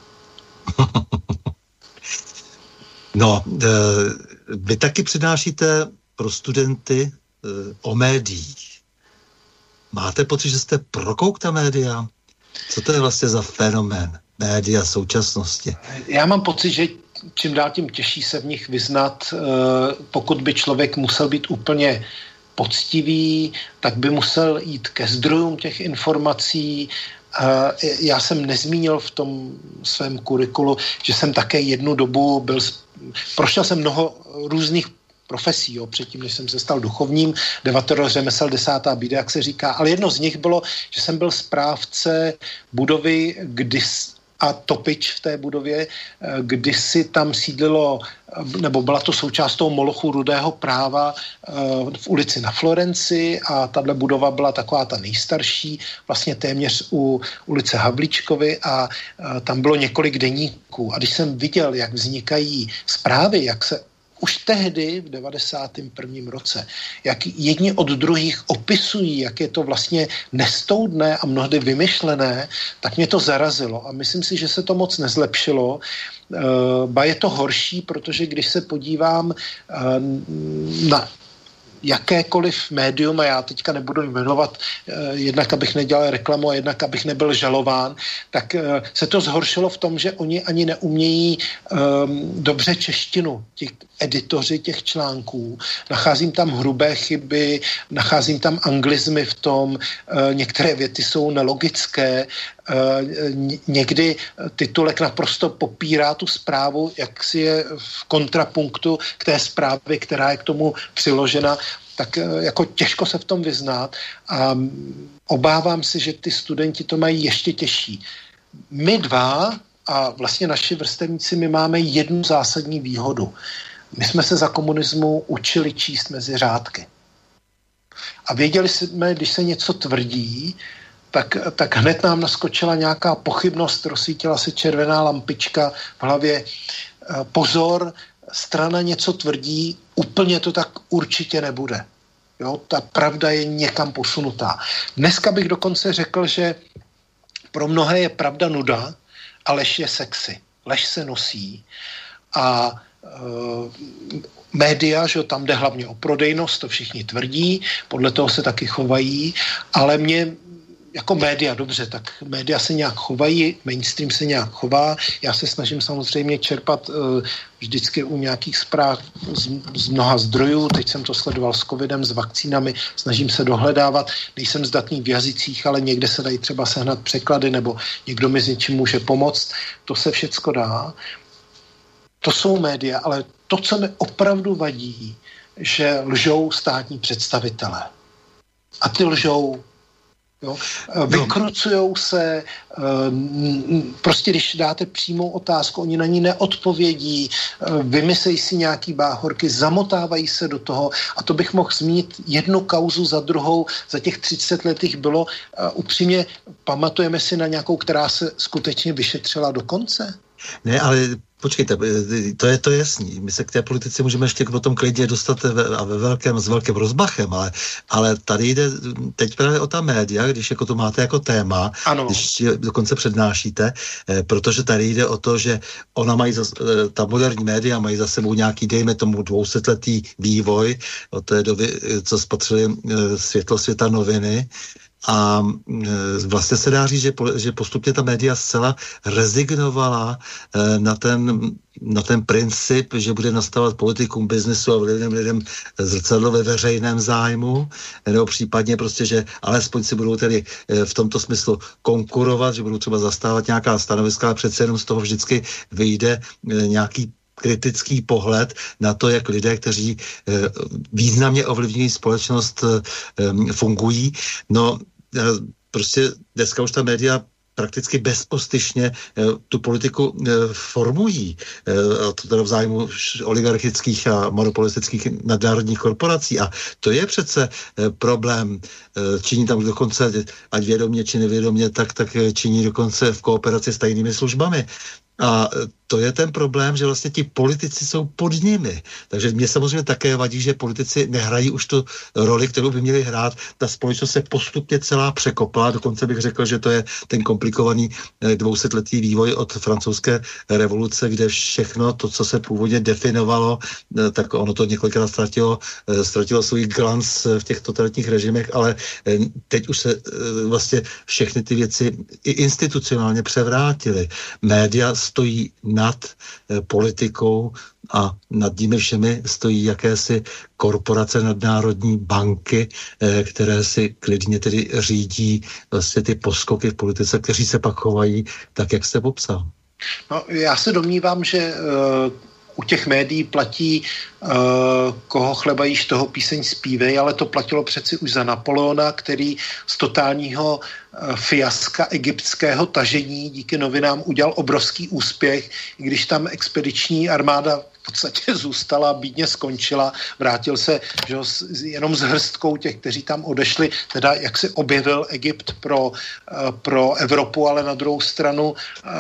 No, vy taky přednášíte pro studenty o médiích. Máte pocit, že jste prokoukta média? Co to je vlastně za fenomén média současnosti? Já mám pocit, že čím dál tím těžší se v nich vyznat. Pokud by člověk musel být úplně poctivý, tak by musel jít ke zdrojům těch informací. Já jsem nezmínil v tom svém kurikulu, že jsem také jednu dobu prošel jsem mnoho různých profesí, předtím, než jsem se stal duchovním, 9 řemesel 10. bída, jak se říká, ale jedno z nich bylo, že jsem byl správce budovy, a topič v té budově, kdysi tam sídlilo, nebo byla to součást toho molochu rudého práva v ulici na Florenci a tahle budova byla taková ta nejstarší, vlastně téměř u ulice Havlíčkovy a tam bylo několik deníků. A když jsem viděl, jak vznikají zprávy, jak se už tehdy v 91. roce, jak jedni od druhých opisují, jak je to vlastně nestoudné a mnohdy vymyšlené, tak mě to zarazilo. A myslím si, že se to moc nezlepšilo. Ba je to horší, protože když se podívám na jakékoliv médium, a já teďka nebudu jmenovat, jednak abych nedělal reklamu a jednak abych nebyl žalován, tak se to zhoršilo v tom, že oni ani neumějí dobře češtinu, ti editoři těch článků. Nacházím tam hrubé chyby, nacházím tam anglizmy v tom, některé věty jsou nelogické, někdy titulek naprosto popírá tu zprávu, jak si je v kontrapunktu k té zprávě, která je k tomu přiložena. tak jako těžko se v tom vyznat a obávám se, že ty studenti to mají ještě těžší. My dva a vlastně naši vrstevníci, my máme jednu zásadní výhodu. My jsme se za komunismu učili číst mezi řádky. A věděli jsme, když se něco tvrdí, tak hned nám naskočila nějaká pochybnost, rozsvítila se červená lampička v hlavě. Pozor, strana něco tvrdí, úplně to tak určitě nebude. Jo, ta pravda je někam posunutá. Dneska bych dokonce řekl, že pro mnohé je pravda nuda a lež je sexy. Lež se nosí a média, že tam jde hlavně o prodejnost, to všichni tvrdí, podle toho se taky chovají, ale mě jako média, dobře, tak média se nějak chovají, mainstream se nějak chová, já se snažím samozřejmě čerpat vždycky u nějakých zpráv z mnoha zdrojů, teď jsem to sledoval s covidem, s vakcínami, snažím se dohledávat, nejsem zdatný v jazycích, ale někde se dají třeba sehnat překlady, nebo někdo mi s něčím může pomoct, to se všecko dá. To jsou média, ale to, co mi opravdu vadí, že lžou státní představitelé. A ty lžou. Jo? Vykrucujou se, prostě když dáte přímou otázku, oni na ní neodpovědí, vymyslejí si nějaký báhorky, zamotávají se do toho a to bych mohl zmínit jednu kauzu za druhou, za těch 30 letých bylo, upřímně pamatujeme si na nějakou, která se skutečně vyšetřila do konce? Ne, ale počkejte, to je jasný. My se k té politice můžeme ještě potom klidně dostat s velkým rozmachem, ale tady jde teď právě o ta média, když jako to máte jako téma, ano. Když dokonce přednášíte, protože tady jde o to, že ta moderní média mají za sebou nějaký, dejme tomu 200letý vývoj od té doby, co spatřili světlo světa noviny. A vlastně se dá říct, že postupně ta média zcela rezignovala na ten princip, že bude nastavovat politikům, biznesu a lidem zrcadlo ve veřejném zájmu, nebo případně prostě, že alespoň si budou tedy v tomto smyslu konkurovat, že budou třeba zastávat nějaká stanoviska, ale přece jenom z toho vždycky vyjde nějaký kritický pohled na to, jak lidé, kteří významně ovlivňují společnost, fungují. No, prostě dneska už ta média prakticky bezostyšně tu politiku formují. To teda v zájmu oligarchických a monopolistických nadnárodních korporací. A to je přece problém. Činí tam dokonce, ať vědomě či nevědomě, tak činí dokonce v kooperaci s tajnými službami. A to je ten problém, že vlastně ti politici jsou pod nimi. Takže mě samozřejmě také vadí, že politici nehrají už tu roli, kterou by měli hrát. Ta společnost se postupně celá překopla. Dokonce bych řekl, že to je ten komplikovaný 200letý vývoj od francouzské revoluce, kde všechno to, co se původně definovalo, tak ono to několikrát ztratilo svůj glanc v těch totalitních režimech, ale teď už se vlastně všechny ty věci i institucionálně převrátily. Média stojí nad politikou a nad nimi všemi stojí jakési korporace, nadnárodní banky, které si klidně tedy řídí vlastně ty poskoky v politice, kteří se pak chovají tak, jak jste popsal. No, já se domnívám, že u těch médií platí koho chleba jíš, toho píseň zpívej, ale to platilo přeci už za Napoleona, který z totálního fiaska egyptského tažení díky novinám udělal obrovský úspěch, i když tam expediční armáda v podstatě zůstala, bídně skončila, vrátil se že, jenom s hrstkou těch, kteří tam odešli, teda jak se objevil Egypt pro Evropu, ale na druhou stranu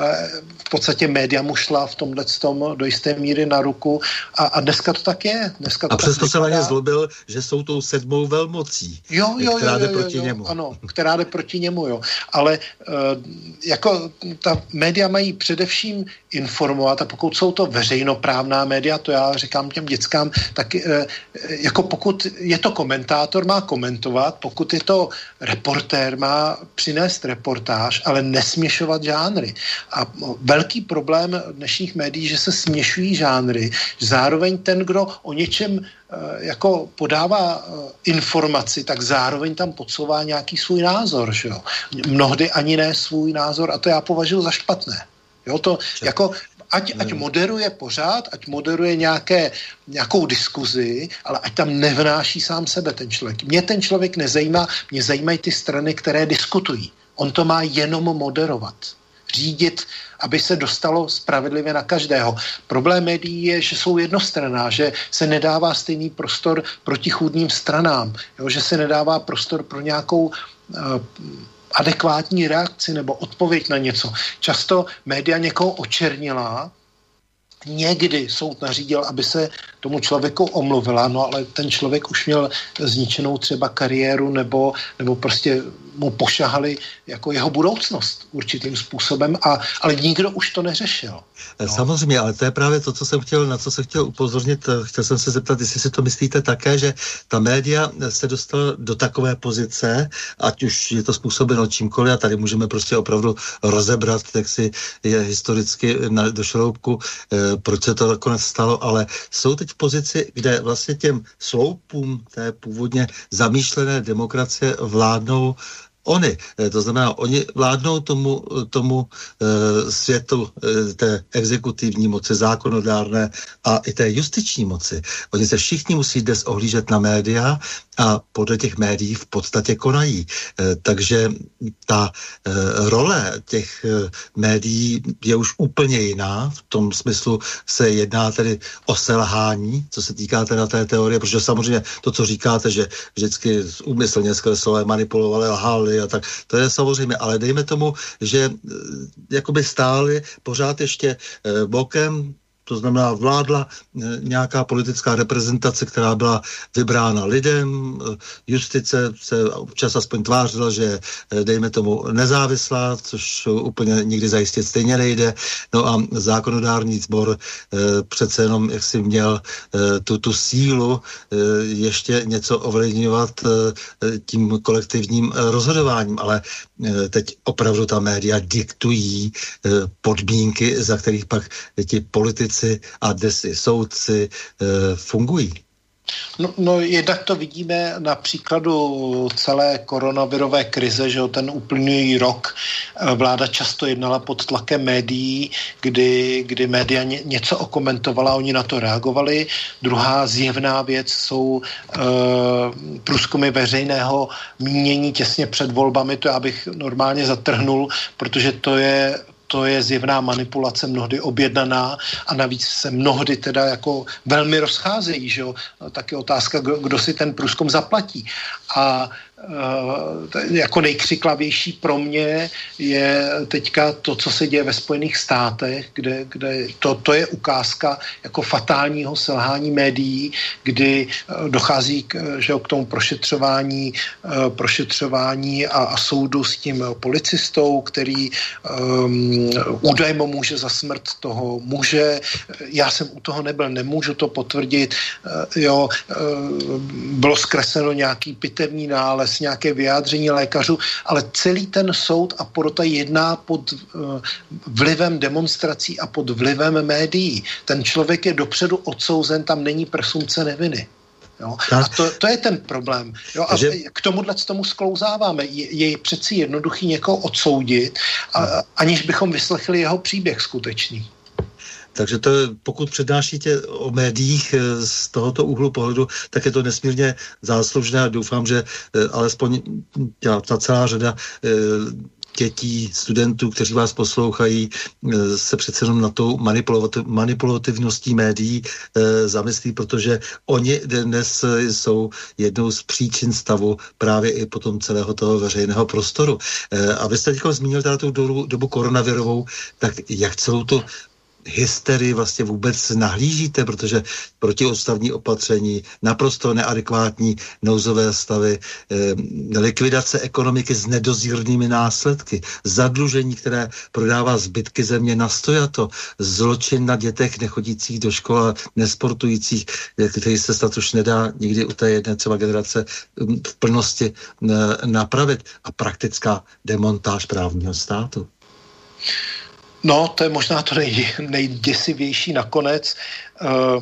v podstatě média mu šla v tomhletom do jisté míry na ruku a dneska to tak je. A přesto se na ně zlobil, že jsou tou 7. velmocí, která jde proti němu. Ano, která jde proti němu, jo. Ale jako ta média mají především informovat a pokud jsou to veřejnoprávná média, to já říkám těm dětskám, tak jako pokud je to komentátor, má komentovat, pokud je to reportér, má přinést reportáž, ale nesměšovat žánry. A velký problém dnešních médií, že se směšují žánry, zároveň ten, kdo o něčem jako podává informaci, tak zároveň tam podsouvá nějaký svůj názor, že jo. Mnohdy ani ne svůj názor a to já považuji za špatné. Jo, to jako Ať moderuje pořád, ať moderuje nějakou diskuzi, ale ať tam nevnáší sám sebe ten člověk. Mě ten člověk nezajímá, mě zajímají ty strany, které diskutují. On to má jenom moderovat. Řídit, aby se dostalo spravedlivě na každého. Problém médií je, že jsou jednostranná, že se nedává stejný prostor protichůdným stranám, jo, že se nedává prostor pro nějakou adekvátní reakci nebo odpověď na něco. Často média někoho očernila, někdy soud nařídil, aby se tomu člověku omluvila, no ale ten člověk už měl zničenou třeba kariéru nebo prostě mu pošahali jako jeho budoucnost určitým způsobem, ale nikdo už to neřešil. No. Samozřejmě, ale to je právě to, na co jsem chtěl upozornit. Chtěl jsem se zeptat, jestli si to myslíte také, že ta média se dostala do takové pozice, ať už je to způsobeno čímkoliv, a tady můžeme prostě opravdu rozebrat, jak si je historicky do šroubku, proč se to nakonec stalo, ale jsou teď v pozici, kde vlastně těm sloupům té původně zamýšlené demokracie vládnou oni. To znamená, oni vládnou tomu světu té exekutivní moci, zákonodárné a i té justiční moci. Oni se všichni musí dnes ohlížet na média a podle těch médií v podstatě konají. Takže ta role těch médií je už úplně jiná. V tom smyslu se jedná tedy o selhání, co se týká teda té teorie, protože samozřejmě to, co říkáte, že vždycky úmyslně zkreslové manipulovali, lhali a tak, to je samozřejmě, ale dejme tomu, že jakoby stáli pořád ještě bokem, to znamená vládla nějaká politická reprezentace, která byla vybrána lidem, justice se občas aspoň tvářila, že dejme tomu nezávislá, což úplně nikdy zajistit stejně nejde, no a zákonodárný sbor přece jenom jak si měl tu sílu ještě něco ovlivňovat tím kolektivním rozhodováním, ale teď opravdu ta média diktují podmínky, za kterých pak ti politici a dnes i soudci fungují. No, jednak to vidíme na příkladu celé koronavirové krize, že ten uplynulý rok vláda často jednala pod tlakem médií, kdy média něco okomentovala, oni na to reagovali. Druhá zjevná věc jsou průzkumy veřejného mínění těsně před volbami, to já bych normálně zatrhnul, protože to je zjevná manipulace, mnohdy objednaná a navíc se mnohdy teda jako velmi rozcházejí, že jo. Tak je otázka, kdo si ten průzkum zaplatí. A jako nejkřiklavější pro mě je teďka to, co se děje ve Spojených státech, kde to je ukázka jako fatálního selhání médií, kdy dochází k tomu prošetřování a soudu s tím policistou, který údajmo může za smrt toho muže. Já jsem u toho nebyl, nemůžu to potvrdit. Bylo zkresleno nějaký pitevní nález, nějaké vyjádření lékařů, ale celý ten soud a porota jedná pod vlivem demonstrací a pod vlivem médií. Ten člověk je dopředu odsouzen, tam není presumpce neviny. Jo? A to je ten problém. Jo? A k tomu sklouzáváme. Je přeci jednoduchý někoho odsoudit, aniž bychom vyslechli jeho příběh skutečný. Takže to, pokud přednášíte o médiích z tohoto úhlu pohledu, tak je to nesmírně záslužné a doufám, že alespoň ta celá řada dětí, studentů, kteří vás poslouchají, se přece jenom na tou manipulativností médií zamyslí, protože oni dnes jsou jednou z příčin stavu právě i potom celého toho veřejného prostoru. A vy jste teď zmínil teda tu dobu koronavirovou, tak jak celou tu hysterii vlastně vůbec nahlížíte, protože protiústavní opatření, naprosto neadekvátní nouzové stavy, likvidace ekonomiky s nedozírnými následky, zadlužení, které prodává zbytky země na stojato, zločin na dětech nechodících do školy a nesportujících, který se snad už nedá nikdy u té jedné třeba generace v plnosti napravit, a praktická demontáž právního státu. No, to je možná to nejděsivější nakonec.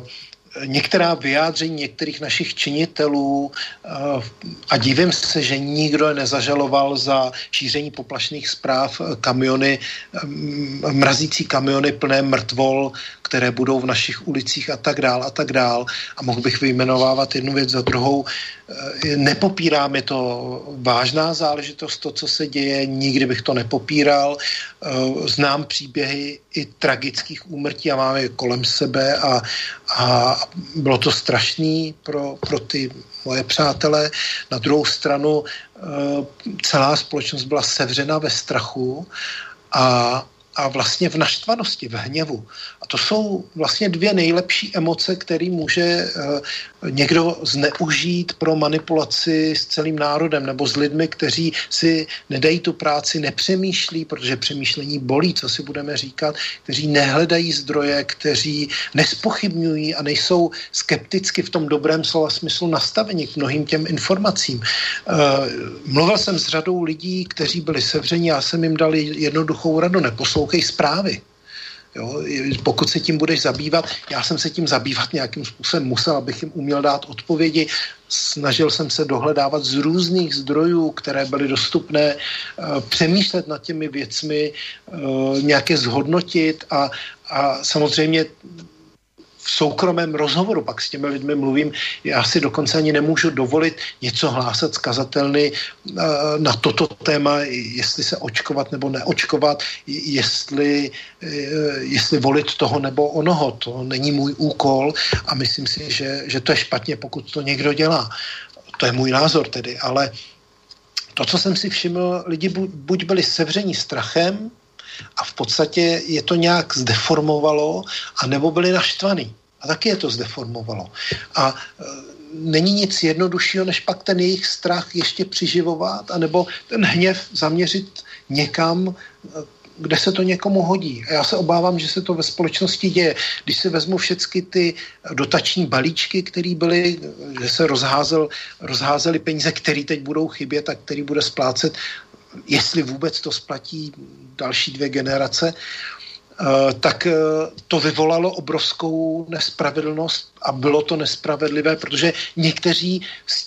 některá vyjádření některých našich činitelů a divím se, že nikdo je nezažaloval za šíření poplašných zpráv kamiony, mrazící kamiony plné mrtvol, které budou v našich ulicích a tak dál a tak dál. A mohl bych vyjmenovávat jednu věc za druhou. Nepopírám, je to vážná záležitost, to, co se děje, nikdy bych to nepopíral. Znám příběhy i tragických úmrtí a máme je kolem sebe a bylo to strašný pro ty moje přátelé. Na druhou stranu celá společnost byla sevřena ve strachu a vlastně v naštvanosti, v hněvu. A to jsou vlastně dvě nejlepší emoce, které může někdo zneužít pro manipulaci s celým národem nebo s lidmi, kteří si nedají tu práci, nepřemýšlí, protože přemýšlení bolí, co si budeme říkat, kteří nehledají zdroje, kteří nespochybňují a nejsou skepticky v tom dobrém slova smyslu nastaveni k mnohým těm informacím. Mluvil jsem s řadou lidí, kteří byli sevřeni, já jsem jim dal jednoduchou radu, neposlouchej zprávy. Jo, pokud se tím budeš zabývat, já jsem se tím zabývat nějakým způsobem musel, abych jim uměl dát odpovědi. Snažil jsem se dohledávat z různých zdrojů, které byly dostupné, přemýšlet nad těmi věcmi, nějaké zhodnotit a samozřejmě v soukromém rozhovoru pak s těmi lidmi mluvím, já si dokonce ani nemůžu dovolit něco hlásat z kazatelny na toto téma, jestli se očkovat nebo neočkovat, jestli volit toho nebo onoho. To není můj úkol a myslím si, že to je špatně, pokud to někdo dělá. To je můj názor tedy, ale to, co jsem si všiml, lidi buď byli sevření strachem, a v podstatě je to nějak zdeformovalo, anebo byli naštvaný. A taky je to zdeformovalo. A není nic jednoduššího, než pak ten jejich strach ještě přiživovat, anebo ten hněv zaměřit někam, kde se to někomu hodí. A já se obávám, že se to ve společnosti děje. Když si vezmu všechny ty dotační balíčky, které byly, že se rozházely peníze, které teď budou chybět a který bude splácet, jestli vůbec to splatí další 2 generace, tak to vyvolalo obrovskou nespravedlnost a bylo to nespravedlivé, protože někteří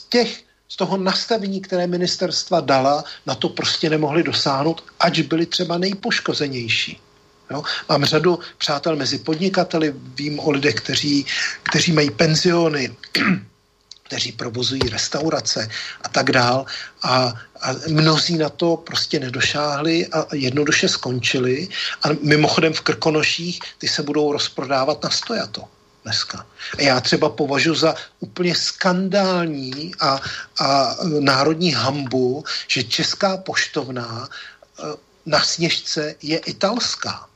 z toho nastavení, které ministerstva dala, na to prostě nemohli dosáhnout, ač byli třeba nejpoškozenější. Jo? Mám řadu přátel mezi podnikateli, vím o lidech, kteří mají penziony, kteří provozují restaurace a tak dál a mnozí na to prostě nedošáhli a jednoduše skončili a mimochodem v Krkonoších ty se budou rozprodávat na stojato dneska. A já třeba považuji za úplně skandální a národní hanbu, že Česká poštovna na Sněžce je italská.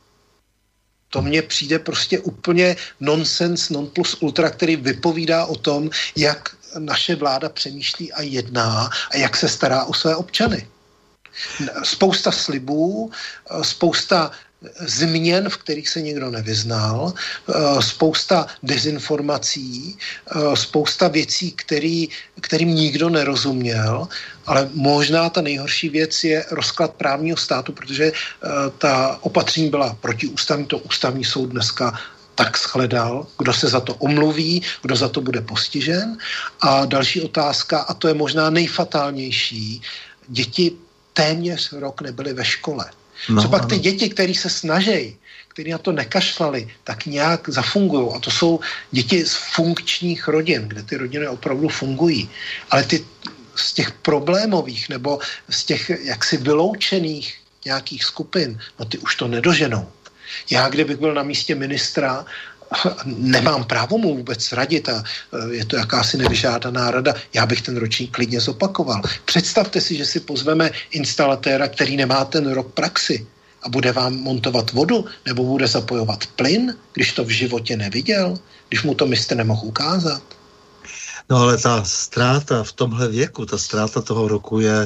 To mně přijde prostě úplně nonsens, non plus ultra, který vypovídá o tom, jak naše vláda přemýšlí a jedná a jak se stará o své občany. Spousta slibů, spousta změn, v kterých se nikdo nevyznal, spousta dezinformací, spousta věcí, kterým nikdo nerozuměl, ale možná ta nejhorší věc je rozklad právního státu, protože ta opatření byla protiústavní, to ústavní soud dneska tak shledal, kdo se za to omluví, kdo za to bude postižen. A další otázka, a to je možná nejfatálnější, děti téměř rok nebyly ve škole. Co pak ty děti, které se snaží, kteří na to nekašlali, tak nějak zafungují. A to jsou děti z funkčních rodin, kde ty rodiny opravdu fungují. Ale ty z těch problémových nebo z těch jaksi vyloučených nějakých skupin, no ty už to nedoženou. Já, kdybych byl na místě ministra, nemám právo mu vůbec radit a je to jakási nevyžádaná rada, já bych ten ročník klidně zopakoval. Představte si, že si pozveme instalatéra, který nemá ten rok praxi a bude vám montovat vodu nebo bude zapojovat plyn, když to v životě neviděl, když mu to mistr nemohl ukázat. No ale ta ztráta v tomhle věku, ta ztráta toho roku je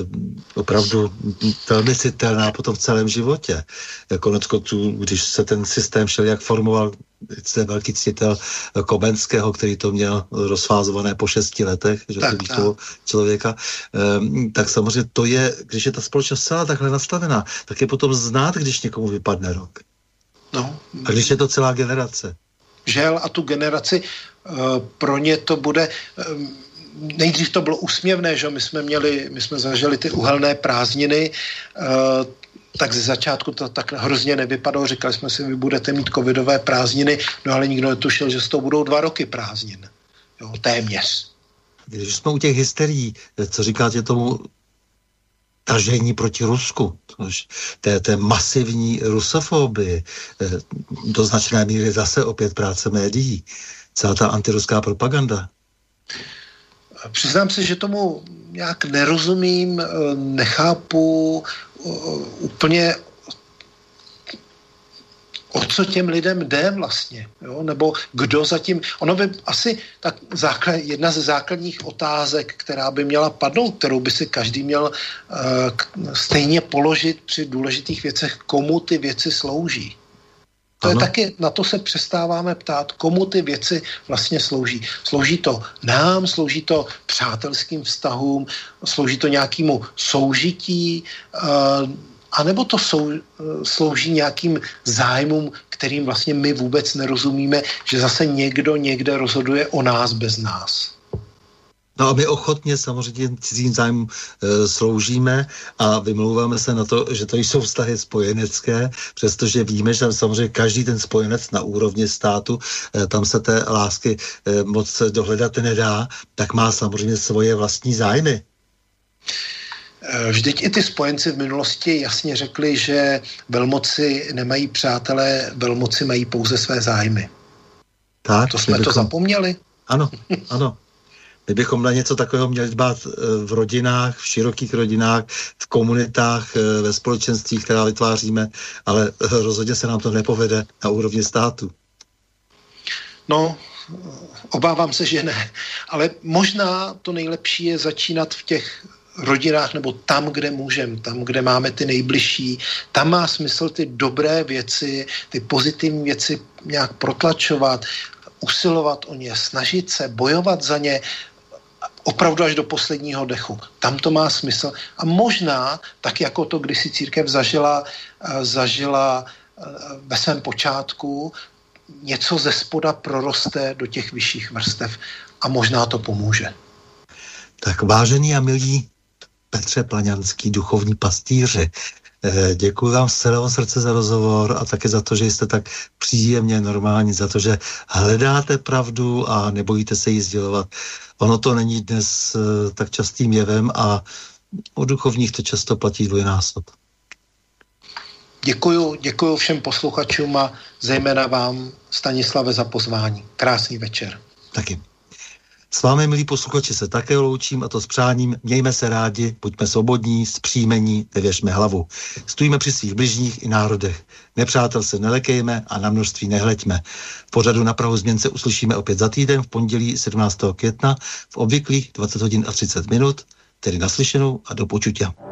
opravdu velmi citelná potom v celém životě. Koneckonců, když se ten systém všelijak formoval, je velký ctitel Komenského, který to měl rozfázované po 6 letech, že to víš toho člověka, tak samozřejmě to je, když je ta společnost celá takhle nastavená, tak je potom znát, když někomu vypadne rok. No. A když je to celá generace. Žel a tu generaci Pro ně to bude... Nejdřív to bylo úsměvné, že my jsme zažili ty uhelné prázdniny, tak ze začátku to tak hrozně nevypadalo. Říkali jsme si, vy budete mít covidové prázdniny, no ale nikdo netušil, že z toho budou 2 roky prázdnin. Jo, téměř. Když jsme u těch hysterií, co říkáte tomu tažení proti Rusku, té masivní rusofobii, do značné míry zase opět práce médií, celá ta antiruská propaganda? Přiznám se, že tomu nějak nerozumím, nechápu úplně, o co těm lidem jde vlastně, jo? Nebo kdo zatím, ono by asi tak jedna ze základních otázek, která by měla padnout, kterou by si každý měl stejně položit při důležitých věcech, komu ty věci slouží. To je taky, na to se přestáváme ptát, komu ty věci vlastně slouží. Slouží to nám, slouží to přátelským vztahům, slouží to nějakému soužití, anebo to slouží nějakým zájmům, kterým vlastně my vůbec nerozumíme, že zase někdo někde rozhoduje o nás bez nás. No a my ochotně samozřejmě cizím zájmům sloužíme a vymlouváme se na to, že to jsou vztahy spojenecké, přestože víme, že samozřejmě každý ten spojenec na úrovni státu, tam se té lásky moc dohledat nedá, tak má samozřejmě svoje vlastní zájmy. Vždyť i ty spojenci v minulosti jasně řekli, že velmoci nemají přátelé, velmoci mají pouze své zájmy. Tak, to jsme to zapomněli? Ano, ano. My bychom na něco takového měli dbát v rodinách, v širokých rodinách, v komunitách, ve společenstvích, která vytváříme, ale rozhodně se nám to nepovede na úrovni státu. No, obávám se, že ne. Ale možná to nejlepší je začínat v těch rodinách nebo tam, kde můžeme, tam, kde máme ty nejbližší. Tam má smysl ty dobré věci, ty pozitivní věci nějak protlačovat, usilovat o ně, snažit se, bojovat za ně, opravdu až do posledního dechu. Tam to má smysl. A možná, tak jako to kdysi církev zažila ve svém počátku, něco ze spoda proroste do těch vyšších vrstev a možná to pomůže. Tak vážení a milí Petře Plaňanský, duchovní pastýři, děkuji vám z celého srdce za rozhovor a také za to, že jste tak příjemně normální, za to, že hledáte pravdu a nebojíte se jí sdělovat. Ono to není dnes tak častým jevem a u duchovních to často platí dvojnásob. Děkuju všem posluchačům a zejména vám, Stanislave, za pozvání. Krásný večer. Taky. S vámi, milí posluchači, se také loučím a to s přáním. Mějme se rádi, buďme svobodní, zpříjmení, nevěřme hlavu. Stůjme při svých bližních i národech. Nepřátel se nelekejme a na množství nehleďme. V pořadu Na prahu změn se uslyšíme opět za týden v pondělí 17. května v obvyklých 20 hodin a 30 minut, tedy naslyšenou a do počutia.